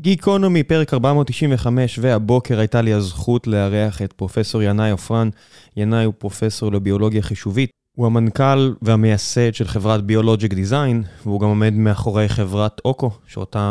גיקונומי, פרק 495, והבוקר הייתה לי הזכות לארח את פרופסור ינאי עופרן. ינאי הוא פרופסור לביולוגיה חישובית. הוא המנכ"ל והמייסד של חברת ביולוגיק דיזיין, והוא גם עומד מאחורי חברת אוקו, שאותה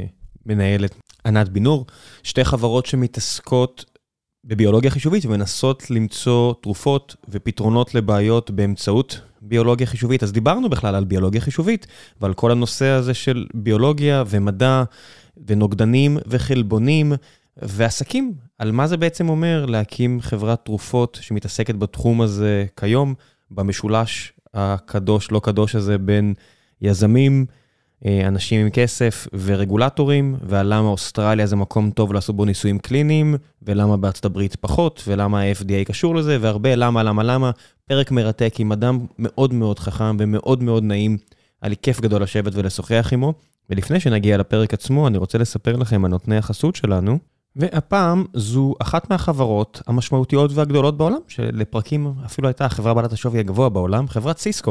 מנהלת ענת בינור. שתי חברות שמתעסקות בביולוגיה חישובית ומנסות למצוא תרופות ופתרונות לבעיות באמצעות ביולוגיה חישובית. אז דיברנו בכלל על ביולוגיה חישובית, ועל כל הנושא הזה של ביולוגיה ומדע ונוגדנים וחלבונים ועסקים. על מה זה בעצם אומר להקים חברת תרופות שמתעסקת בתחום הזה כיום, במשולש הקדוש לא קדוש הזה בין יזמים, אנשים עם כסף ורגולטורים, ולמה אוסטרליה זה מקום טוב לעשות בו ניסויים קליניים, ולמה בארצות הברית פחות, ולמה ה-FDA קשור לזה, והרבה למה. פרק מרתק עם אדם מאוד מאוד חכם ומאוד מאוד נעים. היה לי כיף גדול לשבת ולשוחח עמו. ולפני שנגיע לפרק עצמו, אני רוצה לספר לכם על נותני החסות שלנו, והפעם זו אחת מהחברות המשמעותיות והגדולות בעולם, שלפרקים אפילו הייתה החברה בעלת השווי הגבוה בעולם, חברת סיסקו.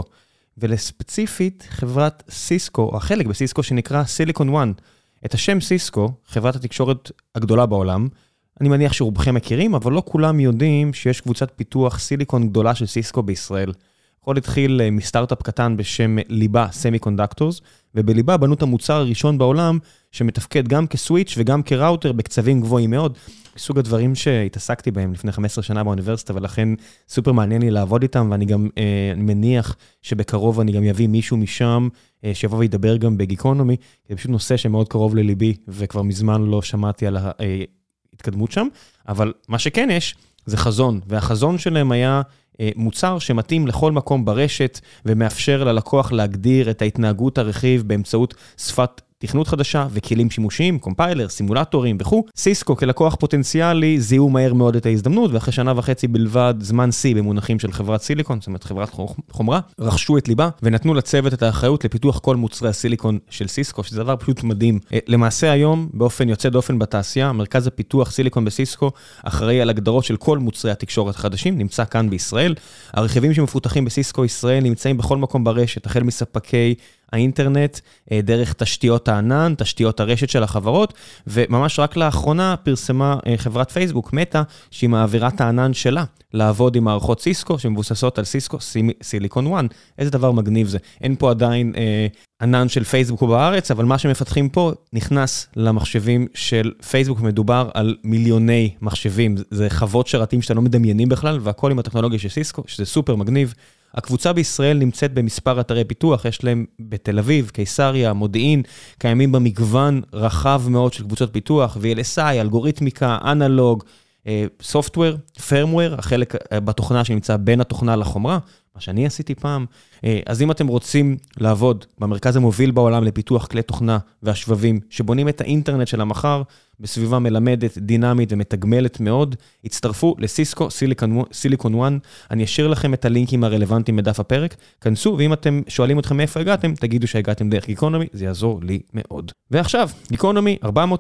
ולספציפית חברת סיסקו, או החלק בסיסקו שנקרא סיליקון וואן. את השם סיסקו, חברת התקשורת הגדולה בעולם, אני מניח שרובכם מכירים, אבל לא כולם יודעים שיש קבוצת פיתוח סיליקון גדולה של סיסקו בישראל. הכל התחיל מסטארט-אפ קטן בשם ליבה סמי-קונדקטורס, ובליבה בנו את המוצר הראשון בעולם, שמתפקד גם כסוויץ' וגם כראוטר בקצבים גבוהים מאוד. מסוג הדברים שהתעסקתי בהם לפני 15 שנה באוניברסיטה, ולכן סופר מעניין לי לעבוד איתם, ואני גם מניח שבקרוב אני גם יביא מישהו משם, שיבוא וידבר גם בגיקונומי, זה פשוט נושא שמאוד קרוב לליבי, וכבר מזמן לא שמעתי על ההתקדמות שם, אבל מה שכן יש, זה חזון, והחזון שלהם היה מוצר שמתאים לכל מקום ברשת, ומאפשר ללקוח להגדיר את ההתנהגות הרכיב באמצעות שפת תכנות חדשה וכלים שימושיים, קומפיילר, סימולטורים וכו'. סיסקו כלקוח פוטנציאלי זיהו מהר מאוד את ההזדמנות, ואחרי שנה וחצי בלבד, זמן C במונחים של חברת סיליקון, זאת אומרת חברת חומרה, רכשו את ליבה ונתנו לצוות את האחריות לפיתוח כל מוצרי הסיליקון של סיסקו, שזה דבר פשוט מדהים. למעשה היום, באופן יוצא דופן בתעשייה, מרכז הפיתוח סיליקון בסיסקו אחראי על הגדרות של כל מוצרי התקשורת החדשים, נמצא כאן בישראל. הרכיבים שמפותחים בסיסקו ישראל נמצאים בכל מקום ברשת, החל מספקי האינטרנט, דרך תשתיות הענן, תשתיות הרשת של החברות, וממש רק לאחרונה פרסמה חברת פייסבוק, מטא, שהיא מעבירה את הענן שלה, לעבוד עם מערכות סיסקו, שמבוססות על סיסקו, סיליקון וואן. איזה דבר מגניב זה. אין פה עדיין ענן של פייסבוק בארץ, אבל מה שמפתחים פה נכנס למחשבים של פייסבוק, מדובר על מיליוני מחשבים, זה חוות שרתים שאתם לא מדמיינים בכלל, והכל עם הטכנולוגיה של סיסקו, שזה סופר מגניב. הקבוצה בישראל נמצאת במספר אתרי פיתוח, יש להם בתל אביב, קיסריה, מודיעין, קיימים במגוון רחב מאוד של קבוצות פיתוח, VLSI, אלגוריתמיקה, אנלוג, סופטוור, פרמוור, החלק בתוכנה שנמצא בין התוכנה לחומרה, מה שאני עשיתי פעם. אז אם אתם רוצים לעבוד במרכז המוביל בעולם לפיתוח כלי תוכנה והשבבים, שבונים את האינטרנט של המחר, בסביבה מלמדת, דינמית ומתגמלת מאוד, הצטרפו לסיסקו סיליקון וואן. אני אשאיר לכם את הלינקים הרלוונטיים בדף הפרק, כנסו, ואם אתם שואלים אתכם מאיפה הגעתם, תגידו שהגעתם דרך גיקונומי, זה יעזור לי מאוד. ועכשיו, גיקונומי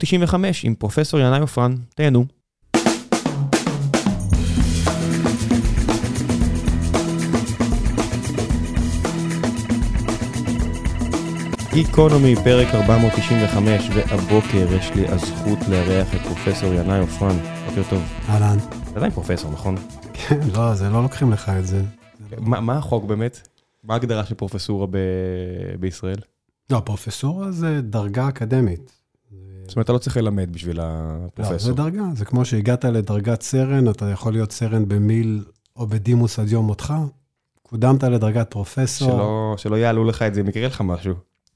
495 עם פרופסור ינאי עופרן, תהנו. גיקונומי, פרק 495, והבוקר יש לי הזכות לארח את פרופסור ינאי עופרן. בוקר טוב. אהלן. אתה עדיין פרופסור, נכון? כן, לא, זה לא לוקחים לך את זה. מה החוק באמת? מה ההגדרה של פרופסורה בישראל? לא, פרופסורה זה דרגה אקדמית. זאת אומרת, אתה לא צריך ללמד בשביל הפרופסור. לא, זה דרגה. זה כמו שהגעת לדרגת סרן, אתה יכול להיות סרן במיל או בדימוס עד יום מותך. קודמת לדרגת פרופסור. שלא יעלו לך את זה, אם יקרה לך משהו.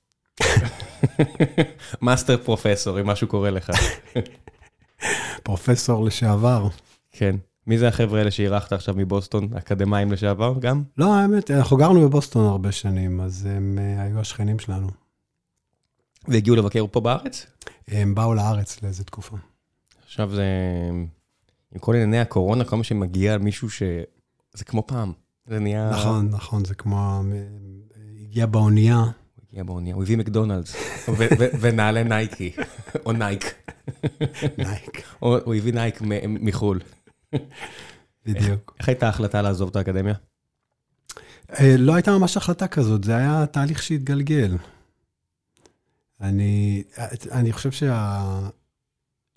מאסטר פרופסור, אם משהו קורה לך. פרופסור לשעבר. כן. מי זה החבר'ה האלה שהירחת עכשיו מבוסטון, אקדמיים לשעבר גם? לא, האמת, אנחנו גרנו בבוסטון הרבה שנים, אז הם היו השכנים שלנו. והגיעו לבקר פה בארץ? הם באו לארץ לאיזו תקופה. עכשיו זה, עם כל ענייני הקורונה, כל מה שמגיע מישהו זה כמו פעם. זה נהיה... נכון, זה כמו... הגיע באונייה. הוא הביא מקדונלדס, ונעלה נייקי, או נייק. נייק. הוא הביא נייק מחול. בדיוק. איך הייתה ההחלטה לעזוב את האקדמיה? לא הייתה ממש החלטה כזאת, זה היה תהליך שהתגלגל. אני חושב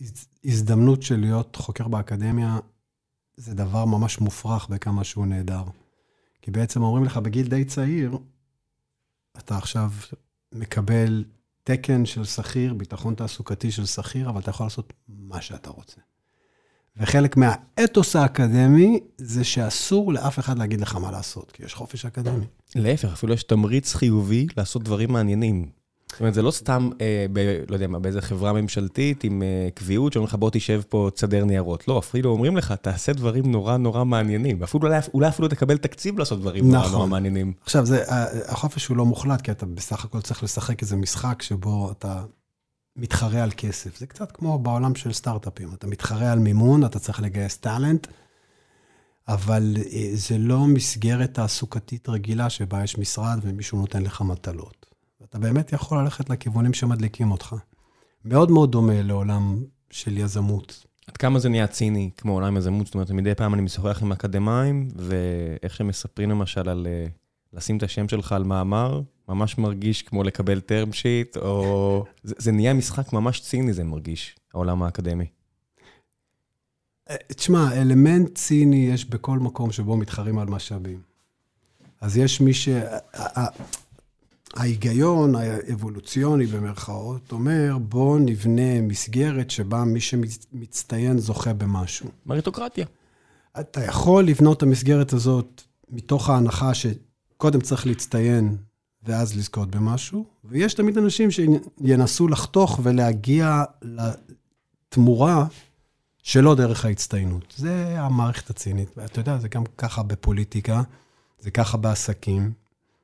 הזדמנות של להיות חוקר באקדמיה, זה דבר ממש מופרך בכמה שהוא נהדר. כי בעצם אומרים לך, בגיל די צעיר, אתה עכשיו מקבל תקן של שכיר, ביטחון תעסוקתי של שכיר, אבל אתה יכול לעשות מה שאתה רוצה. וחלק מהאתוס האקדמי, זה שאסור לאף אחד להגיד לך מה לעשות, כי יש חופש אקדמי. להפך, אפילו יש תמריץ חיובי לעשות דברים מעניינים. זאת אומרת, זה לא סתם, לא יודע מה, באיזה חברה ממשלתית עם קביעות, שאומרים לך, בוא תשב פה צדר ניירות. לא, אפילו אומרים לך, תעשה דברים נורא נורא מעניינים. אולי אפילו תקבל תקציב לעשות דברים נורא נורא מעניינים. עכשיו, החופש הוא לא מוחלט, כי אתה בסך הכל צריך לשחק איזה משחק שבו אתה מתחרה על כסף. זה קצת כמו בעולם של סטארט-אפים. אתה מתחרה על מימון, אתה צריך לגייס טאלנט, אבל זה לא מסגרת תעסוקתית רגילה שבה יש משרד ומישהו נותן לך מטלות. אתה באמת יכול ללכת לכיוונים שמדליקים אותך. מאוד מאוד דומה לעולם של יזמות. עד כמה זה נהיה ציני כמו עולם יזמות? זאת אומרת, מדי פעם אני משוחח עם אקדמיים, ואיך שמספרים למשל על לשים את השם שלך על מאמר, ממש מרגיש כמו לקבל טרם שיט, או זה נהיה משחק ממש ציני, זה מרגיש, העולם האקדמי. תשמע, אלמנט ציני יש בכל מקום שבו מתחרים על משאבים. אז יש מי ההיגיון האבולוציוני במרכאות אומר, בוא נבנה מסגרת שבה מי שמצטיין זוכה במשהו. מריטוקרטיה. אתה יכול לבנות את המסגרת הזאת מתוך ההנחה שקודם צריך להצטיין ואז לזכות במשהו, ויש תמיד אנשים שינסו לחתוך ולהגיע לתמורה שלא דרך ההצטיינות. זה המערכת הצינית. אתה יודע, זה גם ככה בפוליטיקה, זה ככה בעסקים.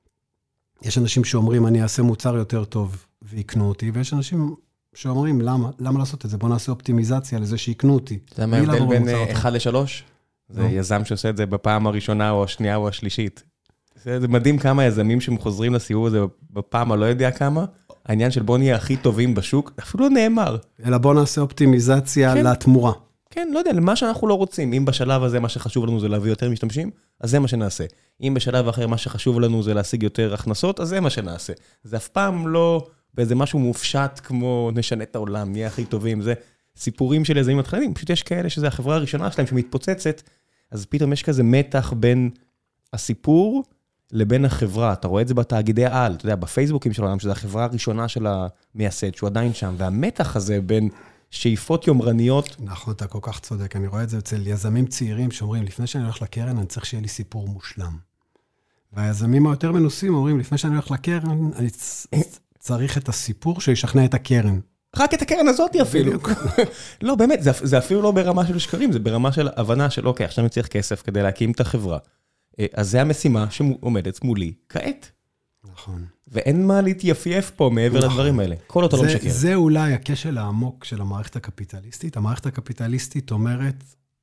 יש אנשים שאומרים, אני אעשה מוצר יותר טוב ויקנו אותי, ויש אנשים שאומרים, למה לעשות את זה? בוא נעשה אופטימיזציה לזה שיקנו אותי. זה מה ההבדל בין 1-3? זה יזם שעושה את זה בפעם הראשונה או השנייה או השלישית. זה מדהים כמה יזמים שחוזרים לסיבוב הזה בפעם הלא יודע כמה. העניין של בוא נהיה הכי טובים בשוק, אפילו לא נאמר. אלא בוא נעשה אופטימיזציה לתמורה. כן, לא יודע, למה שאנחנו לא רוצים. אם בשלב הזה מה שחשוב לנו זה להביא יותר משתמשים, אז זה מה שנעשה. אם בשלב אחר מה שחשוב לנו זה להשיג יותר הכנסות, אז זה מה שנעשה. זה אף פעם לא באיזה משהו מופשט כמו נשנה את העולם, נהיה הכי טובים. זה סיפורים של יזמים מתחילים. פשוט יש כאלה שזה החברה הראשונה שלהם שמתפוצצת, אז פתאום יש כזה מתח בין הסיפור לבין החברה. אתה רואה את זה בתאגידי העל, אתה יודע, בפייסבוקים של העולם, שזה החברה הראשונה של המייסד, שהוא עדיין שם, והמתח הזה בין שאיפות יומרניות. נכון, אתה כל כך צודק. אני רואה את זה אצל יזמים צעירים שאומרים, לפני שאני הולך לקרן, אני צריך שיהיה לי סיפור מושלם. והיזמים היותר מנוסים אומרים, לפני שאני הולך לקרן, אני צריך את הסיפור שישכנע את הקרן. רק את הקרן הזאת אפילו. לא, באמת, זה אפילו לא ברמה של שקרים, זה ברמה של הבנה של, אוקיי, עכשיו אני צריך כסף כדי להקים את החברה. אז זה המשימה שעומדת מולי כעת. נכון. ואין מה להתייפייף פה מעבר לדברים האלה. כל אותו לא משקר. זה אולי הכשל העמוק של המערכת הקפיטליסטית. המערכת הקפיטליסטית אומרת,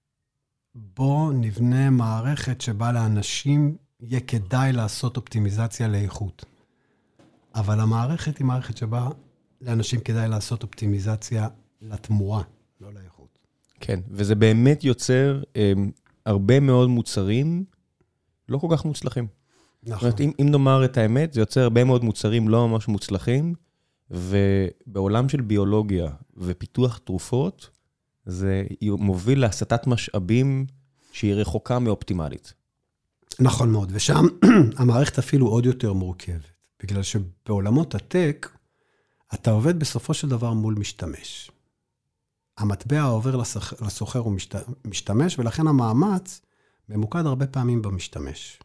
בוא נבנה מערכת שבה לאנשים יהיה כדאי לעשות אופטימיזציה לאיכות. אבל המערכת היא מערכת שבה לאנשים כדאי לעשות אופטימיזציה לתמורה, לא לאיכות. כן, וזה באמת יוצר הרבה מאוד מוצרים לא כל כך מוצלחים. נכון. זאת אומרת, אם נאמר את האמת, זה יוצר הרבה מאוד מוצרים לא ממש מוצלחים, ובעולם של ביולוגיה ופיתוח תרופות, זה מוביל להסטת משאבים שהיא רחוקה מאופטימלית. נכון מאוד, ושם המערכת אפילו עוד יותר מורכבת, בגלל שבעולמות הטק, אתה עובד בסופו של דבר מול משתמש. המטבע עובר לסוחר הוא משתמש, ולכן המאמץ ממוקד הרבה פעמים במשתמש.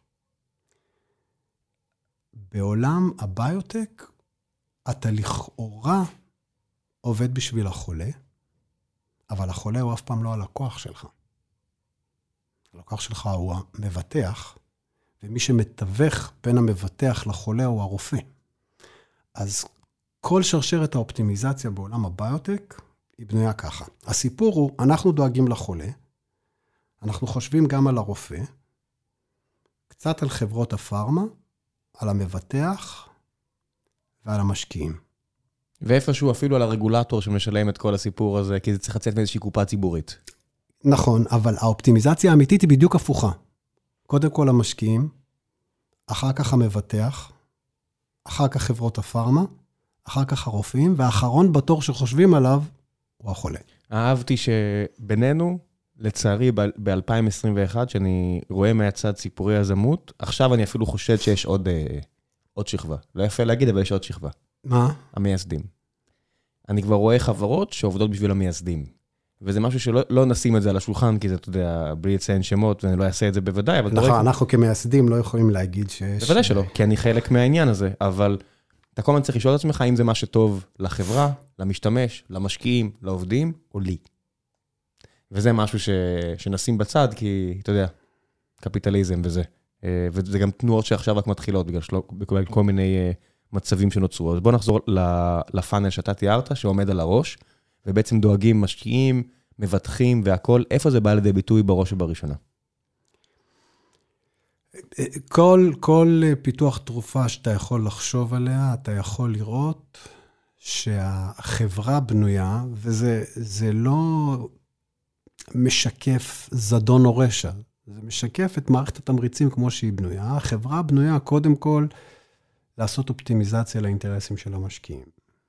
בעולם הביוטק, אתה לכאורה עובד בשביל החולה, אבל החולה הוא אף פעם לא הלקוח שלך. הלקוח שלך הוא המבטח, ומי שמתווך בין המבטח לחולה הוא הרופא. אז כל שרשרת האופטימיזציה בעולם הביוטק היא בנויה ככה. הסיפור הוא, אנחנו דואגים לחולה, אנחנו חושבים גם על הרופא, קצת על חברות הפארמה, על המבטח ועל המשקיעים. ואיפשהו אפילו על הרגולטור שמשלם את כל הסיפור הזה, כי זה צריך לצאת מאיזושהי קופה ציבורית. נכון, אבל האופטימיזציה האמיתית היא בדיוק הפוכה. קודם כל המשקיעים, אחר כך המבטח, אחר כך חברות הפארמה, אחר כך הרופאים, והאחרון בתור שחושבים עליו הוא החולה. אהבתי שבינינו, לצערי, ב-2021, שאני רואה מהצד סיפורי יזמות, עכשיו אני אפילו חושד שיש עוד שכבה. לא יפה להגיד, אבל יש עוד שכבה. מה? המייסדים. אני כבר רואה חברות שעובדות בשביל המייסדים. וזה משהו שלא נשים את זה על השולחן, כי זה, אתה יודע, בלי לציין שמות, ואני לא אעשה את זה בוודאי, אבל... נכון, אנחנו כמייסדים לא יכולים להגיד שיש... בוודאי שלא, כי אני חלק מהעניין הזה, אבל אתה כל הזמן צריך לשאול את עצמך, אם זה מה שטוב לחברה, למשתמש, למשקיעים, לעובדים, או לי. וזה משהו שנשים בצד, כי, אתה יודע, קפיטליזם וזה. וזה גם תנועות שעכשיו רק מתחילות, בגלל כל מיני מצבים שנוצרו. אז בוא נחזור לפאנל שאתה תיארת, שעומד על הראש, ובעצם דואגים, משקיעים, מבטחים והכל. איפה זה בא לידי ביטוי בראש ובראשונה? כל פיתוח תרופה שאתה יכול לחשוב עליה, אתה יכול לראות שהחברה בנויה, וזה לא משקף זדון או רשע, זה משקף את מערכת התמריצים כמו שהיא בנויה. החברה בנויה קודם כל לעשות אופטימיזציה לאינטרסים של המשקיעים.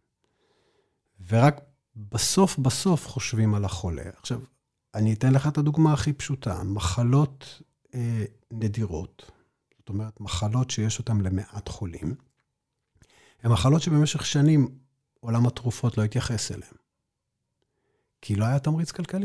ורק בסוף חושבים על החולה. עכשיו, אני אתן לך את הדוגמה הכי פשוטה. מחלות נדירות, זאת אומרת, מחלות שיש אותן למעט חולים, הן מחלות שבמשך שנים עולם התרופות לא התייחס אליהן. כי לא היה תמריץ כלכלי.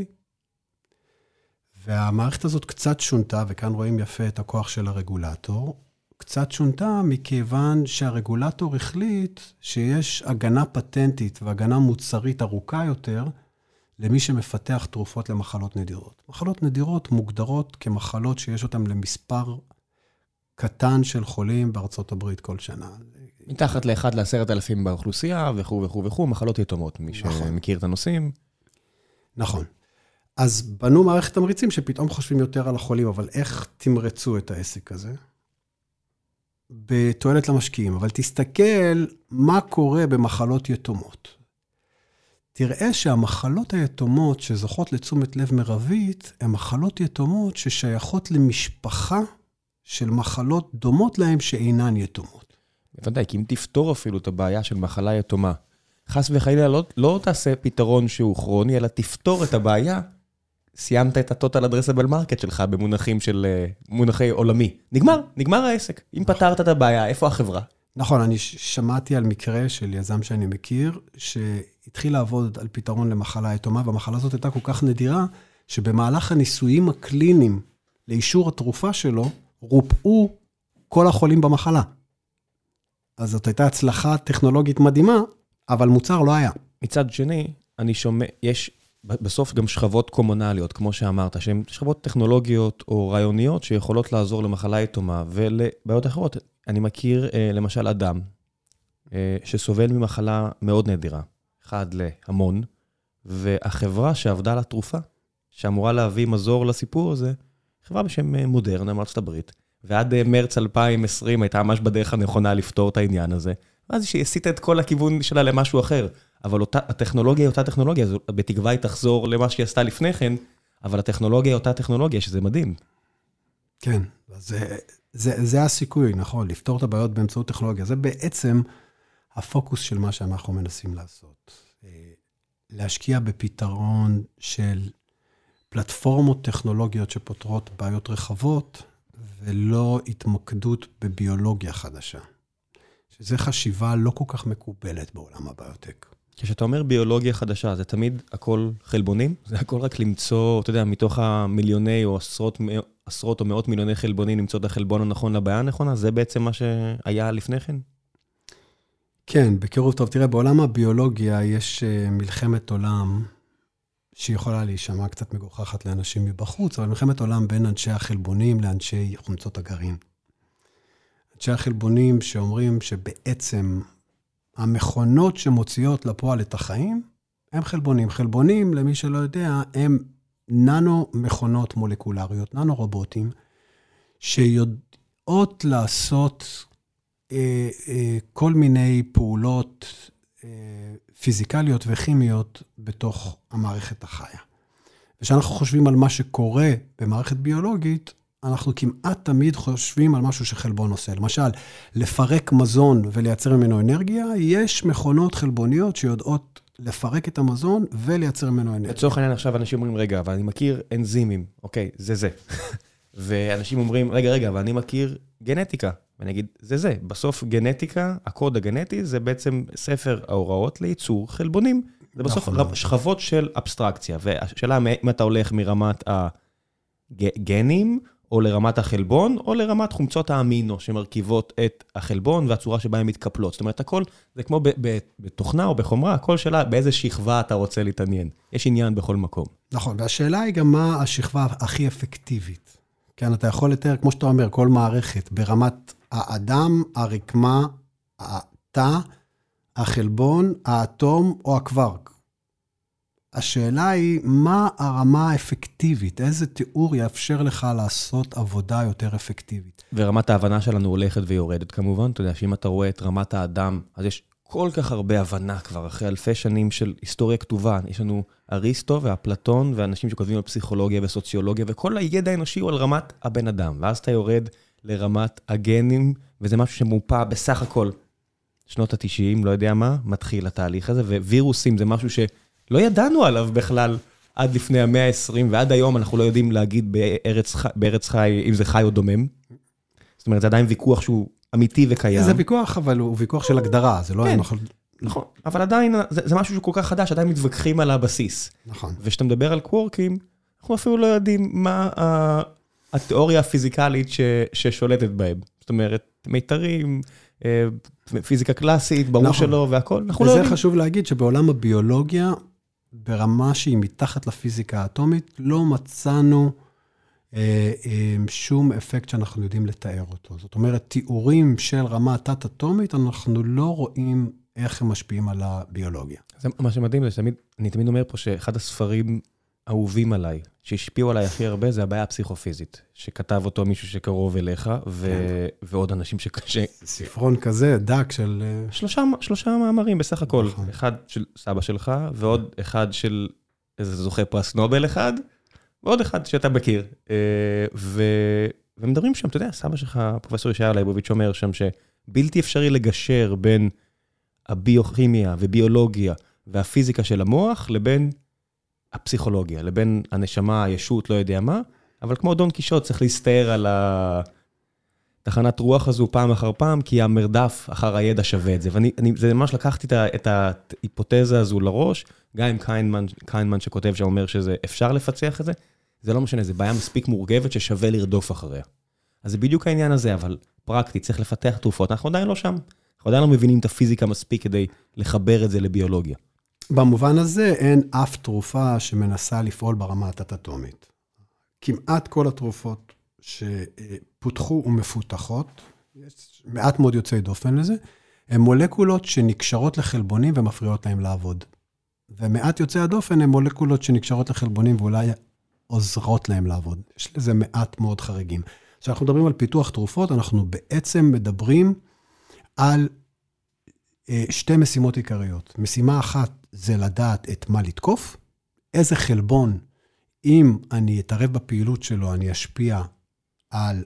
והמערכת הזאת קצת שונתה, וכאן רואים יפה את הכוח של הרגולטור, קצת שונתה מכיוון שהרגולטור החליט שיש הגנה פטנטית והגנה מוצרית ארוכה יותר למי שמפתח תרופות למחלות נדירות. מחלות נדירות מוגדרות כמחלות שיש אותן למספר קטן של חולים בארצות הברית כל שנה. מתחת ל1 ל10,000 באוכלוסייה וכו', מחלות יתומות, מי שמכיר את הנושאים. נכון. אז בנו מערכת תמריצים שפתאום חושבים יותר על החולים, אבל איך תמרצו את העסק הזה? בתועלת למשקיעים, אבל תסתכל מה קורה במחלות יתומות. תראה שהמחלות היתומות שזוכות לתשומת לב מרבית, הן מחלות יתומות ששייכות למשפחה של מחלות דומות להן שאינן יתומות. בוודאי, כי אם תפתור אפילו את הבעיה של מחלה יתומה, חס וחלילה לא תעשה פתרון שהוא כרוני, אלא תפתור את הבעיה, סיימת את הטוטל אדרסבל מרקט שלך במונחים של מונחי עולמי. נגמר העסק. אם פתרת את הבעיה, איפה החברה? נכון, אני שמעתי על מקרה של יזם שאני מכיר, שהתחיל לעבוד על פתרון למחלה יתומה, והמחלה הזאת הייתה כל כך נדירה, שבמהלך הניסויים הקליניים לאישור התרופה שלו, רופאו כל החולים במחלה. אז זאת הייתה הצלחה טכנולוגית מדהימה, אבל מוצר לא היה. מצד שני, אני שומע, יש בסוף גם שכבות קומונליות, כמו שאמרת, שהן שכבות טכנולוגיות או רעיוניות שיכולות לעזור למחלה יתומה ולבעיות אחרות. אני מכיר למשל אדם שסובל ממחלה מאוד נדירה, אחד להמון, והחברה שעבדה על התרופה, שאמורה להביא מזור לסיפור הזה, חברה בשם מודרנה מארצות הברית, ועד מרץ 2020 הייתה ממש בדרך הנכונה לפתור את העניין הזה, ואז היא הסיטה את כל הכיוון שלה למשהו אחר. אבל הטכנולוגיה היא אותה טכנולוגיה, בתקווה היא תחזור למה שהיא עשתה לפני כן, אבל הטכנולוגיה היא אותה טכנולוגיה, שזה מדהים. כן, זה הסיכוי, נכון, לפתור את הבעיות באמצעות טכנולוגיה. זה בעצם הפוקוס של מה שאנחנו מנסים לעשות. להשקיע בפתרון של פלטפורמות טכנולוגיות שפותרות בעיות רחבות, ולא התמקדות בביולוגיה חדשה. שזה חשיבה לא כל כך מקובלת בעולם הביוטק. כשאתה אומר ביולוגיה חדשה, זה תמיד הכל חלבונים? זה הכל רק למצוא, אתה יודע, מתוך המיליוני או עשרות או מאות מיליוני חלבונים, למצוא את החלבון הנכון לבעיה הנכונה? זה בעצם מה שהיה לפני כן? כן, בקירוב טוב. תראה, בעולם הביולוגיה יש מלחמת עולם שיכולה להישמע קצת מגוחכת לאנשים מבחוץ, אבל מלחמת עולם בין אנשי החלבונים לאנשי חומצות הגרעין. אנשי החלבונים שאומרים שבעצם המכונות שמוציאות לפועל את החיים, הם חלבונים. חלבונים, למי שלא יודע, הם ננו מכונות מולקולריות, ננו רובוטים, שיודעות לעשות כל מיני פעולות פיזיקליות וכימיות בתוך המערכת החיה. ושאנחנו חושבים על מה שקורה במערכת ביולוגית, אנחנו כמעט תמיד חושבים על משהו שחלבון עושה. למשל, לפרק מזון ולייצר ממנו אנרגיה, יש מכונות חלבוניות שיודעות לפרק את המזון ולייצר ממנו אנרגיה. לצורך העניין עכשיו אנשים אומרים, רגע, אבל אני מכיר אנזימים, אוקיי, זה. ואנשים אומרים, רגע, אבל אני מכיר גנטיקה. ואני אגיד, זה. בסוף גנטיקה, הקוד הגנטי, זה בעצם ספר ההוראות לייצור חלבונים. זה בסוף שכבות של אבסטרקציה. והשאלה, אם אתה הולך מרמת הגנים, או לרמת החלבון, או לרמת חומצות האמינו, שמרכיבות את החלבון, והצורה שבה הן מתקפלות. זאת אומרת, הכל, זה כמו בתוכנה או בחומרה, הכל שאלה, באיזה שכבה אתה רוצה להתעניין. יש עניין בכל מקום. נכון, והשאלה היא גם מה השכבה הכי אפקטיבית. כן, אתה יכול לתאר, כמו שאתה אומר, כל מערכת, ברמת האדם, הרקמה, התא, החלבון, האטום או הקווארק. השאלה היא, מה הרמה האפקטיבית? איזה תיאור יאפשר לך לעשות עבודה יותר אפקטיבית? ורמת ההבנה שלנו הולכת ויורדת כמובן. אתה יודע שאם אתה רואה את רמת האדם, אז יש כל כך הרבה הבנה כבר, אחרי אלפי שנים של היסטוריה כתובה. יש לנו אריסטו ואפלטון, ואנשים שכותבים על פסיכולוגיה וסוציולוגיה, וכל הידע האנושי הוא על רמת הבן אדם. ואז אתה יורד לרמת הגנים, וזה משהו שמופה בסך הכל שנות ה-90, לא יודע מה, מתחיל התהליך הזה, ווירוסים זה משהו שלא ידענו עליו בכלל עד לפני המאה ה-20, ועד היום אנחנו לא יודעים להגיד בארץ חי, אם זה חי או דומם. זאת אומרת, זה עדיין ויכוח שהוא אמיתי וקיים. זה ויכוח, אבל הוא ויכוח של הגדרה, זה לא היה נכון, אבל עדיין זה משהו שהוא כל כך חדש, עדיין מתווכחים על הבסיס. נכון. וכשאתה מדבר על קוורקים, אנחנו אפילו לא יודעים מה התיאוריה הפיזיקלית ששולטת בהם. זאת אומרת, מיתרים, פיזיקה קלאסית, ברור שלא והכל, אנחנו לא יודעים. וזה חשוב להגיד שבעולם הביולוגיה, ברמה שהיא מתחת לפיזיקה האטומית, לא מצאנו שום אפקט שאנחנו יודעים לתאר אותו. זאת אומרת, תיאורים של רמה תת-אטומית, אנחנו לא רואים איך הם משפיעים על הביולוגיה. זה מה שמדהים, אני תמיד אומר פה שאחד הספרים אהובים עליי, שהשפיעו עליי הכי הרבה, זה הבעיה הפסיכופיזית, שכתב אותו מישהו שקרוב אליך, ועוד אנשים שקשה. ספרון כזה, דק של... שלושה מאמרים בסך הכל. אחד של סבא שלך, ועוד אחד של איזה זוכה פרס נובל אחד, ועוד אחד שאתה מכיר. ומדברים שם, אתה יודע, סבא שלך, פרופסור ישעיהו ליבוביץ' אומר שם, שבלתי אפשרי לגשר בין הביוכימיה וביולוגיה והפיזיקה של המוח, לבין הפסיכולוגיה, לבין הנשמה, הישות, לא יודע מה, אבל כמו דון קישוט צריך להסתער על התחנת רוח הזו פעם אחר פעם, כי המרדף אחר הידע שווה את זה. זה ממש לקחתי את ההיפותזה הזו לראש, גם עם קיינמן שכותב שאומר שזה אפשר לפצח את זה, זה לא משנה, זה בעיה מספיק מורכבת ששווה לרדוף אחריה. אז זה בדיוק העניין הזה, אבל פרקטית, צריך לפתח תרופות, אנחנו עדיין לא שם. אנחנו עדיין לא מבינים את הפיזיקה מספיק כדי לחבר את זה לביולוגיה. במובן הזה אין אף תרופה שמנסה לפעול ברמה התת-אטומית. כמעט כל התרופות שפותחו ומפותחות, יש מעט מאוד יוצאי דופן לזה, הן מולקולות שנקשרות לחלבונים ומפריעות להם לעבוד. ומעט יוצאי הדופן הן מולקולות שנקשרות לחלבונים ואולי עוזרות להם לעבוד. יש לזה מעט מאוד חריגים. כשאנחנו מדברים על פיתוח תרופות, אנחנו בעצם מדברים על שתי משימות עיקריות. משימה אחת זה לדעת את מה לתקוף, איזה חלבון, אם אני אתערב בפעילות שלו, אני אשפיע על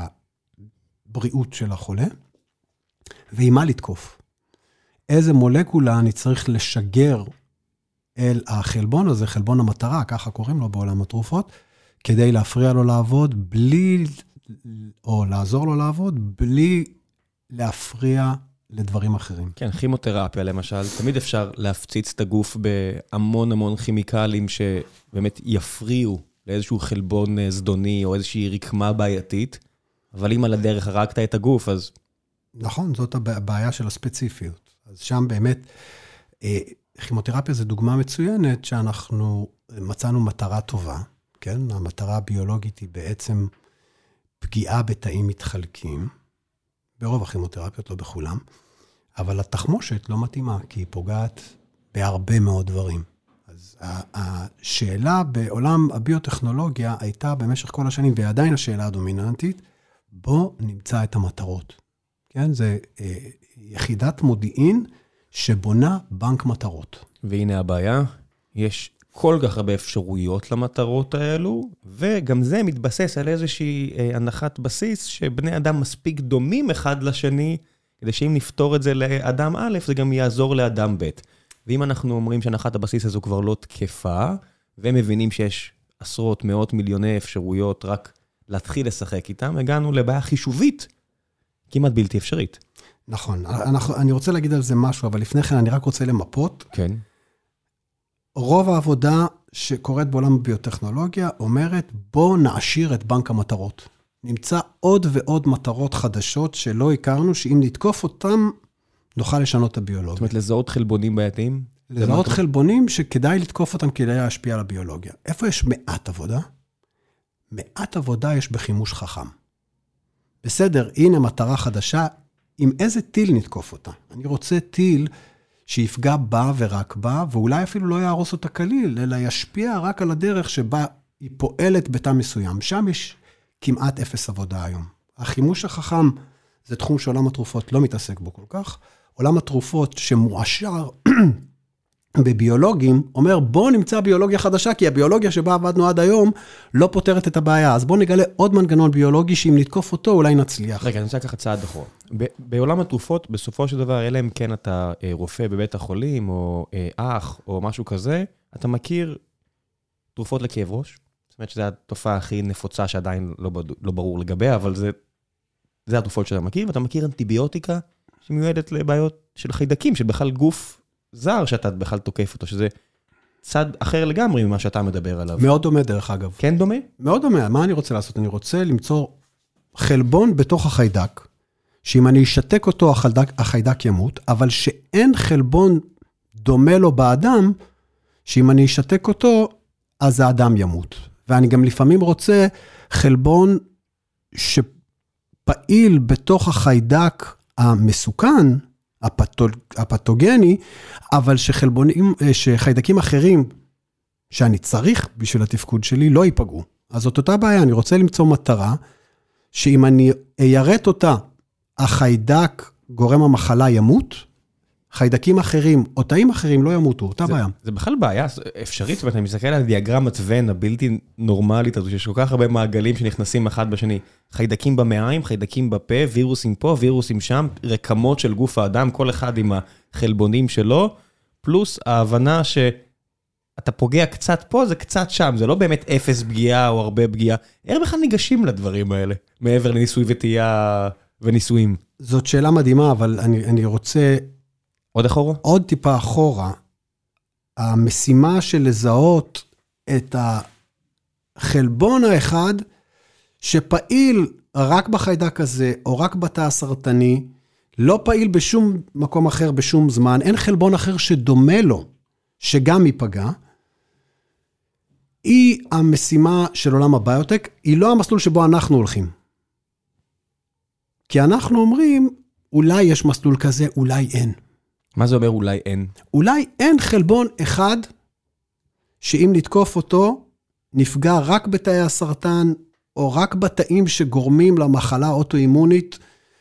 הבריאות של החולה, ועם מה לתקוף. איזה מולקולה אני צריך לשגר אל החלבון הזה, חלבון המטרה, ככה קוראים לו בעולם התרופות, כדי להפריע לו לעבוד בלי, או לעזור לו לעבוד, בלי להפריע לדברים אחרים. כן, כימותרפיה למשל, תמיד אפשר להפציץ את הגוף בהמון המון כימיקלים שבאמת יפריעו לאיזשהו חלבון זדוני או איזושהי רקמה בעייתית, אבל אם על הדרך הרגת את הגוף, אז... נכון, זאת הבעיה של הספציפיות. אז שם באמת, כימותרפיה זה דוגמה מצוינת שאנחנו מצאנו מטרה טובה, כן? המטרה הביולוגית היא בעצם פגיעה בתאים מתחלקים, ברוב הכימותרפיות, לא בכולם, אבל התחמושת לא מתאימה, כי היא פוגעת בהרבה מאוד דברים. אז השאלה בעולם הביוטכנולוגיה הייתה במשך כל השנים, ועדיין השאלה הדומיננטית, בוא נמצא את המטרות. כן, זה יחידת מודיעין שבונה בנק מטרות. והנה הבעיה, יש כל כך הרבה אפשרויות למטרות האלו, וגם זה מתבסס על איזושהי הנחת בסיס, שבני אדם מספיק דומים אחד לשני, כדי שאם נפתור את זה לאדם א', זה גם יעזור לאדם ב'. ואם אנחנו אומרים שהנחת הבסיס הזו כבר לא תקפה, ומבינים שיש עשרות, מאות מיליוני אפשרויות רק להתחיל לשחק איתם, הגענו לבעיה חישובית כמעט בלתי אפשרית. נכון. אני רוצה להגיד על זה משהו, אבל לפני כן אני רק רוצה למפות. כן. רוב העבודה שקורית בעולם הביוטכנולוגיה אומרת, בוא נעשיר את בנק המטרות. נמצא עוד ועוד מטרות חדשות שלא הכרנו, שאם נתקוף אותם, נוכל לשנות את הביולוגיה. זאת אומרת, לזהות חלבונים בעייתיים? לזהות חלבונים שכדאי לתקוף אותם כדי להשפיע על הביולוגיה. איפה יש מעט עבודה? מעט עבודה יש בחימוש חכם. בסדר, הנה מטרה חדשה, עם איזה טיל נתקוף אותה? אני רוצה טיל שיפגע בה ורק בה, ואולי אפילו לא יהרוס אותה כליל, אלא ישפיע רק על הדרך שבה היא פועלת בתא מסוים. שם יש כמעט אפס עבודה היום. החימוש החכם זה תחום שעולם התרופות לא מתעסק בו כל כך. עולם התרופות שמואשר בביולוגים, אומר בוא נמצא ביולוגיה חדשה, כי הביולוגיה שבה עבדנו עד היום לא פותרת את הבעיה. אז בוא נגלה עוד מנגנון ביולוגי שאם נתקוף אותו אולי נצליח. רגע, אני רוצה לקחת צעד אחורה. בעולם התרופות, בסופו של דבר, אלא אם כן אתה רופא בבית החולים, או אח, או משהו כזה, אתה מכיר תרופות לכאב ראש. זאת אומרת שזו התופעה הכי נפוצה שעדיין לא ברור לגביה, אבל זה התרופות שאתה מכיר, ואתה מכיר אנטיביוטיקה שמיועדת לבעיות של חיידקים, של בכלל גוף זר שאתה בכלל תוקף אותו, שזה צד אחר לגמרי ממה שאתה מדבר עליו. מאוד דומה דרך אגב. כן דומה? מאוד דומה. מה אני רוצה לעשות? אני רוצה למצוא חלבון בתוך החיידק, שאם אני אשתק אותו, החיידק ימות, אבל שאין חלבון דומה לו באדם, שאם אני אשתק אותו, אז האדם ימות. ואני גם לפעמים רוצה חלבון שפעיל בתוך החיידק המסוכן, הפתוגני, אבל שחיידקים אחרים שאני צריך בשביל התפקוד שלי לא ייפגעו. אז זאת אותה בעיה, אני רוצה למצוא מטרה, שאם אני איירט אותה, החיידק גורם המחלה ימות, חיידקים אחרים או תאים אחרים לא ימותו, אותה בעיה. זה בכלל בעיה אפשרית, זאת אומרת, אני מסתכל על דיאגרמת ון הבלתי נורמלית הזו, שיש כל כך הרבה מעגלים שנכנסים אחד בשני, חיידקים במעיים, חיידקים בפה, וירוסים פה, וירוסים שם, רקמות של גוף האדם, כל אחד עם החלבונים שלו, פלוס ההבנה שאתה פוגע קצת פה, זה קצת שם, זה לא באמת אפס פגיעה או הרבה פגיעה, איך בכלל ניגשים לדברים האלה, מעבר לניסוי וטעייה וניסויים? זאת שאלה מדהימה, אבל אני רוצה עוד אחורה? עוד טיפה אחורה, המשימה של לזהות את החלבון האחד, שפעיל רק בחיידק הזה, או רק בתא הסרטני, לא פעיל בשום מקום אחר, בשום זמן, אין חלבון אחר שדומה לו, שגם ייפגע, היא המשימה של עולם הביוטק, היא לא המסלול שבו אנחנו הולכים. כי אנחנו אומרים, אולי יש מסלול כזה, אולי אין. מה זה אומר אולי אין? אולי אין חלבון אחד, שאם נתקוף אותו, נפגע רק בתאי הסרטן, או רק בתאים שגורמים למחלה אוטואימונית,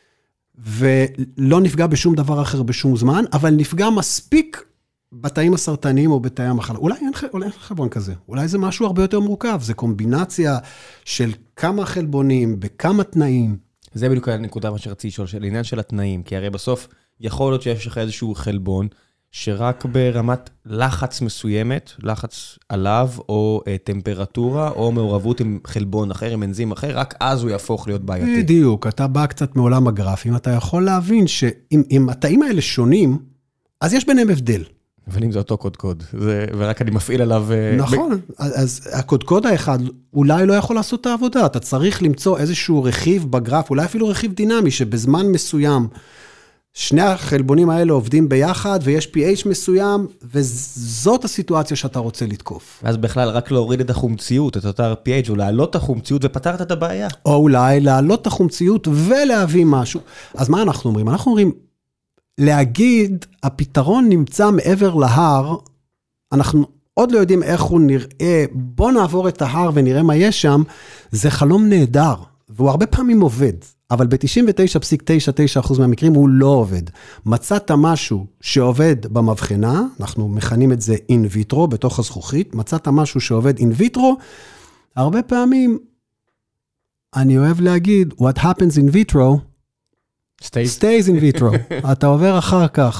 ולא נפגע בשום דבר אחר בשום זמן, אבל נפגע מספיק בתאים הסרטניים או בתאי המחלה. אולי אין חלבון כזה. אולי זה משהו הרבה יותר מורכב. זה קומבינציה של כמה חלבונים, בכמה תנאים. זה בדיוק הנקודה מה שרציתי לשאול, של עניין של התנאים, כי הרי בסוף יכול להיות שיש לך איזשהו חלבון, שרק ברמת לחץ מסוימת, לחץ עליו, או טמפרטורה, או מעורבות עם חלבון אחר, עם אנזים אחר, רק אז הוא יהפוך להיות בעייתי. בדיוק, אתה בא קצת מעולם הגרפים, אתה יכול להבין שאם התאים האלה שונים, אז יש ביניהם הבדל. אבל אם זה אותו קודקוד, ורק אני מפעיל עליו... נכון, אז הקודקוד האחד אולי לא יכול לעשות את העבודה, אתה צריך למצוא איזשהו רכיב בגרף, אולי אפילו רכיב דינמי, שבזמן מסוים, שני החלבונים האלה עובדים ביחד, ויש pH מסוים, וזאת הסיטואציה שאתה רוצה לתקוף. ואז בכלל רק להוריד את החומציות, את אותה pH, או להעלות את החומציות, ופתרת את הבעיה. או אולי להעלות את החומציות, ולהביא משהו. אז מה אנחנו אומרים? אנחנו אומרים, להגיד, הפתרון נמצא מעבר להר, אנחנו עוד לא יודעים איך הוא נראה, בוא נעבור את ההר ונראה מה יש שם, זה חלום נהדר, והוא הרבה פעמים עובד, אבל ב-99.99% מהמקרים הוא לא עובד. מצאת משהו שעובד במבחנה, אנחנו מכנים את זה in vitro, בתוך הזכוכית, מצאת משהו שעובד in vitro, הרבה פעמים, אני אוהב להגיד, what happens in vitro, stays in vitro. אתה עובר אחר כך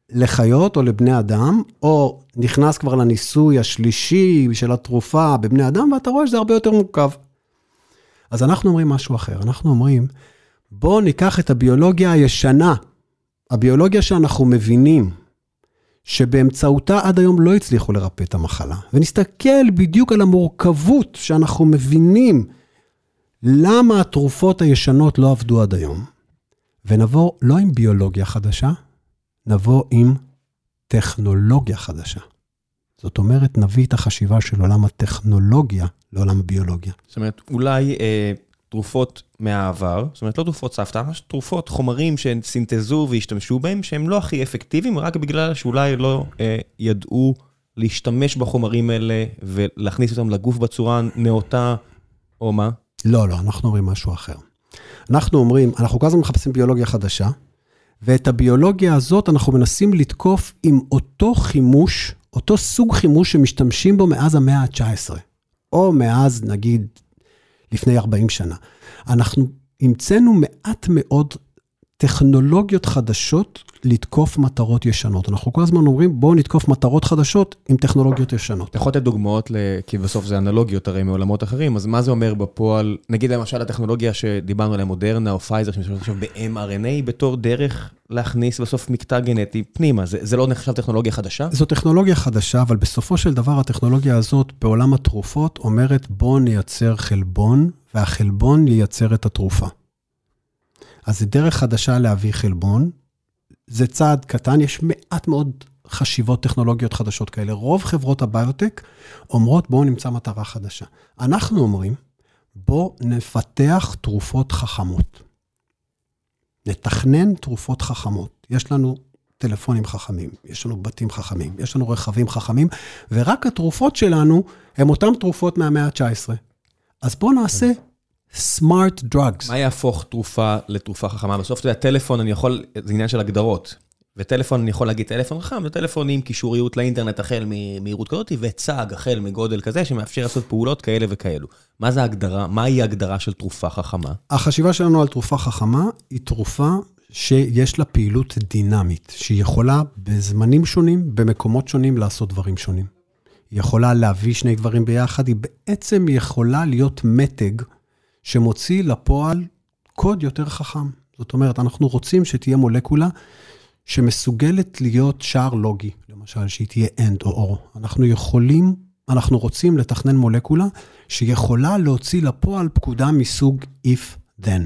לחיות או לבני אדם, או נכנס כבר לניסוי השלישי של התרופה בבני אדם, ואתה רואה שזה הרבה יותר מורכב. אז אנחנו אומרים משהו אחר, אנחנו אומרים, בואו ניקח את הביולוגיה הישנה, הביולוגיה שאנחנו מבינים, שבאמצעותה עד היום לא הצליחו לרפא את המחלה, ונסתכל בדיוק על המורכבות שאנחנו מבינים, למה התרופות הישנות לא עבדו עד היום, ונבוא לא עם ביולוגיה חדשה, נבוא עם טכנולוגיה חדשה. זאת אומרת, נביא את החשיבה של עולם הטכנולוגיה לעולם הביולוגיה. זאת אומרת, אולי תרופות מהעבר, זאת אומרת, לא תרופות סבתא, ממש תרופות, חומרים שסינתזו והשתמשו בהם, שהם לא הכי אפקטיביים, רק בגלל שאולי לא ידעו להשתמש בחומרים האלה, ולהכניס אותם לגוף בצורה נאותה, או מה? לא, אנחנו אומרים משהו אחר. אנחנו אומרים, אנחנו כל הזמן מחפשים ביולוגיה חדשה, ואת הביולוגיה הזאת אנחנו מנסים לתקוף עם אותו חימוש, אותו סוג חימוש שמשתמשים בו מאז המאה ה-19, או מאז, נגיד, לפני 40 שנה. אנחנו המצאנו מעט מאוד טכנולוגיות חדשות לתקוף מטרות ישנות. אנחנו כל הזמן אומרים, בואו נתקוף מטרות חדשות עם טכנולוגיות ישנות. אתה יכול לתת דוגמאות, כי בסוף זה אנלוגיות הרי מעולמות אחרים, אז מה זה אומר בפועל, נגיד למשל הטכנולוגיה שדיברנו עליה, מודרנה או פייזר, שמשתמשים עכשיו ב-mRNA, בתור דרך להכניס בסוף מקטע גנטי פנימה, זה לא נחשב טכנולוגיה חדשה? זו טכנולוגיה חדשה, אבל בסופו של דבר הטכנולוגיה הזאת בעולם התרופות אומרת, בואו נייצר חלבון, והחלבון ייצר את התרופה. אז זה דרך חדשה להביא חלבון, זה צעד קטן, יש מעט מאוד חשיבות טכנולוגיות חדשות כאלה. רוב חברות הביוטק אומרות, בואו נמצא מטרה חדשה. אנחנו אומרים, בואו נפתח תרופות חכמות. נתכנן תרופות חכמות. יש לנו טלפונים חכמים, יש לנו בתים חכמים, יש לנו רכבים חכמים, ורק התרופות שלנו הם אותן תרופות מהמאה ה-19. אז בואו נעשה smart drugs. מה יהפוך תרופה לתרופה חכמה? בסוף זה הטלפון, זה עניין של הגדרות. וטלפון, אני יכול להגיד טלפון חכם, זה טלפון עם קישוריות לאינטרנט החל ממהירות כזאת, וצג החל מגודל כזה, שמאפשר לעשות פעולות כאלה וכאלו. מה זה ההגדרה? מהי ההגדרה של תרופה חכמה? החשיבה שלנו על תרופה חכמה, היא תרופה שיש לה פעילות דינמית, שהיא יכולה בזמנים שונים, במקומות שונים, לעשות דברים שונים. היא יכולה להביא שני דברים ביחד, היא בעצם יכולה להיות מתג, שמוציא לפועל קוד יותר חכם. זאת אומרת, אנחנו רוצים שתהיה מולקולה שמסוגלת להיות שער לוגי, למשל, שהיא תהיה end או or. אנחנו רוצים לתכנן מולקולה שיכולה להוציא לפועל פקודה מסוג if then.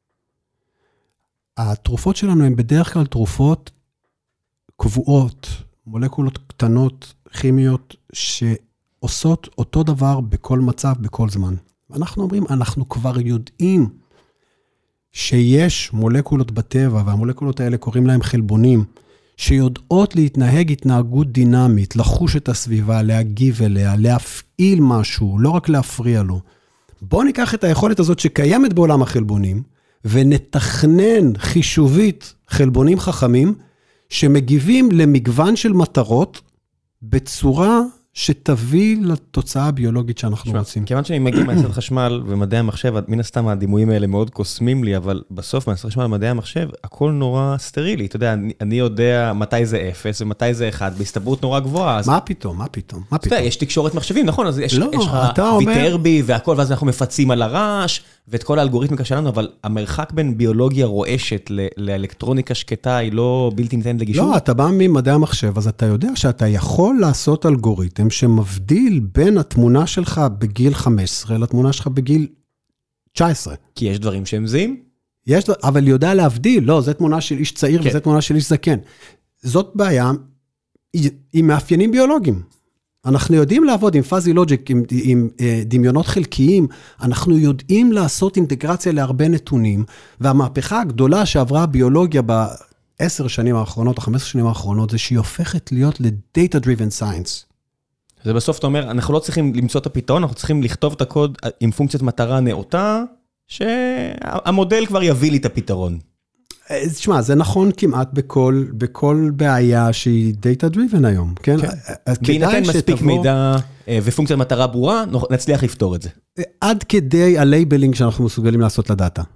התרופות שלנו הן בדרך כלל תרופות קבועות, מולקולות קטנות, כימיות, שעושות אותו דבר בכל מצב, בכל זמן. ואנחנו אומרים, אנחנו כבר יודעים שיש מולקולות בטבע, והמולקולות האלה קוראים להם חלבונים, שיודעות להתנהג התנהגות דינמית, לחוש את הסביבה, להגיב אליה, להפעיל משהו, לא רק להפריע לו. בואו ניקח את היכולת הזאת שקיימת בעולם החלבונים, ונתכנן חישובית חלבונים חכמים, שמגיבים למגוון של מטרות, בצורה שתביא לתוצאה הביולוגית שאנחנו רוצים. כיוון שאני מגיע מהנדסת חשמל ומדעי המחשב, מן הסתם הדימויים האלה מאוד קוסמים לי, אבל בסוף מהנדסת חשמל ומדעי המחשב, הכל נורא סטרילי. אתה יודע, אני יודע מתי זה 0 ומתי זה 1, בהסתברות נורא גבוהה. מה פתאום? אתה יודע, יש תקשורת מחשבים, נכון? אז יש לך ויטרבי והכל, ואז אנחנו מפצים על הרעש, ואת כל האלגוריתמיקה שלנו, אבל המרחק בין ביולוגיה רועשת לאלקטרוניקה שקטה היא לא בלתי ניתנת לגישור? לא, אתה בא ממדעי המחשב, אז אתה יודע שאתה יכול לעשות אלגוריתם שמבדיל בין התמונה שלך בגיל 15 לתמונה שלך בגיל 19. כי יש דברים שהם זהים? אבל יודע להבדיל, לא, זו תמונה של איש צעיר וזו תמונה של איש זקן. זאת בעיה, היא מאפיינים ביולוגיים. אנחנו יודעים לעבוד עם פאזי לוג'יק, עם דמיונות חלקיים, אנחנו יודעים לעשות אינטגרציה להרבה נתונים, והמהפכה הגדולה שעברה הביולוגיה ב10 שנים האחרונות, 15 שנים האחרונות, זה שהיא הופכת להיות ל-data driven science. זה בסוף אתה אומר, אנחנו לא צריכים למצוא את הפתרון, אנחנו צריכים לכתוב את הקוד עם פונקציית מטרה נאותה, שהמודל כבר יביא לי את הפתרון. תשמע, זה נכון כמעט בכל בעיה שהיא data driven היום, כן? בהינתן מספיק מידע ופונקציית מטרה ברורה, נצליח לפתור את זה. עד כדי הלייבלינג שאנחנו מסוגלים לעשות לדאטה.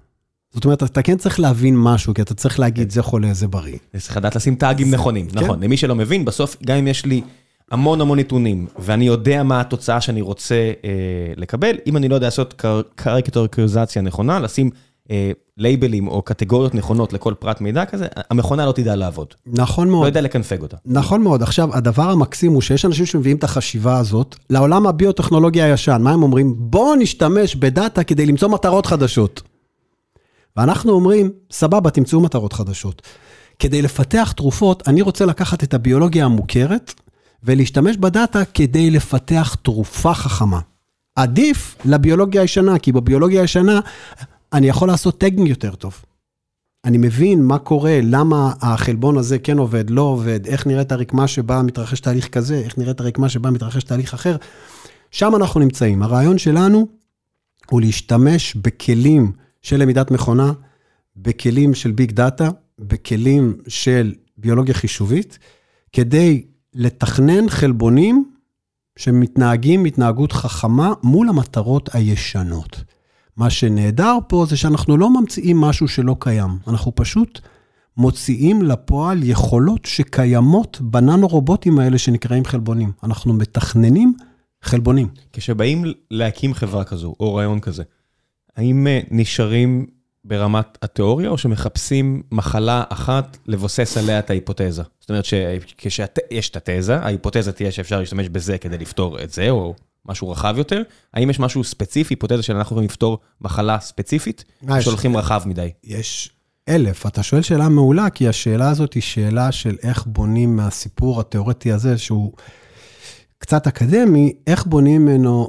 זאת אומרת, אתה כן צריך להבין משהו, כי אתה צריך להגיד, זה חולה, זה בריא. צריך לדעת לשים טאגים נכונים, נכון. למי שלא מבין, בסוף, גם אם יש לי המון נתונים, ואני יודע מה התוצאה שאני רוצה לקבל, אם אני לא יודע לעשות קריקטוריזציה נכונה, לשים לייבלים או קטגוריות נכונות לכל פרט מידע כזה, המכונה לא תדע לעבוד. נכון מאוד. לא יודע לקנפג אותה. נכון מאוד. עכשיו, הדבר המקסים הוא שיש אנשים שמביאים את החשיבה הזאת לעולם הביוטכנולוגיה הישן. מה הם אומרים? בואו נשתמש בדאטה כדי למצוא מטרות חדשות. ואנחנו אומרים, סבבה, תמצאו מטרות חדשות. כדי לפתח תרופות, אני רוצה לקחת את הביולוגיה המוכרת, ולהשתמש בדאטה כדי לפתח תרופה חכמה. עדיף לביולוגיה הישנה, כי בביולוגיה הישנה אני יכול לעשות טגינג יותר טוב. אני מבין מה קורה, למה החלבון הזה כן עובד, לא עובד, איך נראית הרקמה שבה מתרחש תהליך כזה, איך נראית הרקמה שבה מתרחש תהליך אחר. שם אנחנו נמצאים. הרעיון שלנו הוא להשתמש בכלים של למידת מכונה, בכלים של ביג דאטה, בכלים של ביולוגיה חישובית, כדי לתכנן חלבונים שמתנהגים התנהגות חכמה מול המטרות הישנות. מה שנהדר פה זה שאנחנו לא ממציאים משהו שלא קיים, אנחנו פשוט מוציאים לפועל יכולות שקיימות בננו-רובוטים האלה שנקראים חלבונים. אנחנו מתכננים חלבונים. כשבאים להקים חברה כזו, או רעיון כזה, האם נשארים ברמת התיאוריה, או שמחפשים מחלה אחת לבוסס עליה את ההיפותזה? זאת אומרת שכשיש את התזה, ההיפותזה תהיה שאפשר להשתמש בזה כדי לפתור את זה, או משהו רחב יותר. האם יש משהו ספציפי, היפותזה שאנחנו יכולים לפתור מחלה ספציפית, שהולכים רחב מדי? יש 1000. אתה שואל שאלה מעולה, כי השאלה הזאת היא שאלה של איך בונים מהסיפור התיאורטי הזה, שהוא קצת אקדמי, איך בונים ממנו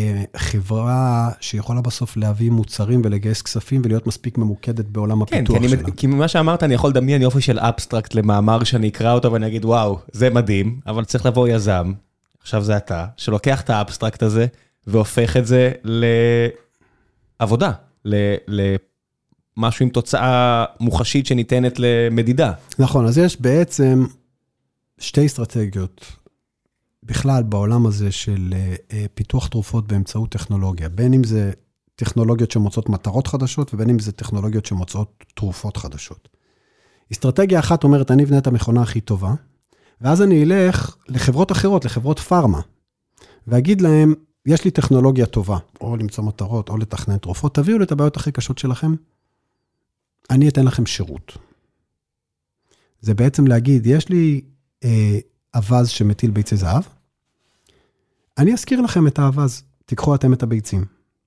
חברה שיכולה בסוף להביא מוצרים ולגייס כספים ולהיות מספיק ממוקדת בעולם הפיתוח שלה. כי ממה שאמרת אני יכול לדמיין יופי של אבסטרקט למאמר שאני אקרא אותו ואני אגיד וואו, זה מדהים, אבל צריך לבוא יזם, עכשיו זה אתה, שלוקח את האבסטרקט הזה והופך את זה לעבודה, למשהו עם תוצאה מוחשית שניתנת למדידה. נכון, אז יש בעצם שתי אסטרטגיות בכלל בעולם הזה של פיתוח תרופות באמצעות טכנולוגיה, בין אם זה טכנולוגיות שמוצאות מטרות חדשות, ובין אם זה טכנולוגיות שמוצאות תרופות חדשות. אסטרטגיה אחת אומרת, אני אבנה את המכונה הכי טובה, ואז אני אלך לחברות אחרות, לחברות פארמה, ואגיד להם, יש לי טכנולוגיה טובה, או למצוא מטרות, או לתכנן תרופות, תביאו לי את הבעיות הכי קשות שלכם, אני אתן לכם שירות. זה בעצם להגיד, יש לי אבז שמטיל ביצי זהב, אני אזכיר לכם את האבז, תיקחו אתם את הביצים.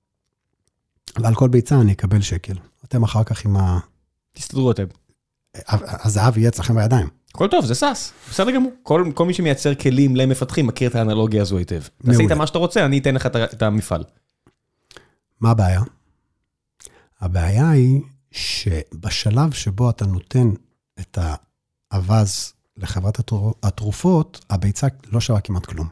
ועל כל ביצה אני אקבל שקל. אתם אחר כך עם תסתדרו אתם. הזהב יהיה אצלכם בידיים. הכל טוב, זה סס, בסדר גמור. כל מי שמייצר כלים למפתחים, מכיר את האנלוגיה הזו היטב. תעשית מה שאתה רוצה, אני אתן לך את המפעל. מה הבעיה? הבעיה היא שבשלב שבו אתה נותן את האבז לחברת התרופות, הביצה לא שווה כמעט כלום.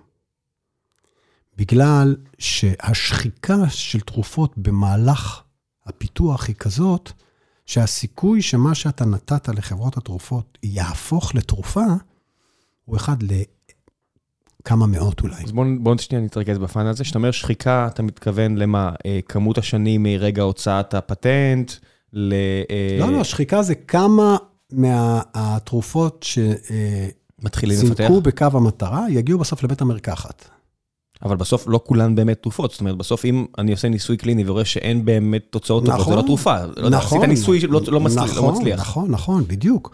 בגלל שהשחיקה של תרופות במהלך הפיתוח היא כזאת, שהסיכוי שמה שאתה נתת לחברות התרופות יהפוך לתרופה, הוא אחד לכמה מאות אולי. אז בואו שנייה נתרכז בפן הזה. שאתה אומר שחיקה, אתה מתכוון למה? כמות השנים מרגע הוצאת הפטנט? לא, שחיקה זה כמה מהתרופות שסימקו בקו המטרה, יגיעו בסוף לבית המרקחת. אבל בסוף לא כולן באמת תרופות, זאת אומרת, בסוף אם אני עושה ניסוי קליני ורואה שאין באמת תוצאות טובות, זה לא תרופה. נכון. עשית ניסוי שלא מצליח. נכון, בדיוק.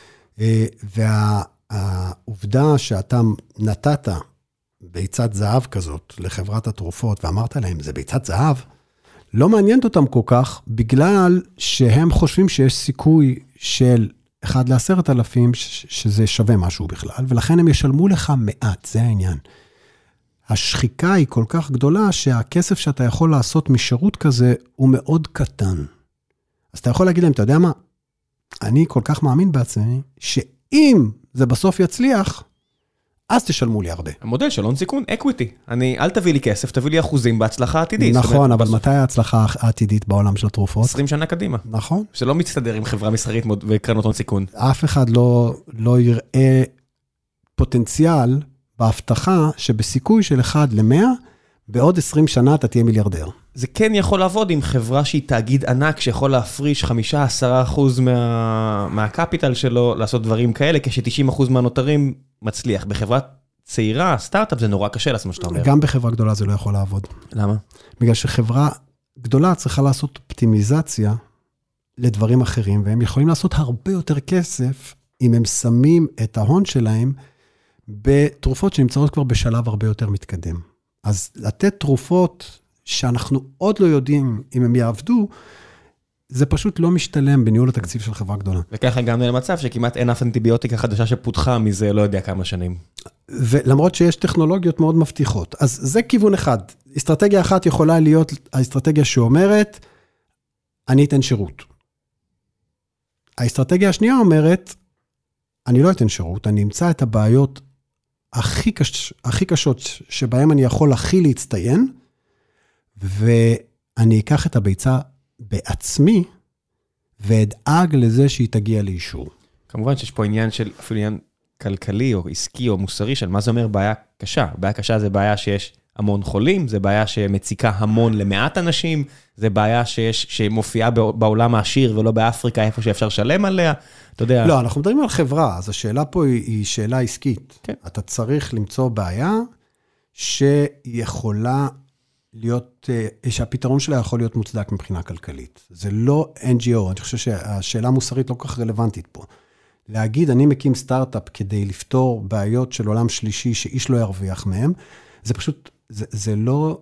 והעובדה שאתה נתת ביצת זהב כזאת לחברת התרופות, ואמרת להם, זה ביצת זהב, לא מעניינת אותם כל כך, בגלל שהם חושבים שיש סיכוי של 1 ל10,000, שזה שווה משהו בכלל, ולכן הם ישלמו לך מעט, זה העניין. השחיקה היא כל כך גדולה, שהכסף שאתה יכול לעשות משירות כזה, הוא מאוד קטן. אז אתה יכול להגיד להם, אתה יודע מה? אני כל כך מאמין בעצמי, שאם זה בסוף יצליח, אז תשלמו לי הרבה. המודל של הון סיכון, אקוויטי. אל תביא לי כסף, תביא לי אחוזים בהצלחה העתידית. נכון, אבל מתי ההצלחה העתידית בעולם של התרופות? 20 שנה קדימה. נכון. שלא מצטדר עם חברה מסחרית וקרנות הון סיכון. אף אחד לא יראה פוטנציאל בהבטחה שבסיכוי של 1 ל100, בעוד 20 שנה אתה תהיה מיליארדר. זה כן יכול לעבוד עם חברה שהיא תאגיד ענק, שיכול להפריש 5-10% מהקפיטל שלו, לעשות דברים כאלה, כש-90% מהנותרים מצליח. בחברה צעירה, סטארט-אפ, זה נורא קשה לעשות מה שאתה אומר. גם בחברה גדולה זה לא יכול לעבוד. למה? בגלל שחברה גדולה צריכה לעשות אופטימיזציה לדברים אחרים, והם יכולים לעשות הרבה יותר כסף, אם הם שמים את ההון שלהם בתרופות שנמצאות כבר בשלב הרבה יותר מתקדם. אז לתת תרופות שאנחנו עוד לא יודעים אם הם יעבדו, זה פשוט לא משתלם בניהול התקציב של חברה גדולה. וככה הגענו למצב שכמעט אין אף אנטיביוטיקה חדשה שפותחה מזה לא יודע כמה שנים. ולמרות שיש טכנולוגיות מאוד מבטיחות. אז זה כיוון אחד. אסטרטגיה אחת יכולה להיות האסטרטגיה שאומרת, אני אתן שירות. האסטרטגיה השנייה אומרת, אני לא אתן שירות, אני אמצא את הבעיות הכי קשות שבהן אני יכול הכי להצטיין, ואני אקח את הביצה בעצמי, ואדאג לזה שהיא תגיע לאישור. כמובן שיש פה עניין של אפילו עניין כלכלי או עסקי או מוסרי של מה זה אומר בעיה קשה. בעיה קשה זה בעיה שיש המון חולים, זה בעיה שמציקה המון למעט אנשים, זה בעיה שמופיעה בעולם העשיר ולא באפריקה איפה שאפשר לשלם עליה, אתה יודע. לא, אנחנו מדברים על חברה, אז השאלה פה היא שאלה עסקית. כן. אתה צריך למצוא בעיה שיכולה להיות, שהפתרון שלה יכול להיות מוצדק מבחינה כלכלית. זה לא NGO, אני חושב שהשאלה המוסרית לא כל כך רלוונטית פה. להגיד, אני מקים סטארט-אפ כדי לפתור בעיות של עולם שלישי שאיש לא ירוויח מהם, זה פשוט, זה לא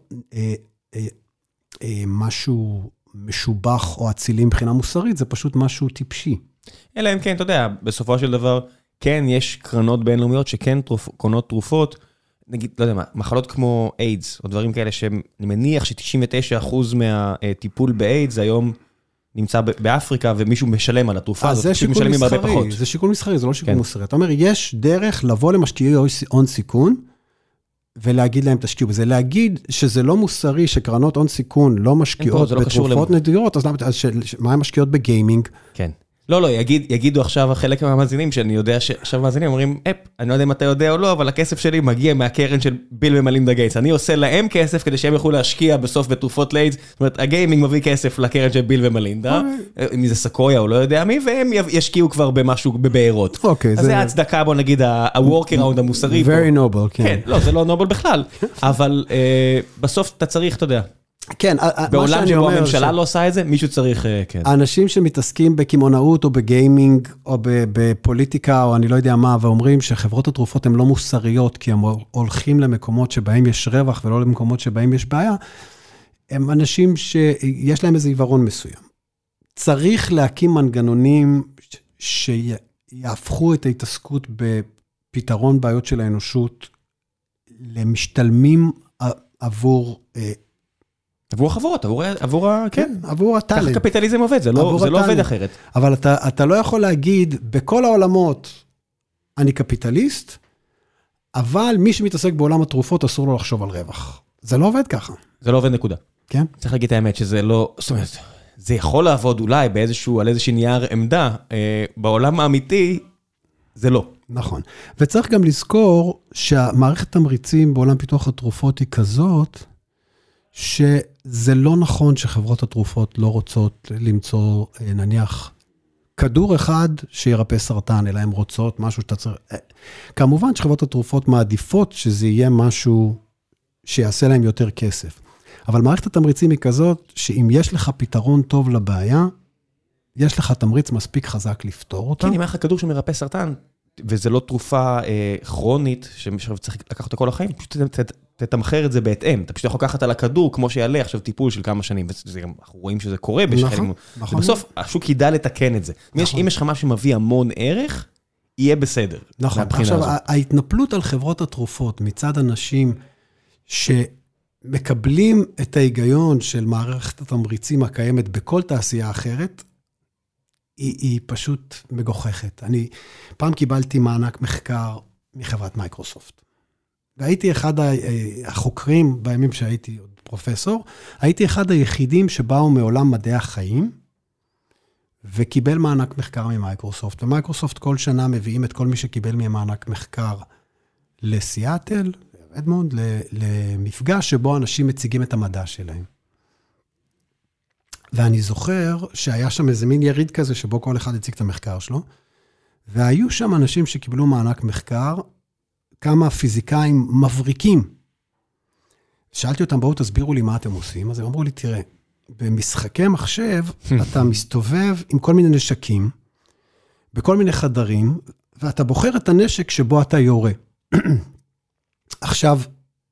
משהו משובח או אצילי מבחינה מוסרית, זה פשוט משהו טיפשי. אלא אם כן, אתה יודע, בסופו של דבר, כן יש קרנות בינלאומיות שכן קונות תרופות, נגיד, לא יודע מה, מחלות כמו איידס, או דברים כאלה שאני מניח ש-99% מהטיפול באיידס היום נמצא באפריקה, ומישהו משלם על התרופה הזאת, זה שיקול מסחרי, זה שיקול מסחרי, זה לא שיקול מוסרי. אתה אומר, יש דרך לבוא למשקיעי הון סיכון, ולהגיד להם תשקיעו בזה. להגיד שזה לא מוסרי, שקרנות הון סיכון לא משקיעות בתרופות נדירות, אז מה הן משקיעות בגיימינג? כן. לא, יגידו עכשיו חלק מהמאזינים, שאני יודע שעכשיו המאזינים אומרים, אני לא יודע אם אתה יודע או לא, אבל הכסף שלי מגיע מהקרן של ביל ומלינדה גייטס. אני עושה להם כסף כדי שהם יוכלו להשקיע בסוף בתרופות לאיידס. זאת אומרת, הגיימינג מביא כסף לקרן של ביל ומלינדה, אם זה סקויה או לא יודע מי, והם ישקיעו כבר במשהו בבארות. אז זה ההצדקה, בוא נגיד, ה-workaround המוסרי. Very noble, כן. כן, לא, זה לא נובל בכלל. אבל בסוף אתה צריך, אתה יודע. כן, בעולם שבו הממשלה לא עושה את זה, מישהו צריך, כן. האנשים שמתעסקים בכימונאות או בגיימינג או בפוליטיקה או אני לא יודע מה, ואומרים שחברות התרופות הן לא מוסריות, כי הם הולכים למקומות שבהם יש רווח ולא למקומות שבהם יש בעיה, הם אנשים שיש להם איזה עיוורון מסוים. צריך להקים מנגנונים שיהפכו את ההתעסקות בפתרון בעיות של האנושות למשתלמים עבור החברות, עבור הטלנט. כך קפיטליזם עובד, זה לא עובד אחרת. אבל אתה לא יכול להגיד, בכל העולמות אני קפיטליסט, אבל מי שמתעסק בעולם התרופות אסור לו לחשוב על רווח. זה לא עובד ככה. זה לא עובד נקודה. כן? צריך להגיד את האמת שזה לא, זאת אומרת, זה יכול לעבוד אולי על איזושהי נייר עמדה, בעולם האמיתי זה לא. נכון. וצריך גם לזכור שהמערכת תמריצים בעולם פיתוח התרופות היא כזאת, שזה לא נכון שחברות התרופות לא רוצות למצוא, נניח, כדור אחד שירפא סרטן, אלא הן רוצות משהו שאתה צריך. כמובן שחברות התרופות מעדיפות שזה יהיה משהו שיעשה להם יותר כסף. אבל מערכת התמריצים היא כזאת, שאם יש לך פתרון טוב לבעיה, יש לך תמריץ מספיק חזק לפתור אותה. כן, אם היה לך כדור שמרפא סרטן, וזה לא תרופה כרונית, שצריך לקחת אותה כל החיים, פשוט תתמחר את זה בהתאם. אתה פשוט יכול לקחת על הכדור, כמו שיעלה עכשיו טיפול של כמה שנים, אנחנו רואים שזה קורה בשחלים. ובסוף, השוק ידע לתקן את זה. אם יש לך משהו שמביא המון ערך, יהיה בסדר. נכון. עכשיו, ההתנפלות על חברות התרופות, מצד אנשים שמקבלים את ההיגיון של מערכת התמריצים הקיימת בכל תעשייה אחרת, היא פשוט מגוחכת. אני פעם קיבלתי מענק מחקר מחברת מייקרוסופט. והייתי אחד החוקרים, בימים שהייתי עוד פרופסור, הייתי אחד היחידים שבאו מעולם מדעי החיים, וקיבל מענק מחקר ממייקרוסופט. ומייקרוסופט כל שנה מביאים את כל מי שקיבל ממענק מחקר לסיאטל, אדמונד, למפגש שבו אנשים מציגים את המדע שלהם. ואני זוכר שהיה שם איזה מין יריד כזה, שבו כל אחד הציג את המחקר שלו, והיו שם אנשים שקיבלו מענק מחקר, כמה פיזיקאים מבריקים. שאלתי אותם, בואו תסבירו לי מה אתם עושים, אז הם אמרו לי, תראה, במשחקי מחשב, אתה מסתובב עם כל מיני נשקים, בכל מיני חדרים, ואתה בוחר את הנשק שבו אתה יורה. עכשיו,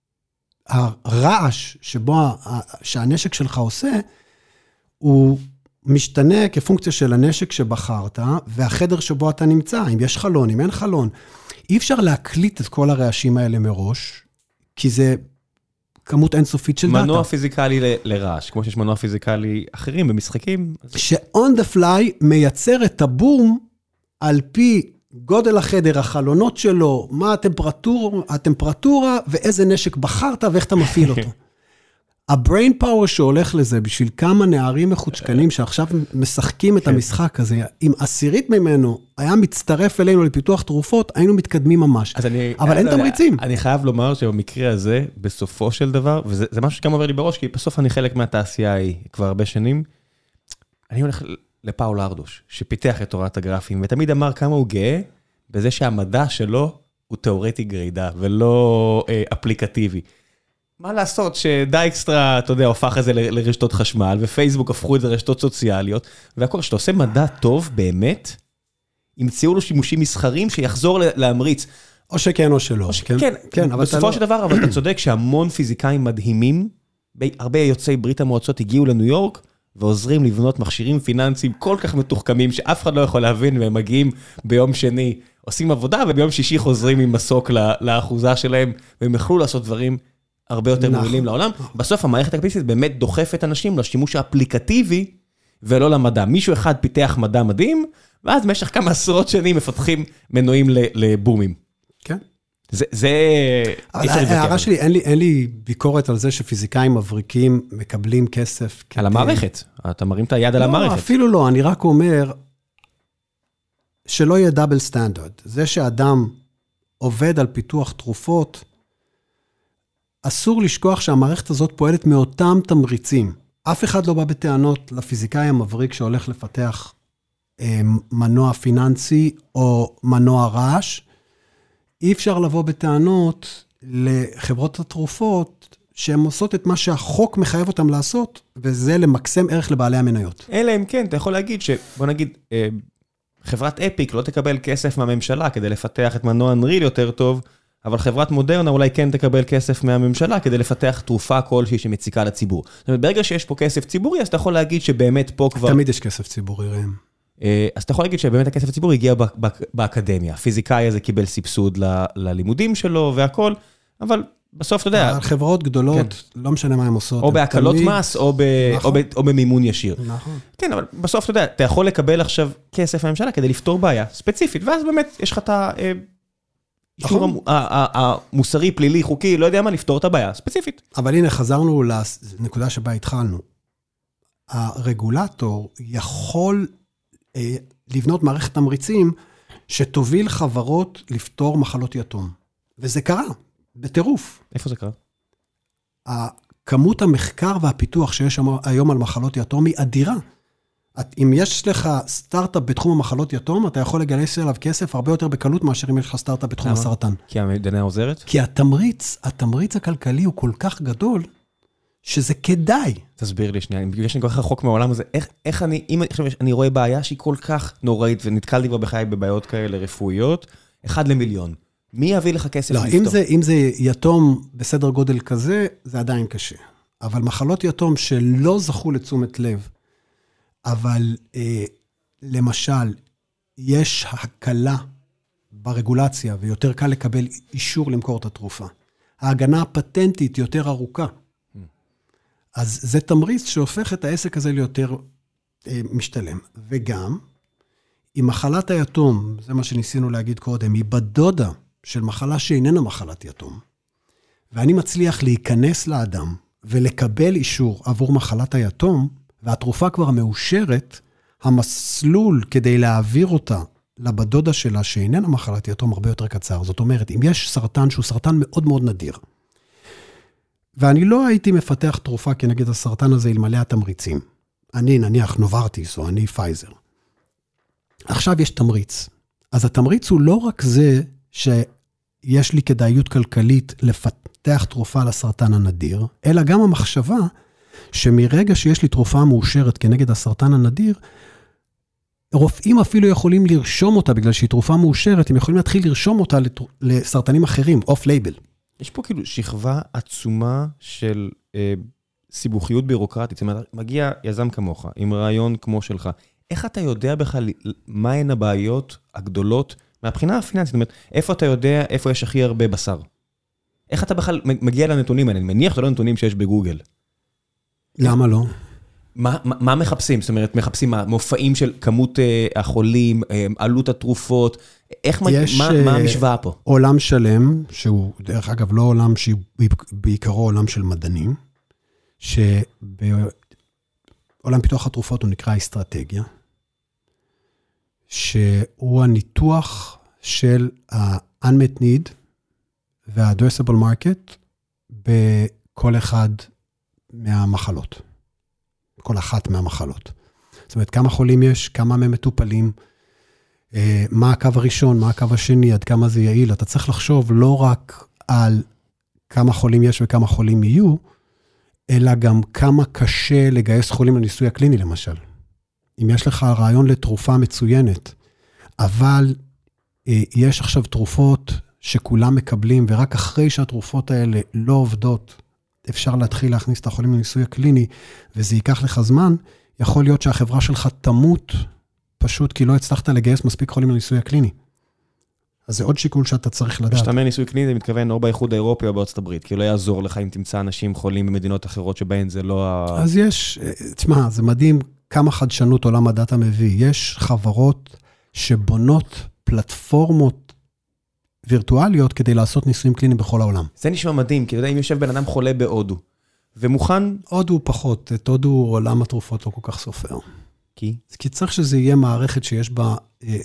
הרעש שהנשק שלך עושה, הוא משתנה כפונקציה של הנשק שבחרת, והחדר שבו אתה נמצא, אם יש חלון, אם אין חלון. אי אפשר להקליט את כל הרעשים האלה מראש, כי זה כמות אינסופית של דאטה. מנוע פיזיקלי לרעש, כמו שיש מנוע פיזיקלי אחרים במשחקים. ש-on the fly מייצר את הבום על פי גודל החדר, החלונות שלו, מה הטמפרטורה, ואיזה נשק בחרת, ואיך אתה מפעיל אותו. הבריין פאוור שהולך לזה, בשביל כמה נערים מחוצ'קנים, שעכשיו משחקים את המשחק הזה, אם עשירית ממנו היה מצטרף אלינו לפיתוח תרופות, היינו מתקדמים ממש. אבל אין תמריצים. אני חייב לומר שבמקרה הזה, בסופו של דבר, וזה משהו שגם עובר לי בראש, כי בסוף אני חלק מהתעשייה ההיא כבר הרבה שנים, אני הולך לפאול ארדוש, שפיתח את תורת הגרפים, ותמיד אמר כמה הוא גאה, בזה שהמדע שלו הוא תיאורטי גרידה, ולא אפליקטיבי. מה לעשות שדייקסטרה, אתה יודע, הופך את זה לרשתות חשמל, ופייסבוק הפכו את זה לרשתות סוציאליות, והכל, שאתה עושה מדע טוב באמת, ימצאו לו שימושים מסחרים שיחזור להמריץ. או שכן או שלא. כן, בסופו של דבר, אבל אתה צודק שהמון פיזיקאים מדהימים, הרבה יוצאי ברית המועצות הגיעו לניו יורק, ועוזרים לבנות מכשירים פיננסיים כל כך מתוחכמים, שאף אחד לא יכול להבין, והם מגיעים ביום שני, עושים עבודה, וביום שישי חוזרים עם מסוק לאחוזה שלהם, והם יכלו לעשות דברים הרבה יותר מועילים לעולם. בסוף המערכת הקפיטליסטית באמת דוחפת אנשים לשימוש האפליקטיבי, ולא למדע. מישהו אחד פיתח מדע מדהים, ואז במשך כמה עשרות שנים מפתחים מנועים לבומים. כן. זה... ההערה שלי, אין לי ביקורת על זה שפיזיקאים מבריקים מקבלים כסף. על המערכת. אתה מרים את היד על המערכת. לא, אפילו לא. אני רק אומר שלא יהיה דאבל סטנדרט. זה שאדם עובד על פיתוח תרופות, אסור לשכוח שהמערכת הזאת פועלת מאותם תמריצים. אף אחד לא בא בטענות לפיזיקאי המבריק שהולך לפתח מנוע פיננסי או מנוע רעש. אי אפשר לבוא בטענות לחברות התרופות שהן עושות את מה שהחוק מחייב אותם לעשות, וזה למקסם ערך לבעלי המניות. אלא אם כן, אתה יכול להגיד בוא נגיד, חברת אפיק לא תקבל כסף מהממשלה כדי לפתח את מנוע אנריל יותר טוב, אבל חברת מודרנה אולי כן תקבל כסף מהממשלה כדי לפתח תרופה כלשהי שמציקה לציבור. זאת אומרת, ברגע שיש פה כסף ציבורי, אז אתה יכול להגיד שבאמת פה כבר... תמיד יש כסף ציבורי, ראם. אז אתה יכול להגיד שבאמת הכסף הציבורי הגיע באקדמיה. הפיזיקאי הזה קיבל סבסוד ללימודים שלו והכל, אבל בסוף אתה יודע... חברות גדולות, לא משנה מה הן עושות. או בהקלות מס, או במימון ישיר. נכון. כן, אבל בסוף אתה יודע, אתה יכול לקבל עכשיו כסף מהממשלה כדי לפתור בעיה ספציפית, ואז באמת יש לך את האישור המוסרי, פלילי, חוקי, לא יודע מה, לפתור את הבעיה ספציפית. אבל הנה, חזרנו לנקודה שבה התחלנו. הרגולטור יכול לבנות מערכת תמריצים שתוביל חברות לפתור מחלות יתום. וזה קרה, בטירוף. איפה זה קרה? כמות המחקר והפיתוח שיש היום על מחלות יתום היא אדירה. אם יש לך סטארט-אפ בתחום המחלות יתום, אתה יכול לגייס אליו כסף הרבה יותר בקלות מאשר אם יש לך סטארט-אפ בתחום הסרטן. כי המדינה עוזרת? כי התמריץ הכלכלי הוא כל כך גדול, שזה כדאי. תסביר לי שנייה, יש לי כל כך רחוק מהעולם הזה, איך אני רואה בעיה שהיא כל כך נוראית, ונתקלתי כבר בחיי בבעיות כאלה רפואיות, 1 למיליון. מי יביא לך כסף לפתור? אם זה יתום בסדר גודל כזה, זה עדיין קשה. אבל מחלות יתום שלא זכו לתשומת לב, אבל למשל, יש הקלה ברגולציה, ויותר קל לקבל אישור למכור את התרופה. ההגנה הפטנטית יותר ארוכה. אז זה תמריץ שהופך את העסק הזה ליותר משתלם. וגם, אם מחלת היתום, זה מה שניסינו להגיד קודם, היא בדודה של מחלה שאיננה מחלת יתום, ואני מצליח להיכנס לאדם ולקבל אישור עבור מחלת היתום, והתרופה כבר מאושרת, המסלול כדי להעביר אותה לבדודה שלה שאיננה מחלת יתום הרבה יותר קצר. זאת אומרת, אם יש סרטן שהוא סרטן מאוד מאוד נדיר, ואני לא הייתי מפתח תרופה כנגד הסרטן הזה אלמלא התמריצים. אני נניח נוברטיס או אני פייזר. עכשיו יש תמריץ. אז התמריץ הוא לא רק זה שיש לי כדאיות כלכלית לפתח תרופה לסרטן הנדיר, אלא גם המחשבה שמרגע שיש לי תרופה מאושרת כנגד הסרטן הנדיר, רופאים אפילו יכולים לרשום אותה, בגלל שהיא תרופה מאושרת, הם יכולים להתחיל לרשום אותה לסרטנים אחרים, אוף לייבל. יש פה כאילו שכבה עצומה של סיבוכיות בירוקרטית. זאת אומרת, מגיע יזם כמוך, עם רעיון כמו שלך. איך אתה יודע בכלל מהן הבעיות הגדולות מהבחינה הפיננסית? זאת אומרת, איפה אתה יודע איפה יש הכי הרבה בשר? איך אתה בכלל מגיע לנתונים האלה? אני מניח שלא נתונים שיש בגוגל. למה לא? מה מחפשים? זאת אומרת, מחפשים מופעים של כמות החולים, עלות התרופות, מה המשוואה פה? עולם שלם, שהוא דרך אגב לא עולם שבעיקרו עולם של מדענים, שבעולם פיתוח התרופות הוא נקרא אסטרטגיה, שהוא הניתוח של ה-unmet need וה-addressable market בכל אחד מהמחלות. כל אחת מהמחלות. זאת אומרת, כמה חולים יש, כמה מהם מטופלים, מה הקו הראשון, מה הקו השני, עד כמה זה יעיל. אתה צריך לחשוב לא רק על כמה חולים יש וכמה חולים יהיו, אלא גם כמה קשה לגייס חולים לניסוי הקליני, למשל. אם יש לך רעיון לתרופה מצוינת, אבל יש עכשיו תרופות שכולם מקבלים, ורק אחרי שהתרופות האלה לא עובדות, אפשר להתחיל להכניס את החולים לניסוי הקליני, וזה ייקח לך זמן, יכול להיות שהחברה שלך תמות, פשוט כי לא הצלחת לגייס מספיק חולים לניסוי הקליני. אז זה עוד שיקול שאתה צריך לדעת. כשאתה ניסוי קליני, זה מתכוון או באיחוד האירופי או בארצות הברית, כי לא יעזור לך אם תמצא אנשים חולים במדינות אחרות שבהן זה לא... אז יש, תשמע, זה מדהים כמה חדשנות עולם הדאטה מביא. יש חברות שבונות פלטפורמות וירטואליות כדי לעשות ניסויים קליניים בכל העולם. זה נשמע מדהים, כי אתה יודע, אם יושב בן אדם חולה בהודו, ומוכן... הודו פחות, את הודו עולם התרופות לא כל כך סופר. כי? כי צריך שזה יהיה מערכת שיש בה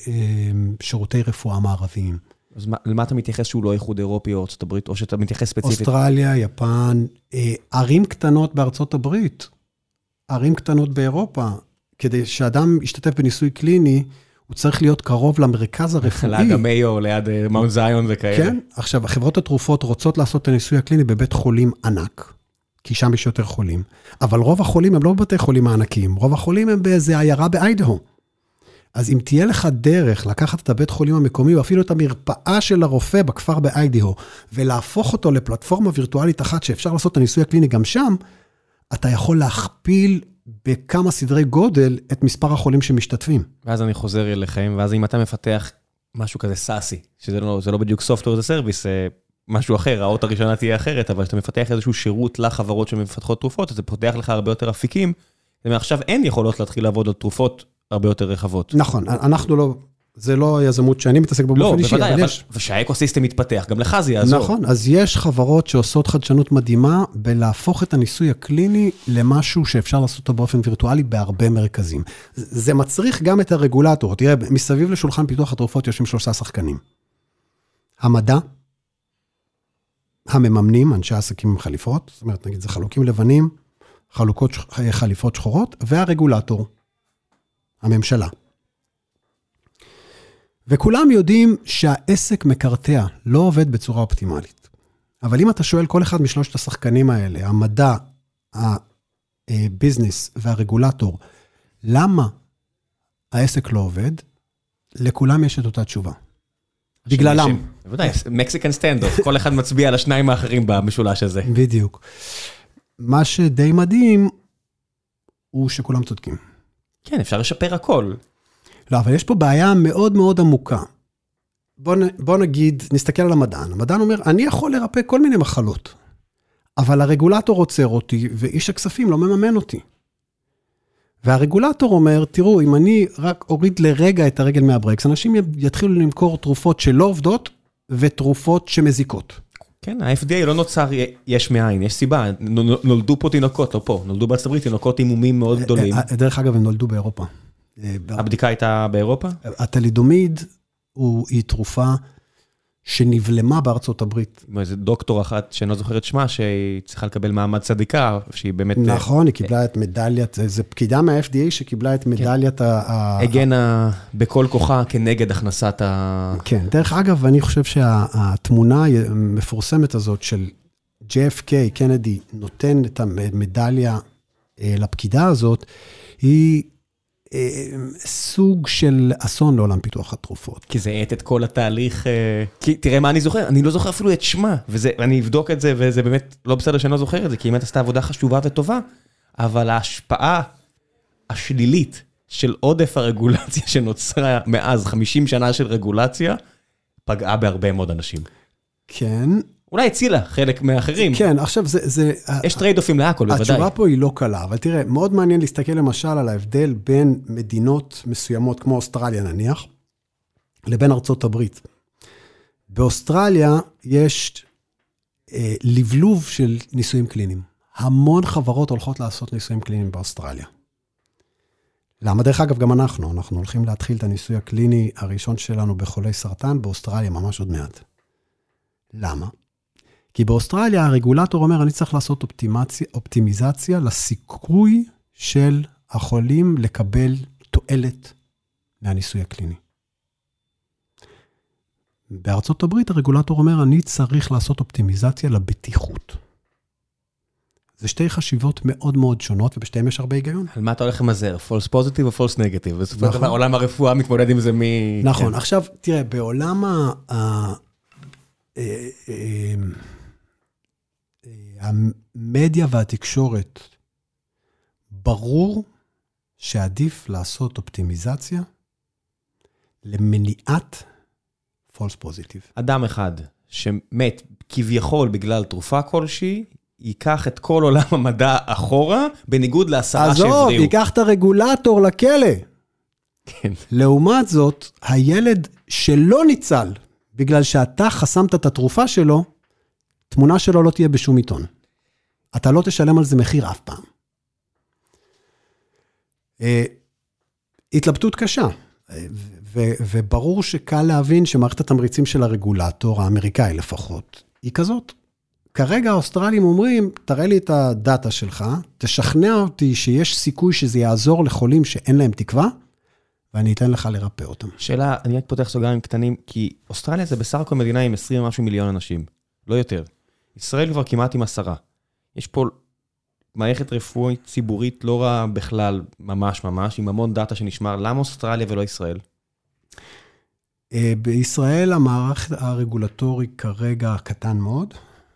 שירותי רפואה מערביים. אז למה אתה מתייחס שהוא לא איחוד אירופי או ארצות הברית, או שאתה מתייחס ספציפית? אוסטרליה, יפן, ערים קטנות בארצות הברית, ערים קטנות באירופה, כדי שאדם ישתתף בניסוי קליני, הוא צריך להיות קרוב למרכז הרפואי. ליד המאיו, ליד מאונט זיון וכאלה. כן, עכשיו, החברות התרופות רוצות לעשות את הניסוי הקליני בבית חולים ענק, כי שם יש יותר חולים, אבל רוב החולים הם לא בבתי חולים הענקיים, רוב החולים הם באיזה עיירה באיידהו. אז אם תהיה לך דרך לקחת את הבית חולים המקומי, או אפילו את המרפאה של הרופא בכפר באיידהו, ולהפוך אותו לפלטפורמה וירטואלית אחת שאפשר לעשות את הניסוי הקליני גם שם, אתה יכול להכפיל בכמה סדרי גודל את מספר החולים שמשתתפים. ואז אני חוזר אליכם, ואז אם אתה מפתח משהו כזה סאסי, שזה לא בדיוק software as a service, משהו אחר, האות הראשונה תהיה אחרת, אבל כשאתה מפתח איזשהו שירות לחברות שמפתחות תרופות, אז זה פותח לך הרבה יותר אפיקים, ומעכשיו אין יכולות להתחיל לעבוד על תרופות הרבה יותר רחבות. נכון, אנחנו לא, זה לא יזמות שאני מתעסק באופן אישי, אבל יש. ושהאקוסיסטם מתפתח, גם לך זה יעזור. נכון, אז יש חברות שעושות חדשנות מדהימה, בלהפוך את הניסוי הקליני למשהו שאפשר לעשות אותו באופן וירטואלי בהרבה מרכזים. זה מצריך גם את הרגולטור. תראה, מסביב לשולחן פיתוח התרופות יושבים 3 שחקנים. המדע, המממנים, אנשי העסקים עם חליפות, זאת אומרת, נגיד, זה חלוקים לבנים, חליפות שחורות, והרגולטור, הממשלה. וכולם יודעים שהעסק מקרטע, לא עובד בצורה אופטימלית. אבל אם אתה שואל כל אחד משלושת השחקנים האלה, המדע, הביזנס והרגולטור, למה העסק לא עובד, לכולם יש את אותה תשובה. בגללם. בוודאי, מקסיקן סטנד-אוף, כל אחד מצביע על השניים האחרים במשולש הזה. בדיוק. מה שדי מדהים, הוא שכולם צודקים. כן, אפשר לשפר הכל. לא, אבל יש פה בעיה מאוד מאוד עמוקה. בוא נגיד, נסתכל על המדען. המדען אומר, אני יכול לרפא כל מיני מחלות, אבל הרגולטור עוצר אותי, ואיש הכספים לא מממן אותי. והרגולטור אומר, תראו, אם אני רק אוריד לרגע את הרגל מהברקס, אנשים יתחילו למכור תרופות שלא עובדות, ותרופות שמזיקות. כן, ה-FDA לא נוצר יש מאין, יש סיבה. נולדו פה תינוקות, לא פה. נולדו בארצות הברית תינוקות עם מומים מאוד גדולים. דרך אגב, הם נולדו באירופה. הבדיקה הייתה באירופה? התלידומיד היא תרופה שנבלמה בארצות הברית. איזה דוקטור אחת שאני לא זוכרת שמה, שהיא צריכה לקבל מעמד צדיקה, שהיא באמת... נכון, היא קיבלה את מדליית, זה פקידה מה-FDA שקיבלה את מדליית הגנה בכל כוחה כנגד הכנסת כן, דרך אגב, אני חושב שהתמונה המפורסמת הזאת של JFK, קנדי, נותן את המדליה לפקידה הזאת, היא סוג של אסון לעולם פיתוח התרופות. כי זה את כל התהליך, כי תראה מה אני זוכר, אני לא זוכר אפילו את שמה, ואני אבדוק את זה, וזה באמת לא בסדר שאני לא זוכר את זה, כי באמת עשתה עבודה חשובה וטובה, אבל ההשפעה השלילית של עודף הרגולציה שנוצרה מאז 50 שנה של רגולציה, פגעה בהרבה מאוד אנשים. כן. אולי הצילה חלק מאחרים. כן, עכשיו זה... יש טרייד-אופים להכל, בוודאי. התשובה פה היא לא קלה, אבל תראה, מאוד מעניין להסתכל למשל על ההבדל בין מדינות מסוימות, כמו אוסטרליה נניח, לבין ארצות הברית. באוסטרליה יש לבלוב של ניסויים קליניים. המון חברות הולכות לעשות ניסויים קליניים באוסטרליה. למה? דרך אגב, גם אנחנו הולכים להתחיל את הניסוי הקליני הראשון שלנו בחולי סרטן באוסטרליה, ממש עוד מעט. למה? כי באוסטרליה הרגולטור אומר, אני צריך לעשות אופטימיזציה לסיכוי של החולים לקבל תועלת מהניסוי הקליני. בארצות הברית הרגולטור אומר, אני צריך לעשות אופטימיזציה לבטיחות. זה שתי חשיבות מאוד מאוד שונות, ובשתיהם יש הרבה היגיון. על מה אתה הולך למזר? false positive או false negative? בסופו של דבר, עולם הרפואה מתמודד עם זה נכון, עכשיו, תראה, בעולם המדיה והתקשורת, ברור שעדיף לעשות אופטימיזציה למניעת false positive. אדם אחד שמת כביכול בגלל תרופה כלשהי, ייקח את כל עולם המדע אחורה, בניגוד לעשרה שהבריאו. עזוב, ייקח את הרגולטור לכלא. כן. לעומת זאת, הילד שלא ניצל, בגלל שאתה חסמת את התרופה שלו, תמונה שלו לא תהיה בשום עיתון. אתה לא תשלם על זה מחיר אף פעם. התלבטות קשה, וברור שקל להבין שמערכת התמריצים של הרגולטור, האמריקאי לפחות, היא כזאת. כרגע האוסטרלים אומרים, תראה לי את הדאטה שלך, תשכנע אותי שיש סיכוי שזה יעזור לחולים שאין להם תקווה, ואני אתן לך לרפא אותם. שאלה, אני רק פותח סוגריים קטנים, כי אוסטרליה זה בסך הכל מדינה עם 20 ומשהו מיליון אנשים, לא יותר. ישראל כבר כמעט עם 10. יש פה מערכת רפואית ציבורית לא רעה בכלל, ממש, עם המון דאטה שנשמר. למה אוסטרליה ולא ישראל? בישראל המערכת הרגולטורי כרגע קטן מאוד,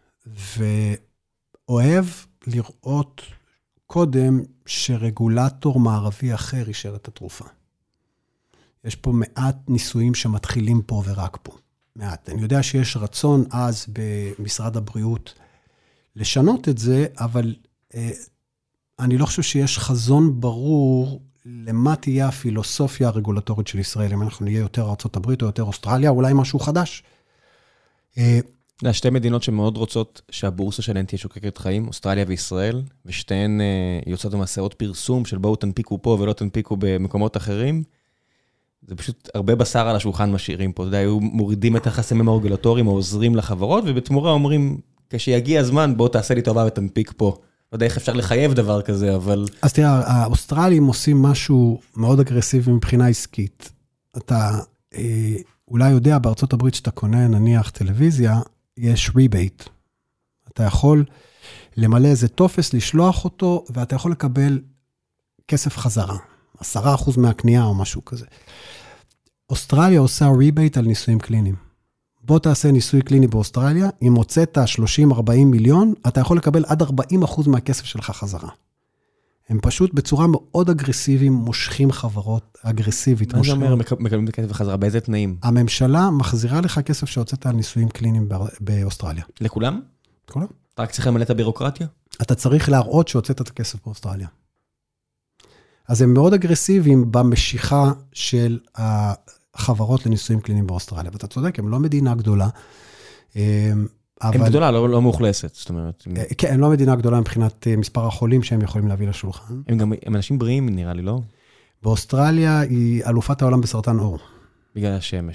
ואוהב לראות קודם שרגולטור מערבי אחר יישר את התרופה. יש פה מעט ניסויים שמתחילים פה ורק פה. מעט. אני יודע שיש רצון אז במשרד הבריאות לשנות את זה, אבל אני לא חושב שיש חזון ברור למה תהיה הפילוסופיה הרגולטורית של ישראל, אם אנחנו נהיה יותר ארצות הברית או יותר אוסטרליה, אולי משהו חדש. שתי מדינות שמאוד רוצות שהבורסה שלהן תהיה שוקקת חיים, אוסטרליה וישראל, ושתיהן יוצאות במסעות פרסום של בואו תנפיקו פה ולא תנפיקו במקומות אחרים. זה פשוט הרבה בשר על השולחן משאירים פה. אתה יודע, היו מורידים את החסמים הרגולטוריים, או עוזרים לחברות, ובתמורה אומרים, כשיגיע הזמן, בוא תעשה לי טובה ותנפיק פה. לא יודע איך אפשר לחייב דבר כזה, אבל... אז תראה, האוסטרלים עושים משהו מאוד אגרסיבי מבחינה עסקית. אתה אולי יודע, בארצות הברית שאתה קונה, נניח טלוויזיה, יש ריבייט. אתה יכול למלא איזה טופס, לשלוח אותו, ואתה יכול לקבל כסף חזרה. 10% מהקנייה או משהו כזה. אוסטרליה עושה ריבייט על ניסויים קליניים. בוא תעשה ניסוי קליני באוסטרליה, אם הוצאת 30-40 מיליון, אתה יכול לקבל עד 40% מהכסף שלך חזרה. הם פשוט בצורה מאוד אגרסיביים, מושכים חברות אגרסיבית. מה זה אומר, מקבלים את הכסף חזרה? באיזה תנאים? הממשלה מחזירה לך כסף שהוצאת על ניסויים קליניים באוסטרליה. לכולם? לכולם. אתה רק צריך למלא את הבירוקרטיה? אתה צריך להראות שהוצאת את הכסף באוסטרליה. אז הם מאוד אגרסיביים במשיכה של החברות לניסויים קליניים באוסטרליה. ואתה צודק, הם לא מדינה גדולה. הם גדולה, לא מאוכלסת, זאת אומרת. כן, הם לא מדינה גדולה מבחינת מספר החולים שהם יכולים להביא לשולחן. הם אנשים בריאים, נראה לי, לא? באוסטרליה היא אלופת העולם בסרטן עור. בגלל השמש.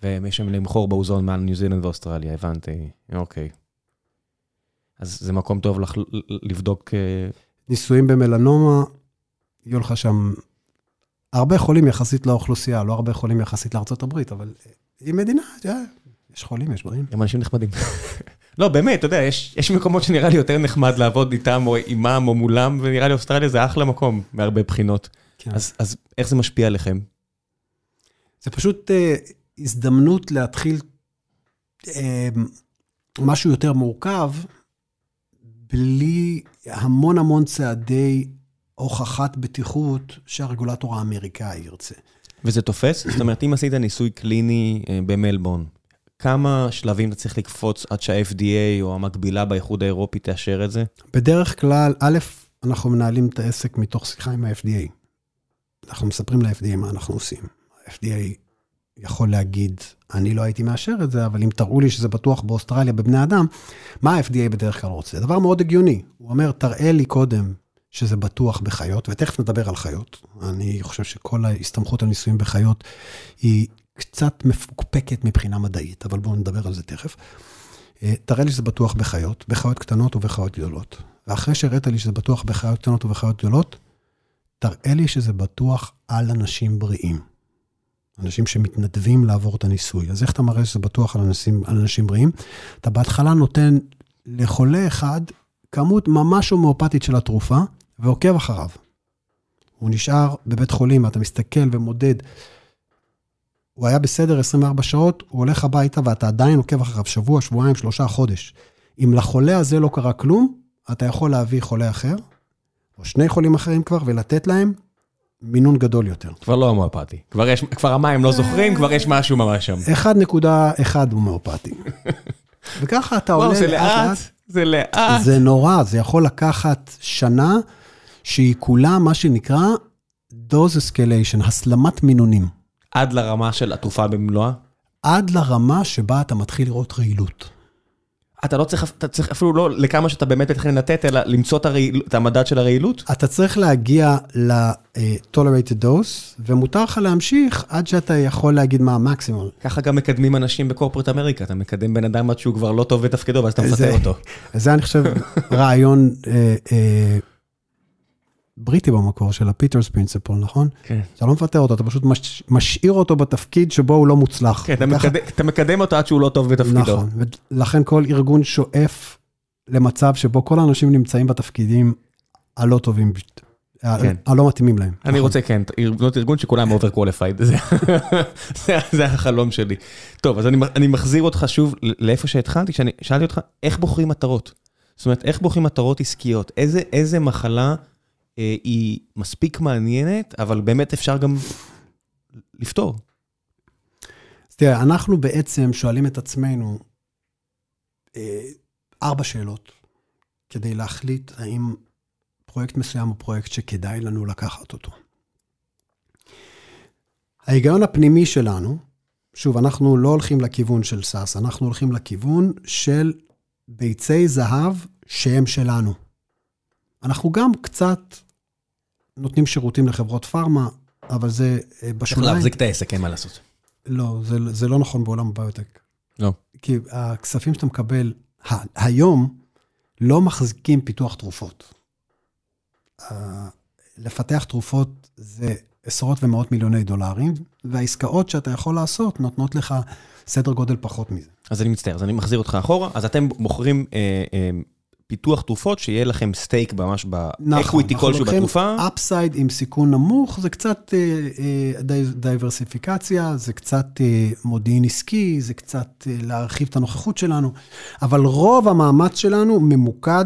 ויש שם למחור באוזון מעל ניו זילנד ואוסטרליה, הבנתי. אוקיי. אז זה מקום טוב לבדוק... ניסויים במלנומה, יהיו לך שם הרבה חולים יחסית לאוכלוסייה, לא הרבה חולים יחסית לארצות הברית, אבל היא מדינה, יש חולים, יש דברים. הם אנשים נחמדים. לא, באמת, אתה יודע, יש מקומות שנראה לי יותר נחמד לעבוד איתם, או עימם, או מולם, ונראה לי אוסטרליה זה אחלה מקום, מהרבה בחינות. אז איך זה משפיע עליכם? זה פשוט הזדמנות להתחיל משהו יותר מורכב, בלי המון צעדי הוכחת בטיחות שהרגולטור האמריקאי ירצה. וזה תופס? זאת אומרת, אם עשית ניסוי קליני במלבורן, כמה שלבים אתה צריך לקפוץ עד שה-FDA או המקבילה באיחוד האירופי תאשר את זה? בדרך כלל, א', אנחנו מנהלים את העסק מתוך שיחה עם ה-FDA. אנחנו מספרים ל-FDA מה אנחנו עושים. ה-FDA יכול להגיד, אני לא הייתי מאשר את זה, אבל אם תראו לי שזה בטוח באוסטרליה בבני אדם, מה ה-FDA בדרך כלל רוצה? דבר מאוד הגיוני. הוא אומר, תראה לי קודם שזה בטוח בחיות, ותכף נדבר על חיות. אני חושב שכל ההסתמכות על ניסויים בחיות היא קצת מפוקפקת מבחינה מדעית, אבל בואו נדבר על זה תכף. תראה לי שזה בטוח בחיות קטנות ובחיות גדולות. ואחרי שהראית לי שזה בטוח בחיות קטנות ובחיות גדולות, תראה לי שזה בטוח על אנשים בריאים. אנשים שמתנדבים לעבור את הניסוי. אז איך אתה מראה שזה בטוח על אנשים בריאים? אתה בהתחלה נותן לחולה אחד כמות ממש הומאופתית של התרופה, ועוקב אחריו. הוא נשאר בבית חולים, אתה מסתכל ומודד, הוא היה בסדר 24 שעות, הוא הולך הביתה, ואתה עדיין עוקב אחריו שבוע, שבועיים, 3 חודש. אם לחולה הזה לא קרה כלום, אתה יכול להביא חולה אחר, או 2 חולים אחרים כבר, ולתת להם מינון גדול יותר. כבר לא הומאופתי. כבר המים לא זוכרים, כבר יש משהו ממש שם. 1.1 הומאופתי. וככה אתה עולה... זה לאט, זה לאט. זה נורא, זה יכול לקחת שנה, שהיא כולה מה שנקרא dose escalation, הסלמת מינונים. עד לרמה של התרופה במלואה? עד לרמה שבה אתה מתחיל לראות רעילות. אתה לא צריך, אתה צריך אפילו לא לכמה שאתה באמת מתחיל לנתת, אלא למצוא את המדד של הרעילות? אתה צריך להגיע ל-tolerated dose, ומותר לך להמשיך עד שאתה יכול להגיד מה המקסימום. ככה גם מקדמים אנשים בקורפורט אמריקה, אתה מקדם בן אדם עד שהוא כבר לא טוב בתפקידו, ואז אתה מפטר אותו. זה אני חושב רעיון בריטי במקור של ה-Peters Principle, נכון? כן. אתה לא מפטר אותו, אתה פשוט משאיר אותו בתפקיד שבו הוא לא מוצלח. כן, אתה מקדם אותו עד שהוא לא טוב בתפקידו. נכון, ולכן כל ארגון שואף למצב שבו כל האנשים נמצאים בתפקידים הלא טובים, הלא מתאימים להם. אני רוצה, כן, ארגון שכולם over-qualified, זה החלום שלי. טוב, אז אני מחזיר אותך שוב לאיפה שהתחלתי, כשאני שאלתי אותך, איך בוחרים מטרות? זאת אומרת, איך בוחרים מטרות עסקיות? איזה מחלה היא מספיק מעניינת, אבל באמת אפשר גם לפתור. אז תראה, אנחנו בעצם שואלים את עצמנו 4 שאלות, כדי להחליט האם פרויקט מסוים הוא פרויקט שכדאי לנו לקחת אותו. ההיגיון הפנימי שלנו, שוב, אנחנו לא הולכים לכיוון של סאס, אנחנו הולכים לכיוון של ביצי זהב שהם שלנו. אנחנו גם קצת נותנים שירותים לחברות פארמה, אבל זה בשוליים. צריך להחזיק את העסק, אין מה לעשות. לא, זה לא נכון בעולם הביוטק. לא. כי הכספים שאתה מקבל היום לא מחזיקים פיתוח תרופות. לפתח תרופות זה עשרות ומאות מיליוני דולרים, והעסקאות שאתה יכול לעשות נותנות לך סדר גודל פחות מזה. אז אני מצטער, אז אני מחזיר אותך אחורה, אז אתם מוכרים פיתוח תרופות שיהיה לכם סטייק ממש באקוויטי כלשהו בתרופה. אנחנו לוקחים אפסייד עם סיכון נמוך, זה קצת דייברסיפיקציה, זה קצת מודיעין עסקי, זה קצת להרחיב את הנוכחות שלנו, אבל רוב המאמץ שלנו ממוקד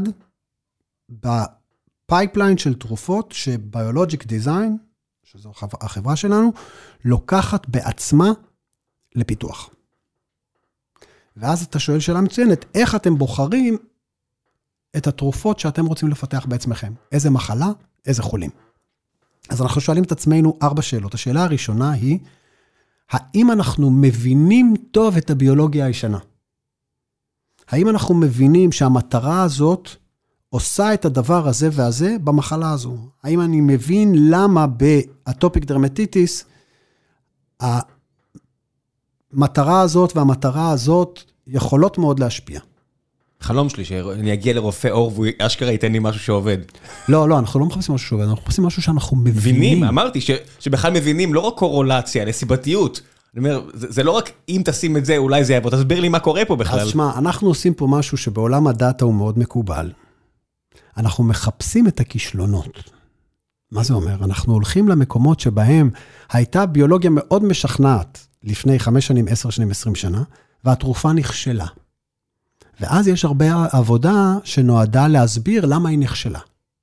בפייפליין של תרופות שביולוגיק דיזיין, שזו החברה שלנו, לוקחת בעצמה לפיתוח. ואז אתה שואל שאלה מצוינת, איך אתם בוחרים את התרופות שאתם רוצים לפתח בעצמכם? איזה מחלה, איזה חולים? אז אנחנו שואלים את עצמנו 4 שאלות. השאלה הראשונה היא, האם אנחנו מבינים טוב את הביולוגיה הישנה? האם אנחנו מבינים שהמטרה הזאת עושה את הדבר הזה והזה במחלה הזו? האם אני מבין למה באטופיק דרמטיטיס המטרה הזאת והמטרה הזאת יכולות מאוד להשפיע. חלום שלי, שאני אגיע לרופא אור והוא אשכרה ייתן לי משהו שעובד. לא, אנחנו לא מחפשים משהו שעובד, אנחנו מחפשים משהו שאנחנו מבינים. אמרתי שבכלל מבינים לא רק קורולציה, לסיבתיות. אני אומר, זה לא רק אם תשים את זה, אולי זה יעבוד, תסביר לי מה קורה פה בכלל. אז שמע, אנחנו עושים פה משהו שבעולם הדאטה הוא מאוד מקובל. אנחנו מחפשים את הכישלונות. מה זה אומר? אנחנו הולכים למקומות שבהם הייתה ביולוגיה מאוד משכנעת, לפני 5 שנים, 10 שנים, 20 שנה, והתרופה נכשלה. ואז יש הרבה עבודה שנועדה להסביר למה היא נכשלה.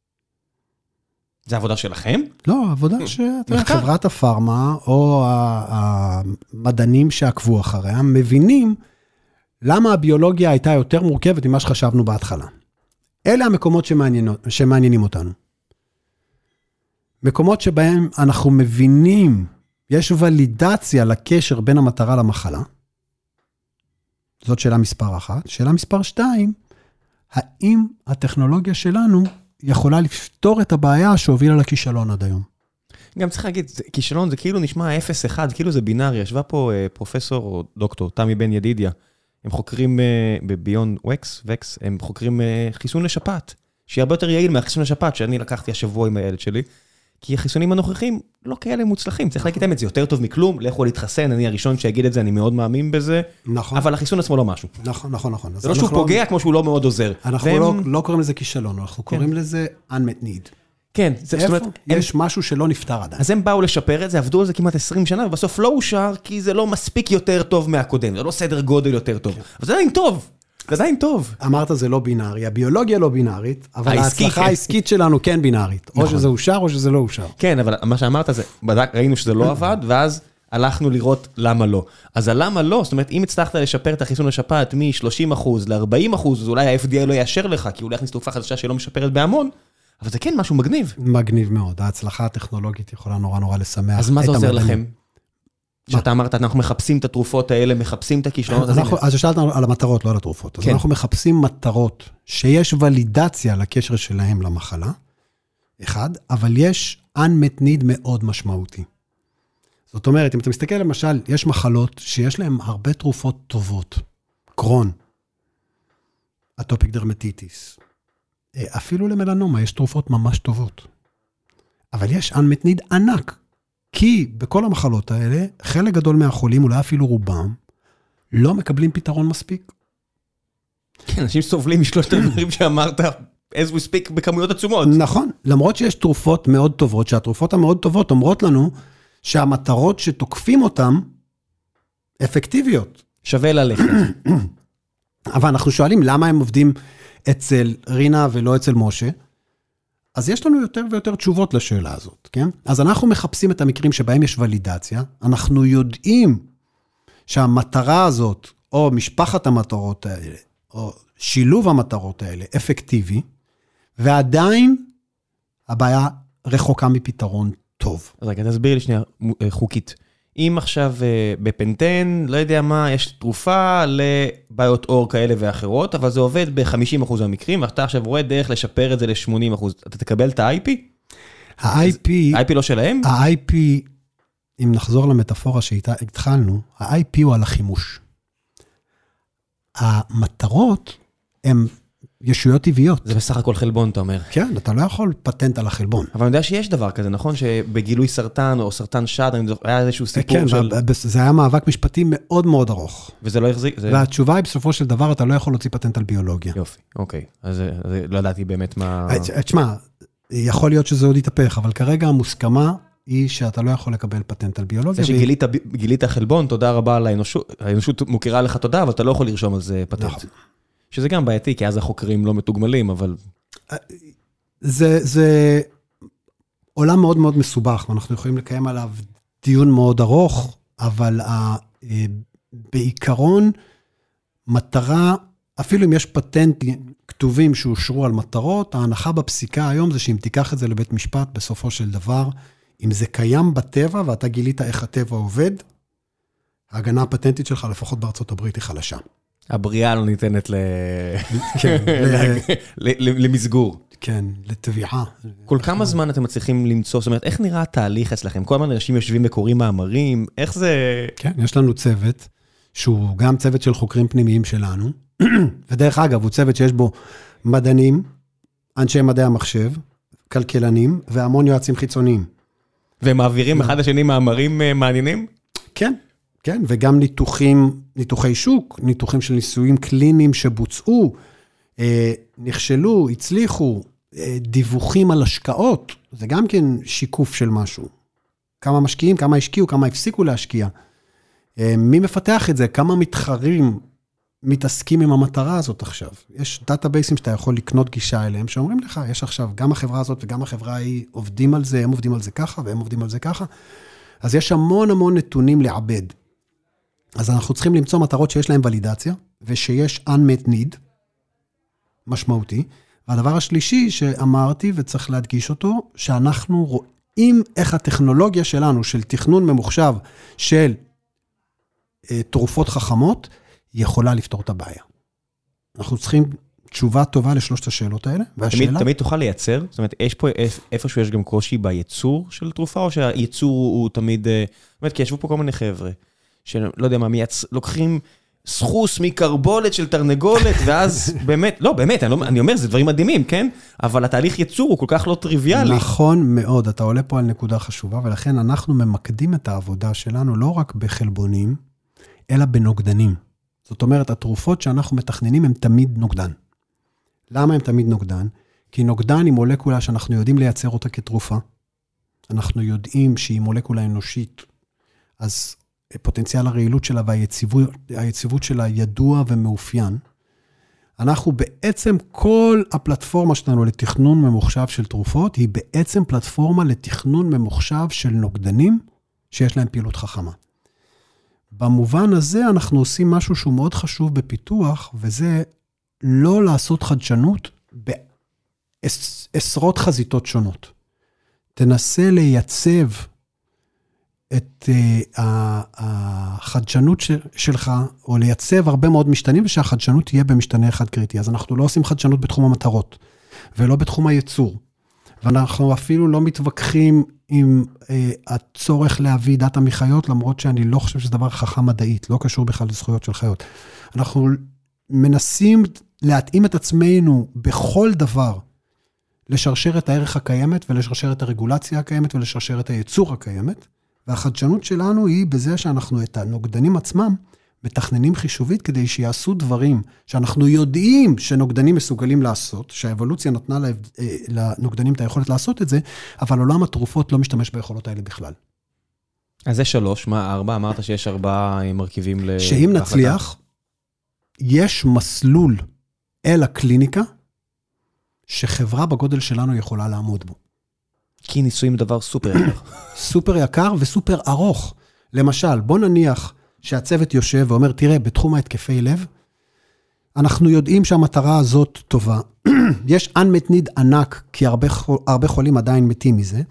זה עבודה שלכם? לא, עבודה שחברת הפארמה, או המדענים שעקבו אחריה, מבינים למה הביולוגיה הייתה יותר מורכבת ממה שחשבנו בהתחלה. אלה המקומות שמעניינים אותנו. מקומות שבהם אנחנו מבינים, יש ולידציה לקשר בין המטרה למחלה. זאת שאלה מספר 1. שאלה מספר 2, האם הטכנולוגיה שלנו יכולה לפתור את הבעיה שהובילה לכישלון עד היום? גם צריך להגיד, כישלון זה כאילו נשמע 0-1, כאילו זה בינארי. ישבה פה פרופסור או דוקטור, תמי בן ידידיה. הם חוקרים בביון וקס, הם חוקרים חיסון לשפעת, שהיא הרבה יותר יעיל מהחיסון לשפעת, שאני לקחתי השבוע עם הילד שלי, כי החיסונים הנוכחים לא כאלה מוצלחים. צריך להגיד להם את זה יותר טוב מכלום, לכו להתחסן, אני הראשון שיגיד את זה, אני מאוד מאמין בזה, נכון. אבל החיסון עצמו לא משהו. נכון. זה לא שהוא פוגע כמו שהוא לא מאוד עוזר. אנחנו לא קוראים לזה כישלון, אנחנו קוראים לזה unmet need. כן. איפה? יש משהו שלא נפתר עדיין. אז הם באו לשפר את זה, עבדו על זה כמעט 20 שנה, ובסוף לא אושר, כי זה לא מספיק יותר טוב מהקודם, זה לא סדר גודל יותר טוב. אבל זה עדיין טוב. זה עדיין טוב. אמרת זה לא בינארי, הביולוגיה לא בינארית, אבל ההצלחה העסקית שלנו כן בינארית. או שזה אושר או שזה לא אושר. כן, אבל מה שאמרת זה, ראינו שזה לא עבד, ואז הלכנו לראות למה לא. אז הלמה לא, זאת אומרת, אם הצלחת לשפר את החיסון לשפעת מ-30% ל-40%, אז אולי ה-FDA לא יאשר לך, כי אולי יכניס תרופה חדשה שלא משפרת בהמון, אבל זה כן משהו מגניב. מגניב מאוד. ההצלחה הטכנולוגית יכולה נורא לשמח. אז מה זה עוזר לכם? שאתה אמרת, אנחנו מחפשים את התרופות האלה, מחפשים את הכישלונות. אז שאלת על המטרות, לא על התרופות. אז אנחנו מחפשים מטרות שיש ולידציה לקשר שלהם למחלה, אחד, אבל יש unmet need מאוד משמעותי. זאת אומרת, אם אתה מסתכל למשל, יש מחלות שיש להן הרבה תרופות טובות. קרון, אטופיק דרמטיטיס, אפילו למלנומה יש תרופות ממש טובות. אבל יש unmet need ענק. כי בכל המחלות האלה, חלק גדול מהחולים, אולי אפילו רובם, לא מקבלים פתרון מספיק. כן, אנשים סובלים משלושת הדברים שאמרת, as we speak, בכמויות עצומות. נכון, למרות שיש תרופות מאוד טובות, שהתרופות המאוד טובות אומרות לנו, שהמטרות שתוקפים אותם, אפקטיביות. שווה ללכת. אבל אנחנו שואלים, למה הם עובדים אצל רינה ולא אצל משה? אז יש לנו יותר ויותר תשובות לשאלה הזאת, כן? אז אנחנו מחפשים את המקרים שבהם יש ולידציה, אנחנו יודעים שהמטרה הזאת, או משפחת המטרות האלה, או שילוב המטרות האלה, אפקטיבי, ועדיין הבעיה רחוקה מפתרון טוב. אז רגע, תסביר לי שנייה חוקית. אם עכשיו בפנטן, לא יודע מה, יש תרופה לבעיות אור כאלה ואחרות, אבל זה עובד ב-50% מהמקרים, ואתה עכשיו רואה דרך לשפר את זה ל-80%. אתה תקבל את ה-IP? ה-IP לא שלהם? ה-IP, אם נחזור למטאפורה שאיתה התחלנו, ה-IP הוא על החימוש. המטרות הן ישויות טבעיות. זה בסך הכל חלבון, אתה אומר. כן, אתה לא יכול פטנט על החלבון. אבל אני יודע שיש דבר כזה, נכון? שבגילוי סרטן או סרטן שד, היה איזשהו סיפור כן, של... זה היה מאבק משפטי מאוד מאוד ארוך. וזה לא יחזיק? והתשובה היא בסופו של דבר, אתה לא יכול להוציא פטנט על ביולוגיה. יופי, אוקיי. אז לא ידעתי באמת מה... תשמע, יכול להיות שזה עוד יתהפך, אבל כרגע המוסכמה היא שאתה לא יכול לקבל פטנט על ביולוגיה. זה שגילית חלבון, תודה רבה על האנושות. האנושות מוכירה לך תודה, אבל אתה לא יכול לרשום על זה פטנט. שזה גם בעייתי, כי אז החוקרים לא מתוגמלים, אבל... זה עולם מאוד מאוד מסובך, ואנחנו יכולים לקיים עליו דיון מאוד ארוך, אבל בעיקרון, מטרה, אפילו אם יש פטנטים כתובים שאושרו על מטרות, ההנחה בפסיקה היום זה שאם תיקח את זה לבית משפט, בסופו של דבר, אם זה קיים בטבע, ואתה גילית איך הטבע עובד, ההגנה הפטנטית שלך, לפחות בארצות הברית, היא חלשה. הבריאה לא ניתנת למסגור. כן, לתביעה. כל כמה זמן אתם מצליחים למצוא, זאת אומרת, איך נראה התהליך אצלכם? כל הזמן אנשים יושבים וקוראים מאמרים, איך זה... כן, יש לנו צוות שהוא גם צוות של חוקרים פנימיים שלנו, ודרך אגב, הוא צוות שיש בו מדענים, אנשי מדעי המחשב, כלכלנים, והמון יועצים חיצוניים. והם מעבירים אחד לשני מאמרים מעניינים? כן, כן, וגם ניתוחי שוק, ניתוחים של ניסויים קליניים שבוצעו, נכשלו, הצליחו, דיווחים על השקעות, זה גם כן שיקוף של משהו. כמה משקיעים, כמה השקיעו, כמה הפסיקו להשקיע. מי מפתח את זה? כמה מתחרים מתעסקים עם המטרה הזאת עכשיו? יש דאטאבייסים שאתה יכול לקנות גישה אליהם, שאומרים לך, יש עכשיו גם החברה הזאת וגם החברה היא עובדים על זה, הם עובדים על זה ככה והם עובדים על זה ככה. אז יש המון המון נתונים לעבד. אז אנחנו צריכים למצוא מטרות שיש להן ולידציה, ושיש unmet need משמעותי. והדבר השלישי שאמרתי וצריך להדגיש אותו, שאנחנו רואים איך הטכנולוגיה שלנו, של תכנון ממוחשב, של תרופות חכמות, יכולה לפתור את הבעיה. אנחנו צריכים תשובה טובה לשלושת השאלות האלה, והשאלה... תמיד תוכל לייצר? זאת אומרת, יש פה איפשהו יש גם קושי בייצור של תרופה, או שהייצור הוא תמיד... זאת אומרת, כי ישבו פה כל מיני חבר'ה, שלא יודע מה, לוקחים סחוס מקרבולת של תרנגולת, ואז באמת, לא, באמת, אני אומר, זה דברים מדהימים, כן? אבל התהליך ייצור הוא כל כך לא טריוויאלי. נכון מאוד, אתה עולה פה על נקודה חשובה, ולכן אנחנו ממקדים את העבודה שלנו לא רק בחלבונים, אלא בנוגדנים. זאת אומרת, התרופות שאנחנו מתכננים הן תמיד נוגדן. למה הן תמיד נוגדן? כי נוגדן היא מולקולה שאנחנו יודעים לייצר אותה כתרופה. אנחנו יודעים שהיא מולקולה אנושית, אז פוטנציאל הרעילות שלה והיציבות שלה ידוע ומאופיין. אנחנו בעצם, כל הפלטפורמה שלנו לתכנון ממוחשב של תרופות, היא בעצם פלטפורמה לתכנון ממוחשב של נוגדנים, שיש להם פעילות חכמה. במובן הזה אנחנו עושים משהו שהוא מאוד חשוב בפיתוח, וזה לא לעשות חדשנות בעשרות חזיתות שונות. תנסה לייצב את החדשנות שלך, או לייצב הרבה מאוד משתנים, ושהחדשנות תהיה במשתנה אחד קריטי. אז אנחנו לא עושים חדשנות בתחום המטרות, ולא בתחום הייצור. ואנחנו אפילו לא מתווכחים עם הצורך להביא דאטה מחיות, למרות שאני לא חושב שזה דבר חכם מדעית, לא קשור בכלל לזכויות של חיות. אנחנו מנסים להתאים את עצמנו בכל דבר, לשרשר את הערך הקיימת, ולשרשר את הרגולציה הקיימת, ולשרשר את הייצור הקיימת, והחדשנות שלנו היא בזה שאנחנו את הנוגדנים עצמם, מתכננים חישובית כדי שיעשו דברים שאנחנו יודעים שנוגדנים מסוגלים לעשות, שהאבולוציה נתנה לנוגדנים את היכולת לעשות את זה, אבל עולם התרופות לא משתמש ביכולות האלה בכלל. אז זה 3, מה 4? אמרת שיש 4 מרכיבים להחלטה. שאם נצליח, יש מסלול אל הקליניקה, שחברה בגודל שלנו יכולה לעמוד בו. כי ניסויים דבר סופר יקר. סופר יקר וסופר ארוך. למשל, בוא נניח שהצוות יושב ואומר, תראה, בתחום ההתקפי לב, אנחנו יודעים שהמטרה הזאת טובה. יש unmet need ענק, כי הרבה חולים עדיין מתים מזה,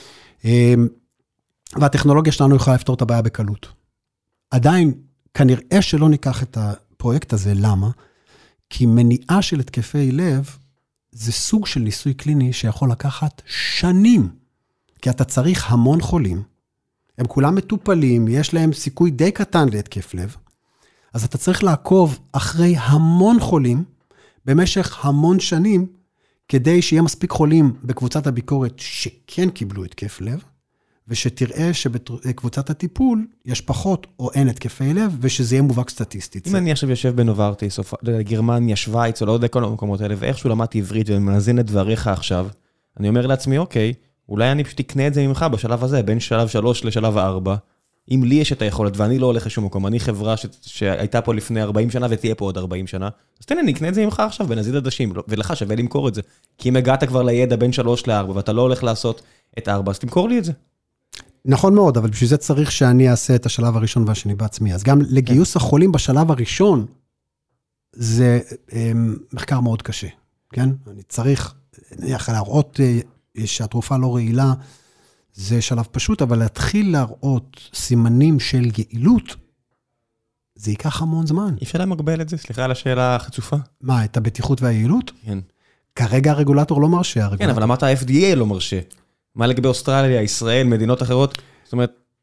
והטכנולוגיה שלנו יכולה לפתור את הבעיה בקלות. עדיין, כנראה שלא ניקח את הפרויקט הזה, למה? כי מניעה של התקפי לב, זה סוג של ניסוי קליני שיכול לקחת שנים, כי אתה צריך המון חולים, הם כולם מטופלים, יש להם סיכוי די קטן להתקף לב, אז אתה צריך לעקוב אחרי המון חולים, במשך המון שנים, כדי שיהיה מספיק חולים בקבוצת הביקורת שכן קיבלו התקף לב, ושתראה שבקבוצת הטיפול יש פחות או אין התקפי לב, ושזה יהיה מובהק סטטיסטית. אם אני עכשיו יושב בנוברטיס, או גרמניה, שוויץ, או לא יודע כל המקומות האלה, ואיכשהו למדתי עברית ומאזין את דבריך עכשיו, אני אומר לעצמי, אוקיי, אולי אני פשוט אקנה את זה ממך בשלב הזה, בין שלב 3 לשלב 4, אם לי יש את היכולת, ואני לא הולך לשום מקום, אני חברה שהייתה פה לפני 40 שנה, ותהיה פה עוד 40 שנה, אז תן לי, אני אקנה את זה ממך עכשיו, בנזיד עדשים, ולך שווה למכור את זה. כי אם הגעת כבר לידע בין 3 ל-4, ואתה לא הולך לעשות את 4, אז תמכור לי את זה. נכון מאוד, אבל בשביל זה צריך שאני אעשה את השלב הראשון והשני בעצמי. אז גם לגיוס החולים בשלב הראשון, זה מחקר מאוד קשה, כן? אני צריך להראות שהתרופה לא רעילה, זה שלב פשוט, אבל להתחיל להראות סימנים של יעילות, זה ייקח המון זמן. אי אפשר למגבל את זה? סליחה על השאלה החצופה. מה, את הבטיחות והיעילות? כן. כרגע הרגולטור לא מרשה. כן, אבל אמרת ה-FDA לא מרשה. מה לגבי אוסטרליה, ישראל, מדינות אחרות? זאת אומרת...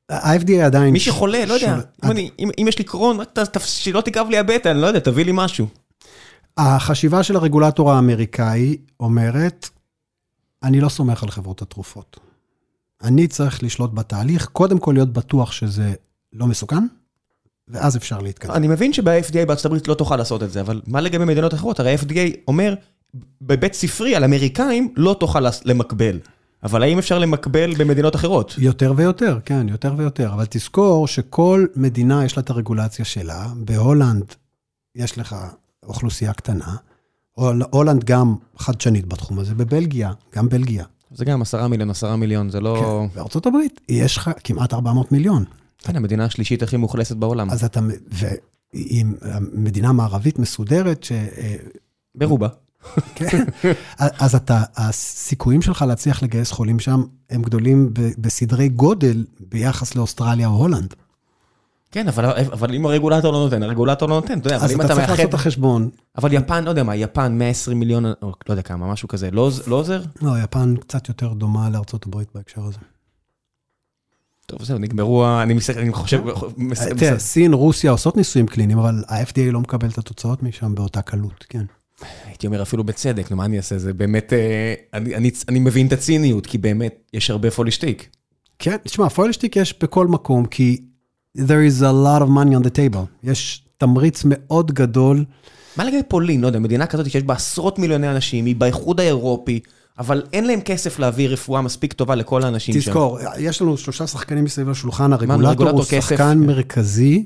ה-FDA עדיין... מי שחולה, לא יודע, אם יש לי קרון, שלא תיכב לי הבטן, לא יודע, תביא לי משהו. החשיבה של הרגולטור האמריקאי אומרת, אני לא סומך על חברות התרופות. אני צריך לשלוט בתהליך, קודם כל להיות בטוח שזה לא מסוכן, ואז אפשר להתקדם. אני מבין שב-FDA בארצות הברית לא תוכל לעשות את זה, אבל מה לגבי מדינות אחרות? הרי ה-FDA אומר, בבית ספרי על אמריקאים לא תוכל למקבל. אבל האם אפשר למקבל במדינות אחרות? יותר ויותר, כן, יותר ויותר. אבל תזכור שכל מדינה יש לה את הרגולציה שלה. בהולנד יש לך אוכלוסייה קטנה. הולנד גם חדשנית בתחום הזה. בבלגיה, גם בלגיה. זה גם 10 מיליון, זה לא... כן, בארצות הברית יש לך כמעט 400 מיליון. כן, המדינה השלישית הכי מוכלסת בעולם. אז אתה... והיא מדינה מערבית מסודרת ש... ברובה. כן. אז הסיכויים שלך להצליח לגייס חולים שם, הם גדולים בסדרי גודל ביחס לאוסטרליה או הולנד. כן, אבל אם הרגולטור לא נותן, אתה יודע, אז אתה צריך לעשות את החשבון. אבל יפן, לא יודע מה, יפן 120 מיליון, או לא יודע כמה, משהו כזה, לא עוזר? לא, יפן קצת יותר דומה לארצות הברית בהקשר הזה. טוב, זהו, נגמרו, אני חושב... תראה, סין, רוסיה עושות ניסויים קליניים, אבל ה-FDA לא מקבל את התוצאות משם באותה קלות, כן. הייתי אומר אפילו בצדק, מה אני אעשה? זה באמת, אני מבין את הציניות, כי באמת יש הרבה פולישטיק. כן, תשמע, פולישטיק יש בכל מקום, כי there is a lot of money on the table. יש תמריץ מאוד גדול. מה לגבי פולין? לא יודע, מדינה כזאת שיש בה עשרות מיליוני אנשים, היא באיחוד האירופי, אבל אין להם כסף להביא רפואה מספיק טובה לכל האנשים שם. תזכור, יש לנו 3 שחקנים מסביב לשולחן, הרגולטור הוא שחקן מרכזי,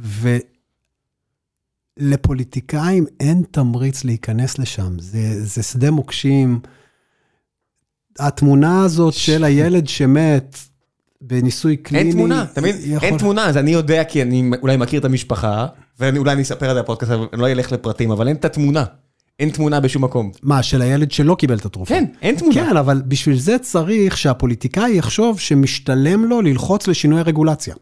לפוליטיקאים אין תמריץ להיכנס לשם. זה שדה מוקשים. התמונה הזאת של הילד שמת בניסוי קליני... אין תמונה, אתה מבין? אין תמונה, אז אני יודע כי אני אולי מכיר את המשפחה, ואולי אני אספר את זה בפודקאסט, אני לא אלך לפרטים, אבל אין את התמונה. אין תמונה בשום מקום. מה, של הילד שלא קיבל את התרופה? כן, אין תמונה. כן, אבל בשביל זה צריך שהפוליטיקאי יחשוב שמשתלם לו ללחוץ לשינוי הרגולציה.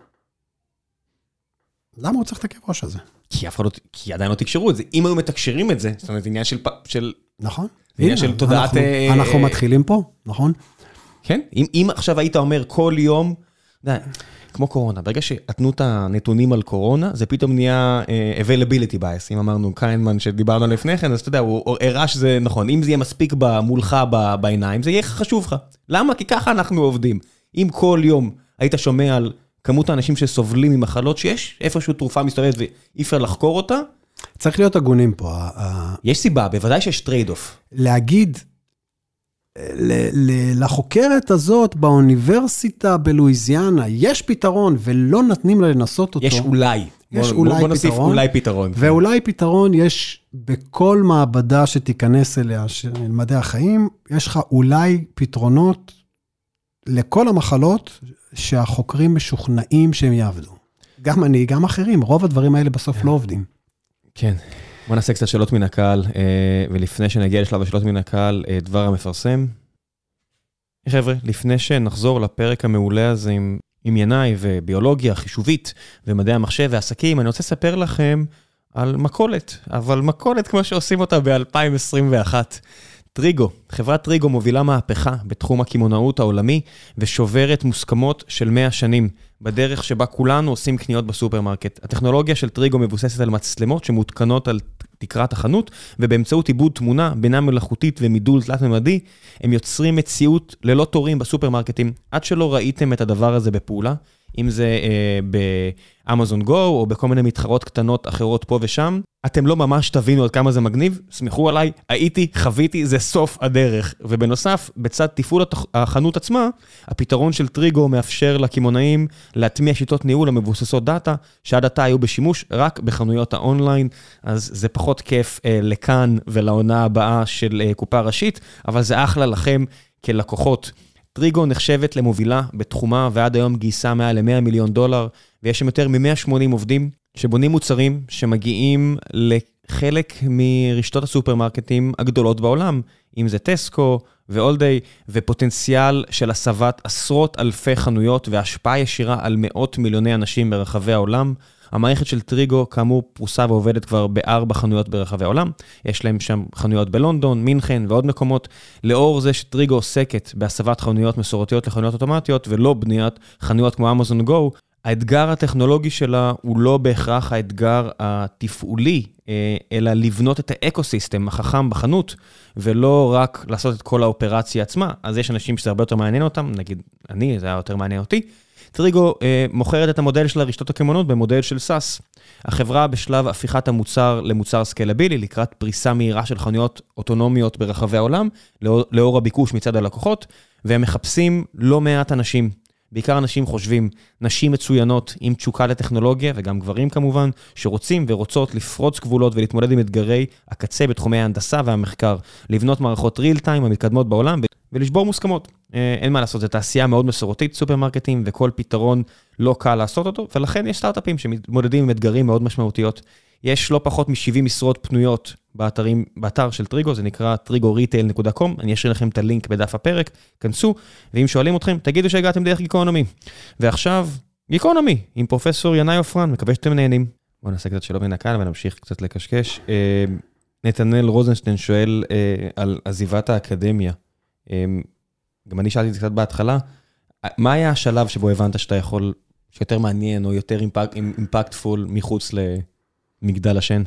למה הוא צריך את הכאב ראש הזה? כי עדיין לא תקשרו את זה. אם היו מתקשרים את זה, זאת אומרת, עניין של... נכון. עניין של תודעת... אנחנו מתחילים פה, נכון? כן. אם עכשיו היית אומר כל יום, כמו קורונה, ברגע שעתנו את הנתונים על קורונה, זה פתאום נהיה availability bias. אם אמרנו קיינמן שדיברנו לפני כן, אז אתה יודע, הוא הראה שזה נכון. אם זה יהיה מספיק מולך בעיניים, זה יהיה חשוב לך. למה? כי ככה אנחנו עובדים. אם כל יום היית שומע על כמות האנשים שסובלים ממחלות שיש, איפשהו תרופה מסתובבת ואי אפשר לחקור אותה. צריך להיות הגונים פה. יש סיבה, בוודאי שיש טרייד אוף. להגיד, לחוקרת הזאת באוניברסיטה בלואיזיאנה, יש פתרון ולא נתנים לה לנסות אותו. יש אולי. בוא נוסיף אולי פתרון. ואולי פתרון יש בכל מעבדה שתיכנס אליה, של מדעי החיים, יש לך אולי פתרונות לכל המחלות שהחוקרים משוכנעים שהם יעבדו. גם אני, גם אחרים, רוב הדברים האלה בסוף לא עובדים. כן. בוא נעשה קצת שאלות מן הקהל, ולפני שנגיע לשלב השאלות מן הקהל, דבר המפרסם. חבר'ה, לפני שנחזור לפרק המעולה הזה עם ינאי וביולוגיה, חישובית, ומדעי המחשב ועסקים, אני רוצה לספר לכם על מקולת, אבל מקולת כמו שעושים אותה ב-2021. טריגו, חברת טריגו מובילה מהפכה בתחום הקמעונאות העולמי, ושוברת מוסכמות של 100 שנים, בדרך שבה כולנו עושים קניות בסופרמרקט. הטכנולוגיה של טריגו מבוססת על מצלמות שמותקנות על תקרת החנות, ובאמצעות עיבוד תמונה, בינה מלאכותית ומידול תלת-ממדי, הם יוצרים מציאות ללא תורים בסופרמרקטים, עד שלא ראיתם את הדבר הזה בפעולה, אם זה באמזון גו, או בכל מיני מתחרות קטנות אחרות פה ושם, אתם לא ממש תבינו עד כמה זה מגניב, סמכו עליי, הייתי, חוויתי, זה סוף הדרך. ובנוסף, בצד תפעול החנות עצמה, הפתרון של טריגו מאפשר לקמעונאים להטמיע שיטות ניהול המבוססות דאטה, שעד עתה היו בשימוש רק בחנויות האונליין, אז זה פחות כיף לכאן ולעונה הבאה של קופה ראשית, אבל זה אחלה לכם כלקוחות. טריגו נחשבת למובילה בתחומה, ועד היום גייסה מעל ל$100 מיליון, ויש שם יותר מ-180 עובדים שבונים מוצרים שמגיעים לחלק מרשתות הסופרמרקטים הגדולות בעולם, אם זה טסקו ואולדיי, ופוטנציאל של הסבת עשרות אלפי חנויות, והשפעה ישירה על מאות מיליוני אנשים ברחבי העולם. המערכת של טריגו, כאמור, פרוסה ועובדת כבר ב4 חנויות ברחבי העולם. יש להם שם חנויות בלונדון, מינכן ועוד מקומות. לאור זה שטריגו עוסקת בהסבת חנויות מסורתיות לחנויות אוטומטיות, ולא בניית חנויות כמו אמזון גו, האתגר הטכנולוגי שלה הוא לא בהכרח האתגר התפעולי, אלא לבנות את האקוסיסטם החכם בחנות, ולא רק לעשות את כל האופרציה עצמה. אז יש אנשים שזה הרבה יותר מעניין אותם, נגיד אני, זה היה יותר מעניין אותי. טריגו מוכרת את המודל של הרשתות הקמעוניות במודל של סאס. החברה בשלב הפיכת המוצר למוצר סקלבילי, לקראת פריסה מהירה של חנויות אוטונומיות ברחבי העולם, לאור הביקוש מצד הלקוחות, והם מחפשים לא מעט אנשים. בעיקר אנשים חושבים, נשים מצוינות עם תשוקה לטכנולוגיה, וגם גברים כמובן, שרוצים ורוצות לפרוץ גבולות ולהתמודד עם אתגרי הקצה בתחומי ההנדסה והמחקר, לבנות מערכות ריל טיים המתקדמות בעולם, ולשבור מוסכמות. אין מה לעשות, זו תעשייה מאוד מסורתית, סופרמרקטים, וכל פתרון לא קל לעשות אותו, ולכן יש סטארט-אפים שמתמודדים עם אתגרים מאוד משמעותיות. יש לא פחות מ-70 משרות פנויות באתר של טריגו, זה נקרא trigoretail.com, אני אשאיר לכם את הלינק בדף הפרק, כנסו, ואם שואלים אתכם, תגידו שהגעתם דרך גיקונומי. ועכשיו, גיקונומי, עם פרופסור ינאי עופרן, מקווה שאתם נהנים. בואו נעשה קצת שלום מן הקהל, ונמשיך קצת לקשקש. נתנאל רוזנשטיין שואל על עזיבת האקדמיה. גם אני שאלתי את זה קצת בהתחלה, מה היה השלב שבו הבנת שאתה יכול, שיותר מעניין, או יותר אימפקטפול מחוץ למגדל השן?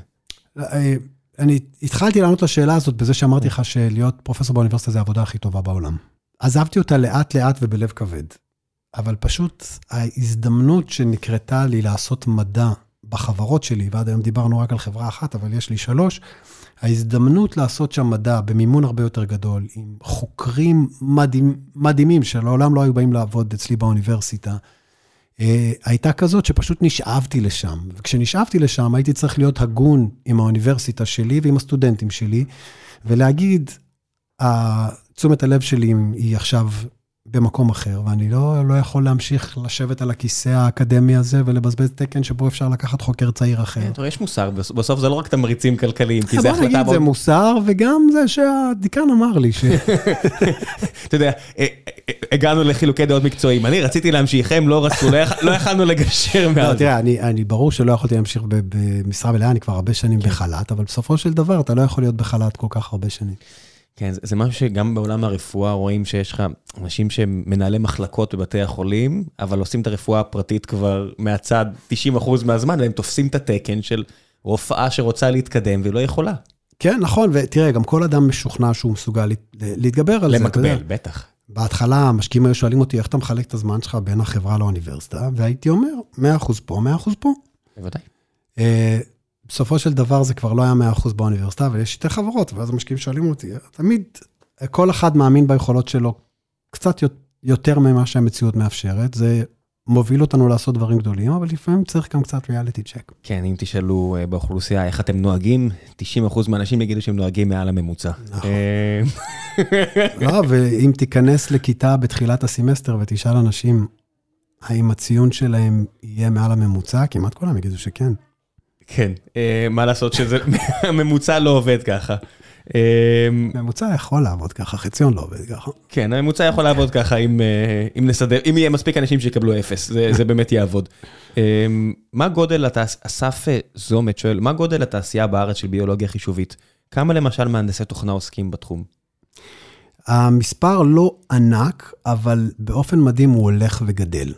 אני התחלתי לענות לשאלה הזאת בזה שאמרתי לך שלהיות פרופסור באוניברסיטה זה העבודה הכי טובה בעולם. עזבתי אותה לאט לאט ובלב כבד. אבל פשוט ההזדמנות שנקרתה לי לעשות מדע בחברות שלי, ועד היום דיברנו רק על חברה אחת, אבל יש לי 3, ההזדמנות לעשות שם מדע במימון הרבה יותר גדול, עם חוקרים מדהימים שלעולם לא היו באים לעבוד אצלי באוניברסיטה, הייתה כזאת שפשוט נשאבתי לשם, וכשנשאבתי לשם הייתי צריך להיות הגון עם האוניברסיטה שלי ועם הסטודנטים שלי, ולהגיד, תשומת הלב שלי היא עכשיו במקום אחר, ואני לא יכול להמשיך לשבת על הכיסא האקדמי הזה, ולבזבז תקן שבו אפשר לקחת חוקר צעיר אחר. יש מוסר, בסוף זה לא רק תמריצים כלכליים, כי זה החלטה... בוא נגיד, זה מוסר, וגם זה שהדיקן אמר לי ש... אתה יודע, הגענו לחילוקי דעות מקצועיים, אני רציתי להמשיך, הם לא רצו, לא יכלנו לגשר מעל. לא, תראה, אני ברור שלא יכולתי להמשיך במשרה מלאה, אני כבר הרבה שנים בחל"ת, אבל בסופו של דבר אתה לא יכול להיות בחל"ת כל כך הרבה שנים. כן, זה משהו שגם בעולם הרפואה רואים שיש לך אנשים שמנהלי מחלקות בבתי החולים, אבל עושים את הרפואה הפרטית כבר מהצד 90% מהזמן, והם תופסים את התקן של רופאה שרוצה להתקדם ולא יכולה. כן, נכון, ותראה, גם כל אדם משוכנע שהוא מסוגל להתגבר על זה. למקבל, בטח. בהתחלה, המשקיעים היו שואלים אותי, איך אתה מחלק את הזמן שלך בין החברה לאוניברסיטה, והייתי אומר, 100% פה, 100% פה. בוודאי. בסופו של דבר זה כבר לא היה 100% באוניברסיטה, ויש 2 חברות, ואז המשקיעים שואלים אותי, תמיד כל אחד מאמין ביכולות שלו קצת יותר ממה שהמציאות מאפשרת, זה מוביל אותנו לעשות דברים גדולים, אבל לפעמים צריך גם קצת ריאליטי צ'ק. כן, אם תשאלו באוכלוסייה איך אתם נוהגים, 90% מהאנשים יגידו שהם נוהגים מעל הממוצע. נכון. לא, ואם תיכנס לכיתה בתחילת הסמסטר ותשאל אנשים, האם הציון שלהם יהיה מעל הממוצע, כמעט כולם יגידו שכן. כן, מה לעשות שזה, הממוצע לא עובד ככה. ממוצע יכול לעבוד ככה, חציון לא עובד ככה. כן, הממוצע יכול לעבוד ככה, אם יהיה מספיק אנשים שיקבלו 0, זה באמת יעבוד. מה גודל, אסף זומת שואל, מה גודל התעשייה בארץ של ביולוגיה חישובית? כמה למשל מהנדסי תוכנה עוסקים בתחום? המספר לא ענק, אבל באופן מדהים הוא הולך וגדל.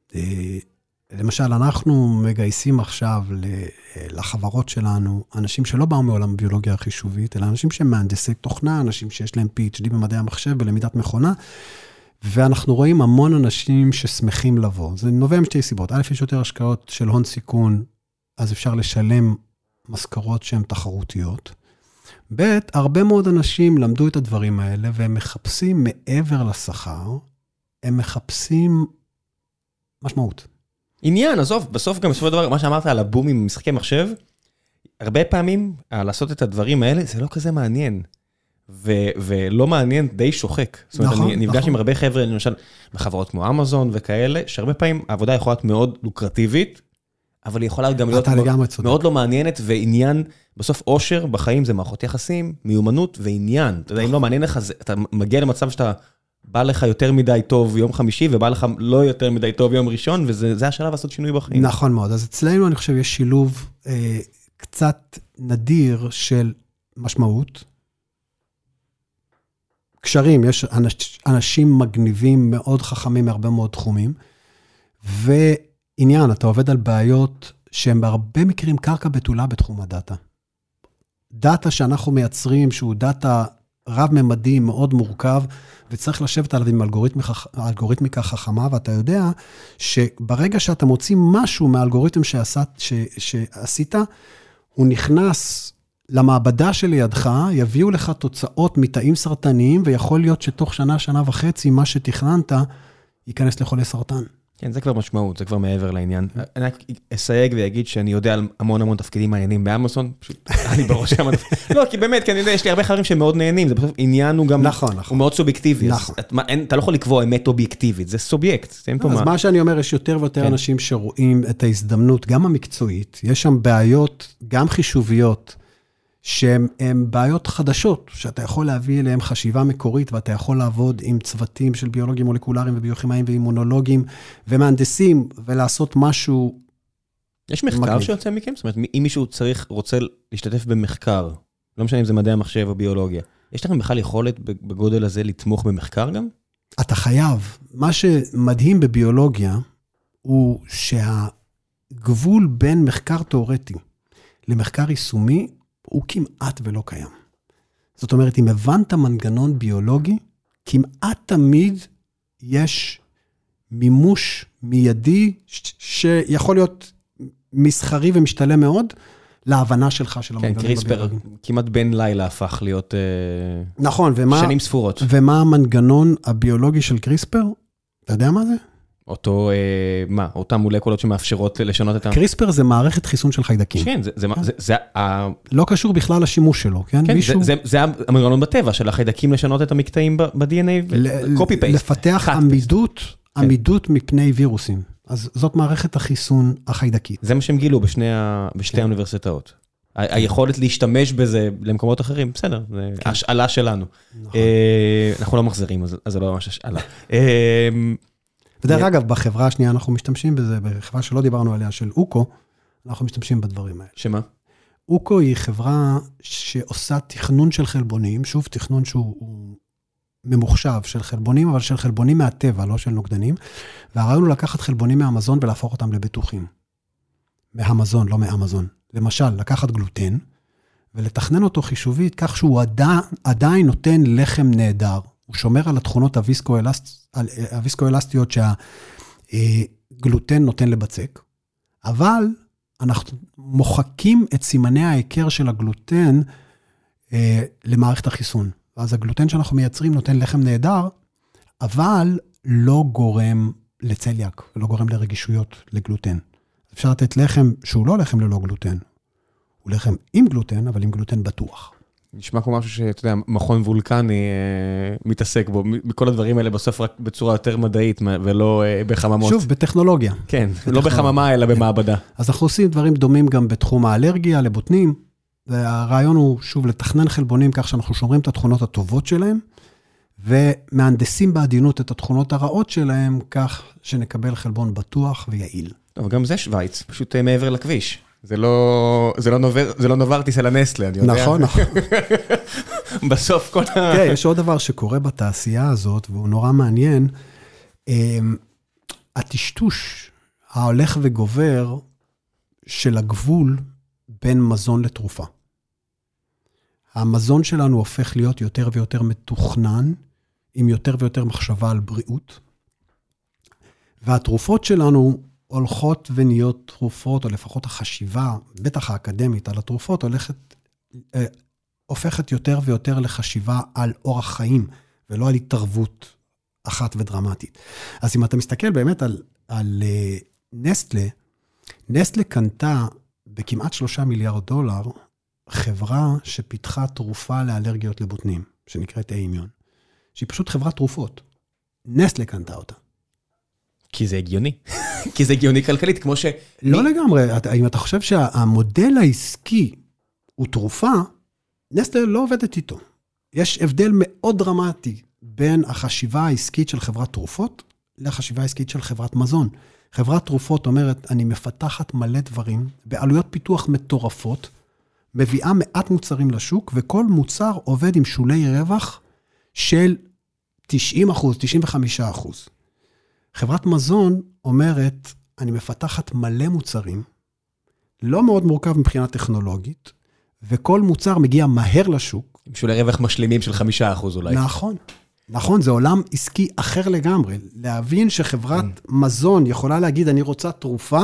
למשל, אנחנו מגייסים עכשיו לחברות שלנו, אנשים שלא באו מעולם הביולוגיה החישובית, אלא אנשים שהם מהנדסי תוכנה, אנשים שיש להם PhD במדעי המחשב ולמידת מכונה, ואנחנו רואים המון אנשים ששמחים לבוא. זה נובע עם 2 סיבות. א', יש יותר השקעות של הון סיכון, אז אפשר לשלם משכורות שהן תחרותיות. ב', הרבה מאוד אנשים למדו את הדברים האלה, והם מחפשים מעבר לשכר, הם מחפשים משמעות. עניין, עזוב, בסוף גם בסופו דבר, מה שאמרת על הבומים במשחקי מחשב, הרבה פעמים לעשות את הדברים האלה, זה לא כזה מעניין. ולא מעניין, די שוחק. זאת אומרת, אני נפגש עם הרבה חבר'ה, למשל, בחברות כמו אמזון וכאלה, שהרבה פעמים העבודה יכולה להיות מאוד לוקרטיבית, אבל היא יכולה גם להיות מאוד לא מעניינת, ועניין, בסוף אושר בחיים זה מערכות יחסים, מיומנות ועניין. אתה יודע, אם לא מעניין לך, אתה מגיע למצב שאתה בא לך יותר מדי טוב יום חמישי, ובא לך לא יותר מדי טוב יום ראשון, וזה השלב לעשות שינוי בחיים. נכון מאוד. אז אצלנו אני חושב יש שילוב קצת נדיר של משמעות. קשרים, יש אנשים מגניבים מאוד חכמים מהרבה מאוד תחומים, ועניין, אתה עובד על בעיות שהן בהרבה מקרים קרקע בתולה בתחום הדאטה. דאטה שאנחנו מייצרים, שהוא דאטה רב-ממדי מאוד מורכב, וצריך לשבת עליו עם אלגוריתמיקה חכמה, ואתה יודע שברגע שאתה מוציא משהו מהאלגוריתם שעשית, הוא נכנס למעבדה שלידך, יביאו לך תוצאות מתאים סרטניים, ויכול להיות שתוך שנה, שנה וחצי, מה שתכננת, ייכנס לחולי סרטן. כן, זה כבר משמעות, זה כבר מעבר לעניין. אני אסייג ויגיד שאני יודע על המון תפקידים מעניינים באמזון, פשוט אני בראש כמה תפקידים. לא, כי באמת, כי אני יודע, יש לי הרבה חברים שהם מאוד נהנים, זה פשוט עניין הוא גם, הוא מאוד סובייקטיבי. אתה לא יכול לקבוע אמת אובייקטיבית, זה סובייקט. אז מה שאני אומר, יש יותר ויותר אנשים שרואים את ההזדמנות, גם המקצועית, יש שם בעיות, גם חישוביות, שהן בעיות חדשות, שאתה יכול להביא אליהן חשיבה מקורית, ואתה יכול לעבוד עם צוותים של ביולוגים מולקולריים וביוכימאים ואימונולוגים ומהנדסים, ולעשות משהו יש מחקר מגניב. שיוצא מכם? זאת אומרת, אם מישהו רוצה להשתתף במחקר, לא משנה אם זה מדעי המחשב או ביולוגיה, יש לכם בכלל יכולת בגודל הזה לתמוך במחקר גם? אתה חייב. מה שמדהים בביולוגיה, הוא שהגבול בין מחקר תיאורטי למחקר יישומי, הוא כמעט ולא קיים. זאת אומרת, אם הבנת מנגנון ביולוגי, כמעט תמיד יש מימוש מיידי, שיכול להיות מסחרי ומשתלם מאוד, להבנה שלך של המנגנון הביולוגי. כן, קריספר כמעט בן לילה הפך להיות נכון, שנים ספורות. ומה המנגנון הביולוגי של קריספר? אתה יודע מה זה? אותם מולקולות שמאפשרות לשנות את קריספר זה מערכת חיסון של חיידקים. כן, זה לא קשור בכלל לשימוש שלו, כן? כן, זה המנגנון בטבע של החיידקים לשנות את המקטעים ב-DNA, קופי פייסט. לפתח עמידות מפני וירוסים. אז זאת מערכת החיסון החיידקית. זה מה שהם גילו בשתי האוניברסיטאות. היכולת להשתמש בזה למקומות אחרים, בסדר, זה השאלה שלנו. אנחנו לא מחזרים, אז זה לא ממש השאלה. ודרך אגב, בחברה השנייה אנחנו משתמשים בזה, בחברה שלא דיברנו עליה, של אוקו, אנחנו משתמשים בדברים האלה. שמה? אוקו היא חברה שעושה תכנון של חלבונים, שוב, תכנון שהוא ממוחשב של חלבונים, אבל של חלבונים מהטבע, לא של נוגדנים, והרעיון הוא לקחת חלבונים מהמזון ולהפוך אותם לבטוחים. מהמזון, לא מאמזון. למשל, לקחת גלוטן, ולתכנן אותו חישובית, כך שהוא עדיין נותן לחם נהדר. הוא שומר על התכונות הוויסקואלסטיות שהגלוטן נותן לבצק, אבל אנחנו מוחקים את סימני ההיכר של הגלוטן למערכת החיסון. אז הגלוטן שאנחנו מייצרים נותן לחם נהדר, אבל לא גורם לצליאק, ולא גורם לרגישויות לגלוטן. אפשר לתת לחם שהוא לא לחם ללא גלוטן. הוא לחם עם גלוטן, אבל עם גלוטן בטוח. נשמע כמו משהו שאתה יודע, מכון וולקני מתעסק בו, מכל הדברים האלה בסוף רק בצורה יותר מדעית, ולא בחממות. שוב, בטכנולוגיה. כן, לא בחממה, אלא במעבדה. אז אנחנו עושים דברים דומים גם בתחום האלרגיה, לבוטנים, והרעיון הוא, שוב, לתכנן חלבונים כך שאנחנו שומרים את התכונות הטובות שלהם, ומהנדסים בעדינות את התכונות הרעות שלהם, כך שנקבל חלבון בטוח ויעיל. טוב, גם זה שוויץ, פשוט מעבר לכביש. זה לא נוברטיס אלא נסטלה, אני יודע. נכון, נכון. בסוף כל כן, יש עוד דבר שקורה בתעשייה הזאת, והוא נורא מעניין, הטשטוש ההולך וגובר של הגבול בין מזון לתרופה. המזון שלנו הופך להיות יותר ויותר מתוכנן, עם יותר ויותר מחשבה על בריאות, והתרופות שלנו הולכות ונהיות תרופות, או לפחות החשיבה, בטח האקדמית על התרופות, הופכת יותר ויותר לחשיבה על אורח חיים, ולא על התערבות אחת ודרמטית. אז אם אתה מסתכל באמת על נסטלה, נסטלה קנתה בכמעט $3 מיליארד, חברה שפיתחה תרופה לאלרגיות לבוטנים, שנקראת אימיון, שהיא פשוט חברת תרופות. נסטלה קנתה אותה. כי זה הגיוני. כי זה הגיוני כלכלית, כמו ש... לא לגמרי. אם אתה חושב שהמודל העסקי הוא תרופה, נסטלה לא עובדת איתו. יש הבדל מאוד דרמטי בין החשיבה העסקית של חברת תרופות, לחשיבה העסקית של חברת מזון. חברת תרופות אומרת, אני מפתחת מלא דברים, בעלויות פיתוח מטורפות, מביאה מעט מוצרים לשוק, וכל מוצר עובד עם שולי רווח של 90%, 95%. חברת מזון אומרת, אני מפתחת מלא מוצרים, לא מאוד מורכב מבחינה טכנולוגית, וכל מוצר מגיע מהר לשוק. עם שולי רווח משלימים של 5% אולי. נכון. נכון, זה עולם עסקי אחר לגמרי. להבין שחברת מזון יכולה להגיד, אני רוצה תרופה,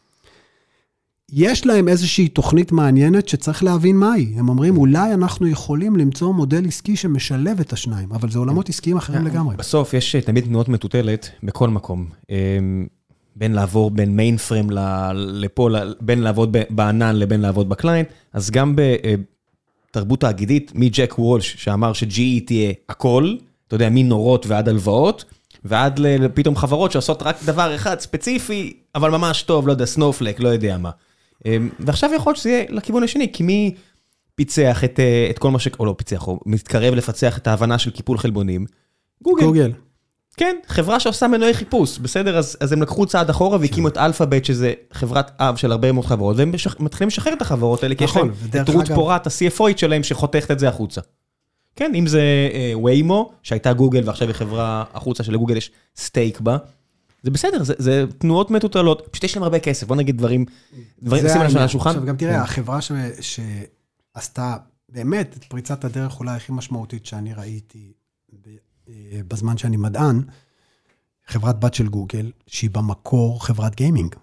יש להם איזושהי תוכנית מעניינת שצריך להבין מהי. הם אומרים, אולי אנחנו יכולים למצוא מודל עסקי שמשלב את השניים, אבל זה עולמות עסקיים אחרים לגמרי. בסוף יש תמיד תנועות מטוטלת בכל מקום. בין לעבור בין מיינפריים לפה, בין לעבוד בענן לבין לעבוד בקליינט, אז גם בתרבות תאגידית, מג'ק וולש שאמר ש-GE תהיה הכל, אתה יודע, מנורות ועד הלוואות, ועד פתאום חברות שעושות רק דבר אחד ספציפי, אבל ממש טוב, לא יודע, סנופלק, לא יודע מה. ועכשיו יכול להיות שזה יהיה לכיוון השני, כי מי פיצח את כל מה או לא פיצח, או מתקרב לפצח את ההבנה של קיפול חלבונים? גוגל. כן, חברה שעושה מנועי חיפוש, בסדר? אז הם לקחו צעד אחורה והקימו את אלפאבית, שזה חברת אב של הרבה מאוד חברות, והם מתחילים לשחרר את החברות האלה, כי יש להם את רות פורט, ה-CFOית שלהם, שחותכת את זה החוצה. כן, אם זה ויימו, שהייתה גוגל, ועכשיו היא חברה החוצה שלגוגל יש סטייק בה, זה בסדר, זה תנועות מטוטלות, פשוט יש להם הרבה כסף, בוא נגיד דברים נשים על השולחן. עכשיו גם תראה, החברה שעשתה באמת את פריצת הדרך אולי הכי משמעותית שאני ראיתי בזמן שאני מדען, חברת בת של גוגל, שהיא במקור חברת גיימינג.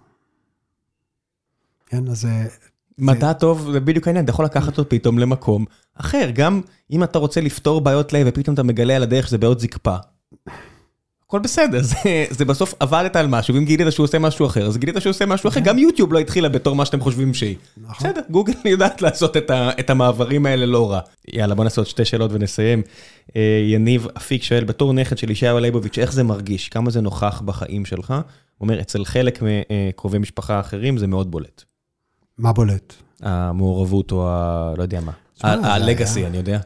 כן, אז מדע טוב, זה בדיוק העניין, אתה יכול לקחת אותו פתאום למקום אחר, גם אם אתה רוצה לפתור בעיות לב, ופתאום אתה מגלה על הדרך שזה בעיות זקפה. הכל בסדר, זה בסוף עבדת על משהו, ואם גילית שהוא עושה משהו אחר, אז גילית שהוא עושה משהו אחר, גם יוטיוב לא התחילה בתור מה שאתם חושבים שהיא. בסדר, גוגל יודעת לעשות את המעברים האלה לא רע. יאללה, בוא נעשה עוד 2 שאלות ונסיים. יניב אפיק שואל, בתור נכד של ישעיהו ליבוביץ', איך זה מרגיש? כמה זה נוכח בחיים שלך? הוא אומר, אצל חלק מקרובי משפחה אחרים זה מאוד בולט. מה בולט? המעורבות או לא יודע מה. הלגאסי, אני יודע.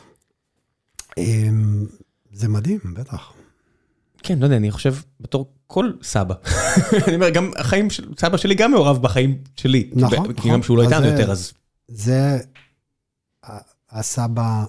זה מדהים, בטח. כן, לא יודע, אני חושב, בתור כל סבא. אני אומר, גם החיים של סבא שלי גם מעורב בחיים שלי. נכון. כי גם שהוא לא איתנו יותר, אז... זה, הסבא,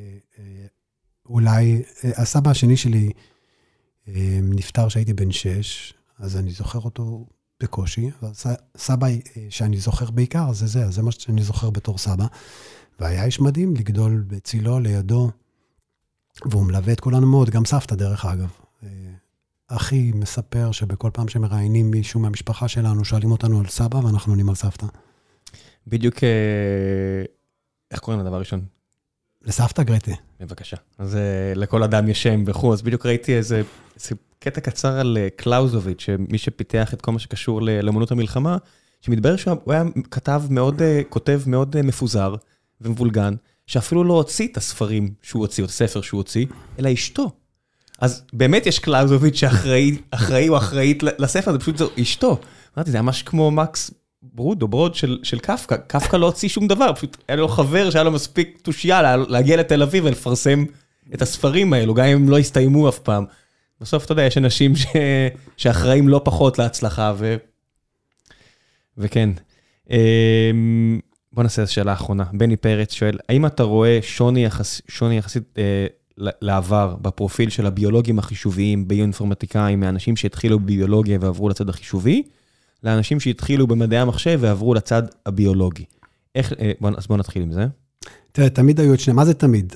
אולי, הסבא השני שלי נפטר שהייתי בן 6, אז אני זוכר אותו בקושי. סבא שאני זוכר בעיקר, זה מה שאני זוכר בתור סבא. והיה איש מדהים לגדול בצילו לידו, והוא מלווה את כולנו מאוד, גם סבתא דרך אגב. אחי מספר שבכל פעם שמראיינים מישהו מהמשפחה שלנו, שואלים אותנו על סבא, ואנחנו עונים על סבתא. בדיוק, איך קוראים לדבר ראשון? לסבתא גרטה. בבקשה. אז לכל אדם יש שם וכו', אז בדיוק ראיתי איזה קטע קצר על קלאוזוביץ', שמי שפיתח את כל מה שקשור לאמנות המלחמה, שמתברר שהוא היה כותב מאוד מפוזר ומבולגן, שאפילו לא הוציא את הספרים שהוא הוציא, או את הספר שהוא הוציא, אלא אשתו. אז באמת יש קלאוזוביץ' שאחראי או אחראית לספר, זה פשוט זו אשתו. אמרתי, זה ממש כמו מקס ברוד או ברוד של קפקא. קפקא לא הוציא שום דבר, פשוט היה לו חבר שהיה לו מספיק תושייה להגיע לתל אביב ולפרסם את הספרים האלו, גם אם הם לא הסתיימו אף פעם. בסוף, אתה יודע, יש אנשים שאחראים לא פחות להצלחה, וכן. בוא נעשה שאלה האחרונה. בני פרץ שואל, האם אתה רואה שוני יחסית לעבר בפרופיל של הביולוגים החישוביים, ביואינפורמטיקאים, מאנשים שהתחילו בביולוגיה ועברו לצד החישובי, לאנשים שהתחילו במדעי המחשב ועברו לצד הביולוגי? אז בוא נתחיל עם זה. תראה, תמיד היו את שני, מה זה תמיד?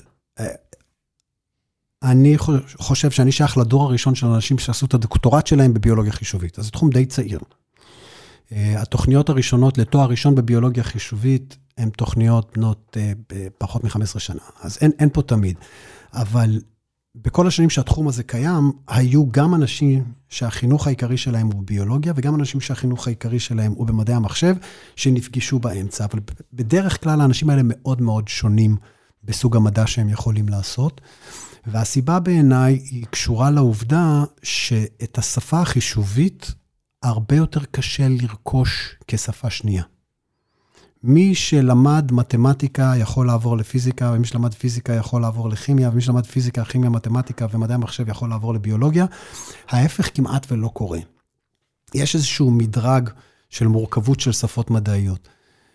אני חושב שאני שייך לדור הראשון של אנשים שעשו את הדוקטורט שלהם בביולוגיה חישובית. אז זה תחום די צעיר. התוכניות הראשונות לתואר ראשון בביולוגיה חישובית, הן תוכניות בנות פחות מ-15 שנה. אז אין פה תמיד. אבל בכל השנים שהתחום הזה קיים, היו גם אנשים שהחינוך העיקרי שלהם הוא בביולוגיה, וגם אנשים שהחינוך העיקרי שלהם הוא במדעי המחשב, שנפגשו באמצע. אבל בדרך כלל האנשים האלה מאוד מאוד שונים בסוג המדע שהם יכולים לעשות. והסיבה בעיניי היא קשורה לעובדה שאת השפה החישובית הרבה יותר קשה לרכוש כשפה שנייה. מי שלמד מתמטיקה יכול לעבור לפיזיקה, ומי שלמד פיזיקה יכול לעבור לכימיה, ומי שלמד פיזיקה, כימיה, מתמטיקה ומדעי המחשב יכול לעבור לביולוגיה. ההפך כמעט ולא קורה. יש איזשהו מדרג של מורכבות של שפות מדעיות.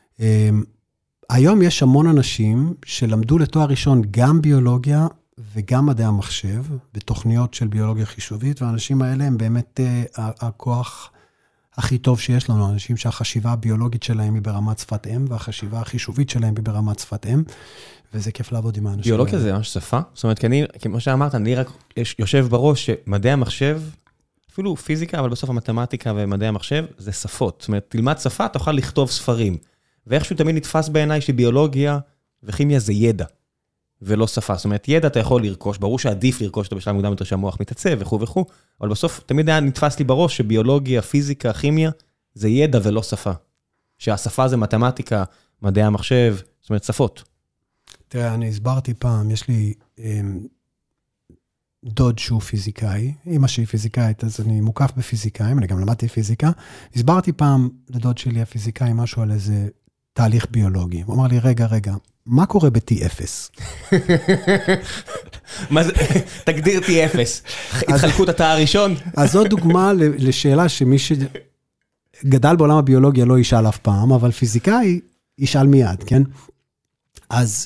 היום יש המון אנשים שלמדו לתואר ראשון גם ביולוגיה וגם מדעי המחשב, בתוכניות של ביולוגיה חישובית, והאנשים האלה הם באמת הכוח הכי טוב שיש לנו, אנשים שהחשיבה הביולוגית שלהם היא ברמת שפת אם, והחשיבה החישובית שלהם היא ברמת שפת אם, וזה כיף לעבוד עם האנשים. ביולוגיה זה ממש שפה? זאת אומרת, כמו שאמרת, אני רק יושב בראש שמדעי המחשב, אפילו פיזיקה, אבל בסוף המתמטיקה ומדעי המחשב, זה שפות. זאת אומרת, תלמד שפה, תוכל לכתוב ספרים. ואיכשהו תמיד נתפס בעיניי שביולוגיה וכימיה זה ידע, ולא שפה. זאת אומרת, ידע אתה יכול לרכוש, ברור שעדיף לרכוש אותו בשלב מוקדם יותר שהמוח מתעצב וכו' וכו', אבל בסוף תמיד היה נתפס לי בראש שביולוגיה, פיזיקה, כימיה, זה ידע ולא שפה. שהשפה זה מתמטיקה, מדעי המחשב, זאת אומרת, שפות. תראה, אני הסברתי פעם, יש לי דוד שהוא פיזיקאי, אמא שהיא פיזיקאית, אז אני מוקף בפיזיקאים, אני גם למדתי פיזיקה. הסברתי פעם לדוד שלי הפיזיקאי משהו על איזה תהליך ביולוגי. הוא אמר לי, רגע, מה קורה ב-T0? תגדיר T0. התחלקות התא הראשון? אז זו דוגמה לשאלה שמי שגדל בעולם הביולוגיה לא ישאל אף פעם, אבל פיזיקאי ישאל מיד, כן? אז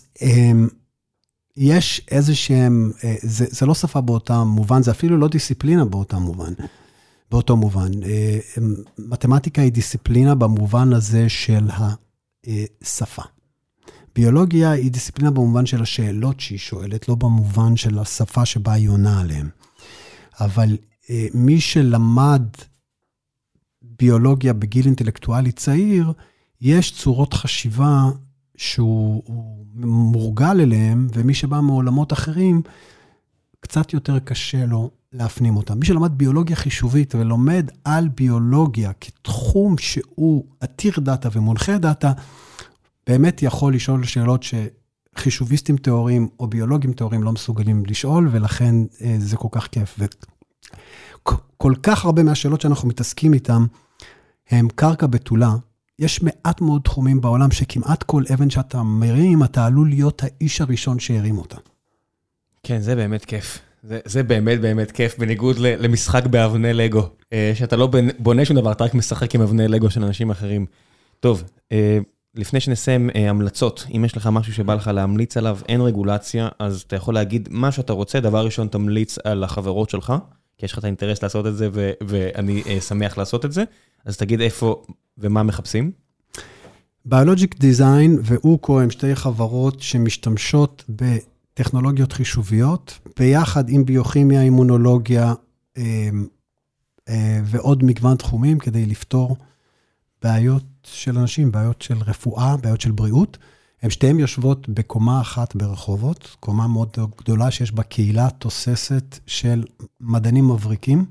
יש איזשהם, זה לא שפה באותם מובן, זה אפילו לא דיסציפלינה באותו מובן. מתמטיקה היא דיסציפלינה במובן הזה של השפה. ביולוגיה היא דיסציפלינה במובן של השאלות שהיא שואלת, לא במובן של השפה שבה היא עונה עליהם. אבל מי שלמד ביולוגיה בגיל אינטלקטואלי צעיר, יש צורות חשיבה שהוא מורגל אליהם, ומי שבא מעולמות אחרים, קצת יותר קשה לו להפנים אותם. מי שלמד ביולוגיה חישובית ולומד על ביולוגיה כתחום שהוא עתיר דאטה ומונחה דאטה, באמת יכול לשאול שאלות שחישוביסטים תיאוריים או ביולוגים תיאוריים לא מסוגלים לשאול, ולכן זה כל כך כיף. וכל כך הרבה מהשאלות שאנחנו מתעסקים איתם, הם קרקע בתולה. יש מעט מאוד תחומים בעולם שכמעט כל אבן שאתה מרים, אתה עלול להיות האיש הראשון שהרים אותה. כן, זה באמת כיף. זה באמת באמת כיף, בניגוד למשחק באבני לגו, שאתה לא בונה שום דבר, אתה רק משחק עם אבני לגו של אנשים אחרים. טוב, לפני שנסיים המלצות, אם יש לך משהו שבא לך להמליץ עליו, אין רגולציה, אז אתה יכול להגיד מה שאתה רוצה, דבר ראשון תמליץ על החברות שלך, כי יש לך את האינטרס לעשות את זה, ואני שמח לעשות את זה, אז תגיד איפה ומה מחפשים. ביולוגיק דיזיין ואוקו הם שתי חברות שמשתמשות בטכנולוגיות חישוביות, ביחד עם ביוכימיה, אימונולוגיה, ועוד מגוון תחומים, כדי לפתור בעיות של אנשים, בעיות של רפואה, בעיות של בריאות. הם שתיהם יושבות בקומה אחת ברחובות, קומה מאוד גדולה שיש בה קהילה תוססת של מדענים מבריקים,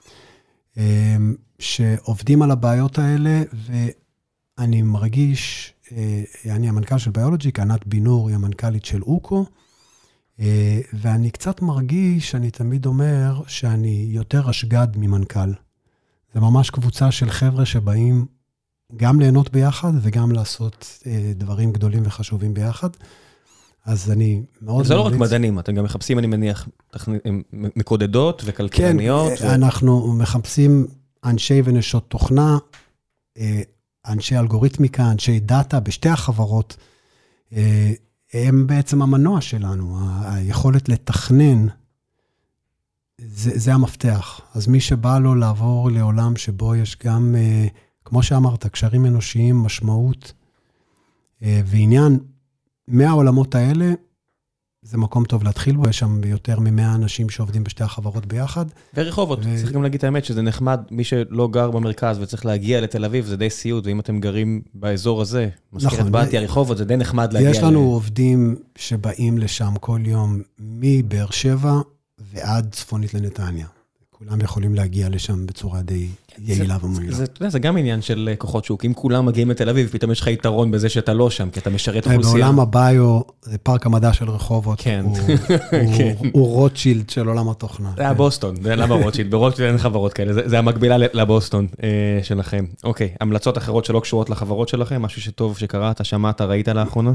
שעובדים על הבעיות האלה, ואני מרגיש, אני המנכ"ל של ביולוגיק, ענת בינור היא המנכ"לית של אוקו, ואני קצת מרגיש, אני תמיד אומר, שאני יותר רשגד ממנכ"ל. זה ממש קבוצה של חבר'ה שבאים גם ליהנות ביחד, וגם לעשות דברים גדולים וחשובים ביחד. אז אני מאוד... זה לא רק מדענים, אתם גם מחפשים, אני מניח, מקודדות וכלכלניות. כן, אנחנו מחפשים אנשי ונשות תוכנה, אנשי אלגוריתמיקה, אנשי דאטה, בשתי החברות, הם בעצם המנוע שלנו, היכולת לתכנן, זה המפתח. אז מי שבא לו לעבור לעולם שבו יש גם, כמו שאמרת, קשרים אנושיים, משמעות, ועניין, מהעולמות האלה, זה מקום טוב להתחיל בו, יש שם יותר מ100 אנשים שעובדים בשתי החברות ביחד. ורחובות, צריך גם להגיד את האמת שזה נחמד, מי שלא גר במרכז וצריך להגיע לתל אביב, זה די סיוט, ואם אתם גרים באזור הזה, מזכירת בתיה, רחובות, זה די נחמד להגיע. יש לנו עובדים שבאים לשם כל יום מבאר שבע ועד צפונית לנתניה. כולם יכולים להגיע לשם בצורה די יעילה ומועילה. זה גם עניין של כוחות שוק. אם כולם מגיעים לתל אביב, פתאום יש לך יתרון בזה שאתה לא שם, כי אתה משרת אוכלוסייה. בעולם הביו, זה פארק המדע של רחובות. כן. הוא רוטשילד של עולם התוכנה. זה היה בוסטון, זה למה רוטשילד? ברוטשילד אין חברות כאלה, זה המקבילה לבוסטון שלכם. אוקיי, המלצות אחרות שלא קשורות לחברות שלכם, משהו שטוב שקראת, שמעת, ראית לאחרונה?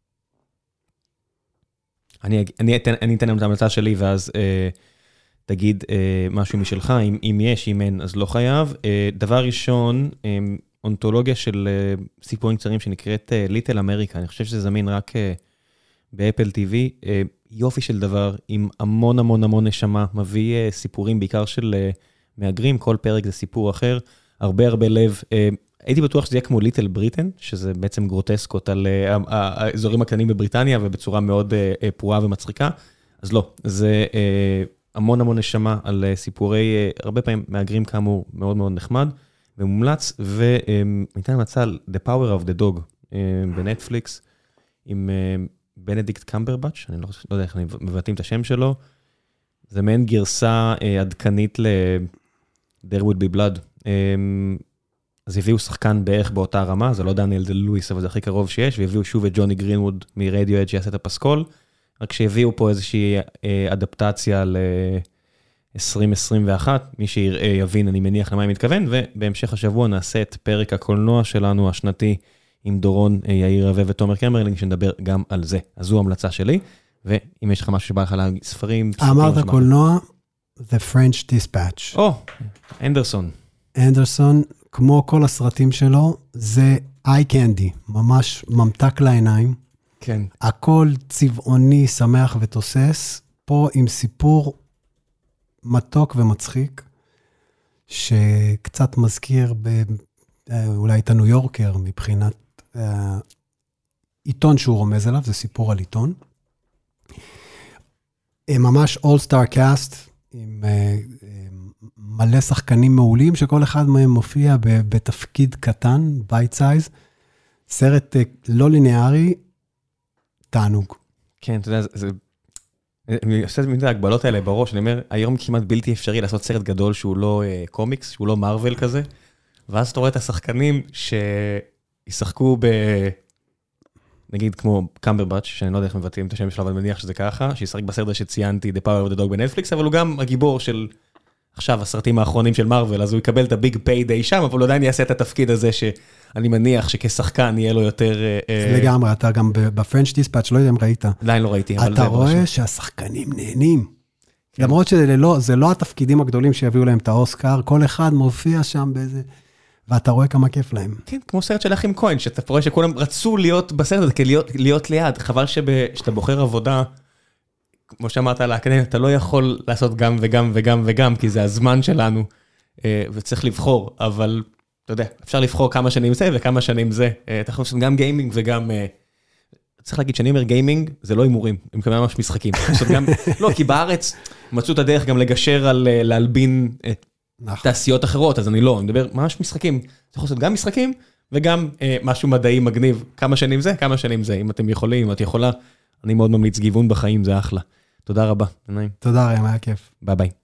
אני אתן להם את ההמלצה שלי, ואז תגיד משהו משלך, אם יש, אם אין, אז לא חייב. דבר ראשון, אונתולוגיה של סיפורים קצרים שנקראת ליטל אמריקה, אני חושב שזה זמין רק באפל TV, יופי של דבר, עם המון המון המון נשמה, מביא סיפורים בעיקר של מהגרים, כל פרק זה סיפור אחר, הרבה הרבה לב. הייתי בטוח שזה יהיה כמו ליטל בריטן, שזה בעצם גרוטסקות על האזורים הקטנים בבריטניה, ובצורה מאוד פרועה ומצחיקה, אז לא, זה המון המון נשמה על סיפורי, הרבה פעמים מהגרים כאמור, מאוד מאוד נחמד, ומומלץ, וניתן המצע על The Power of the Dog, בנטפליקס, עם בנדיקט קמברבץ', אני לא יודע איך אני מבטאים את השם שלו, זה מעין גרסה עדכנית ל-There Would Be Blood, אז הביאו שחקן בערך באותה רמה, זה לא דניאל דה לואיס, אבל זה הכי קרוב שיש, והביאו שוב את ג'וני גרינווד מרדיואד שיעשה את הפסקול, רק שהביאו פה איזושהי אדפטציה ל-2021, מי שיראה יבין, אני מניח למה אני מתכוון, ובהמשך השבוע נעשה את פרק הקולנוע שלנו השנתי, עם דורון יאיר רווה ותומר קמרלינג, שנדבר גם על זה. אז זו המלצה שלי, ואם יש לך משהו שבא לך להגיד ספרים... אמרת קולנוע, The French Dispatch. אנדרסון. אנדרסון, כמו כל הסרטים שלו, זה eye candy, ממש ממתק לעיניים. כן. הכל צבעוני, שמח ותוסס, פה עם סיפור מתוק ומצחיק, שקצת מזכיר אולי את הניו יורקר, מבחינת עיתון שהוא רומז עליו, זה סיפור על עיתון. ממש all-star cast, עם מלא שחקנים מעולים, שכל אחד מהם מופיע בתפקיד קטן, bite size, סרט לא ליניארי, תענוג. כן, אתה יודע, אני עושה את ההגבלות האלה בראש, אני אומר, היום כמעט בלתי אפשרי לעשות סרט גדול שהוא לא קומיקס, שהוא לא מרוול כזה, ואז אתה רואה את השחקנים שישחקו נגיד כמו קמברבץ', שאני לא יודע איך מבטאים את השם שלו, אבל אני מניח שזה ככה, שישחק בסרט שציינתי, The Power of the Dog בנטפליקס, אבל הוא גם הגיבור של עכשיו הסרטים האחרונים של מרוול, אז הוא יקבל את הביג פיידיי שם, אבל הוא עדיין יעשה את התפקיד הזה שאני מניח שכשחקן יהיה לו יותר... לגמרי, אתה גם בפרנץ' דיספאץ', לא יודע אם ראית. עדיין לא ראיתי. אתה רואה שהשחקנים נהנים. למרות שזה לא התפקידים הגדולים שיביאו להם את האוסקר, כל אחד מופיע שם באיזה... ואתה רואה כמה כיף להם. כן, כמו סרט של אחים כהן, שאתה רואה שכולם רצו להיות בסרט הזה, כי להיות ליד. חבל שאתה בוחר עבודה, כמו שאמרת על האקדמיה, אתה לא יכול לעשות גם וגם וגם וגם, כי זה הזמן שלנו, וצריך לבחור, אבל אתה יודע, אפשר לבחור כמה שנים זה וכמה שנים זה. אתה יכול לעשות גם גיימינג וגם... צריך להגיד שאני אומר גיימינג, זה לא הימורים, הם כמובן ממש משחקים. לא, כי בארץ מצאו את הדרך גם לגשר על להלבין תעשיות אחרות, אז אני לא, אני מדבר ממש משחקים. אתה יכול לעשות גם משחקים וגם משהו מדעי מגניב. כמה שנים זה? כמה שנים זה. אם אתם יכולים, אם את יכולה, אני מאוד ממליץ גיוון בחיים, זה אחלה. תודה רבה. תודה רבה, היה כיף. ביי ביי.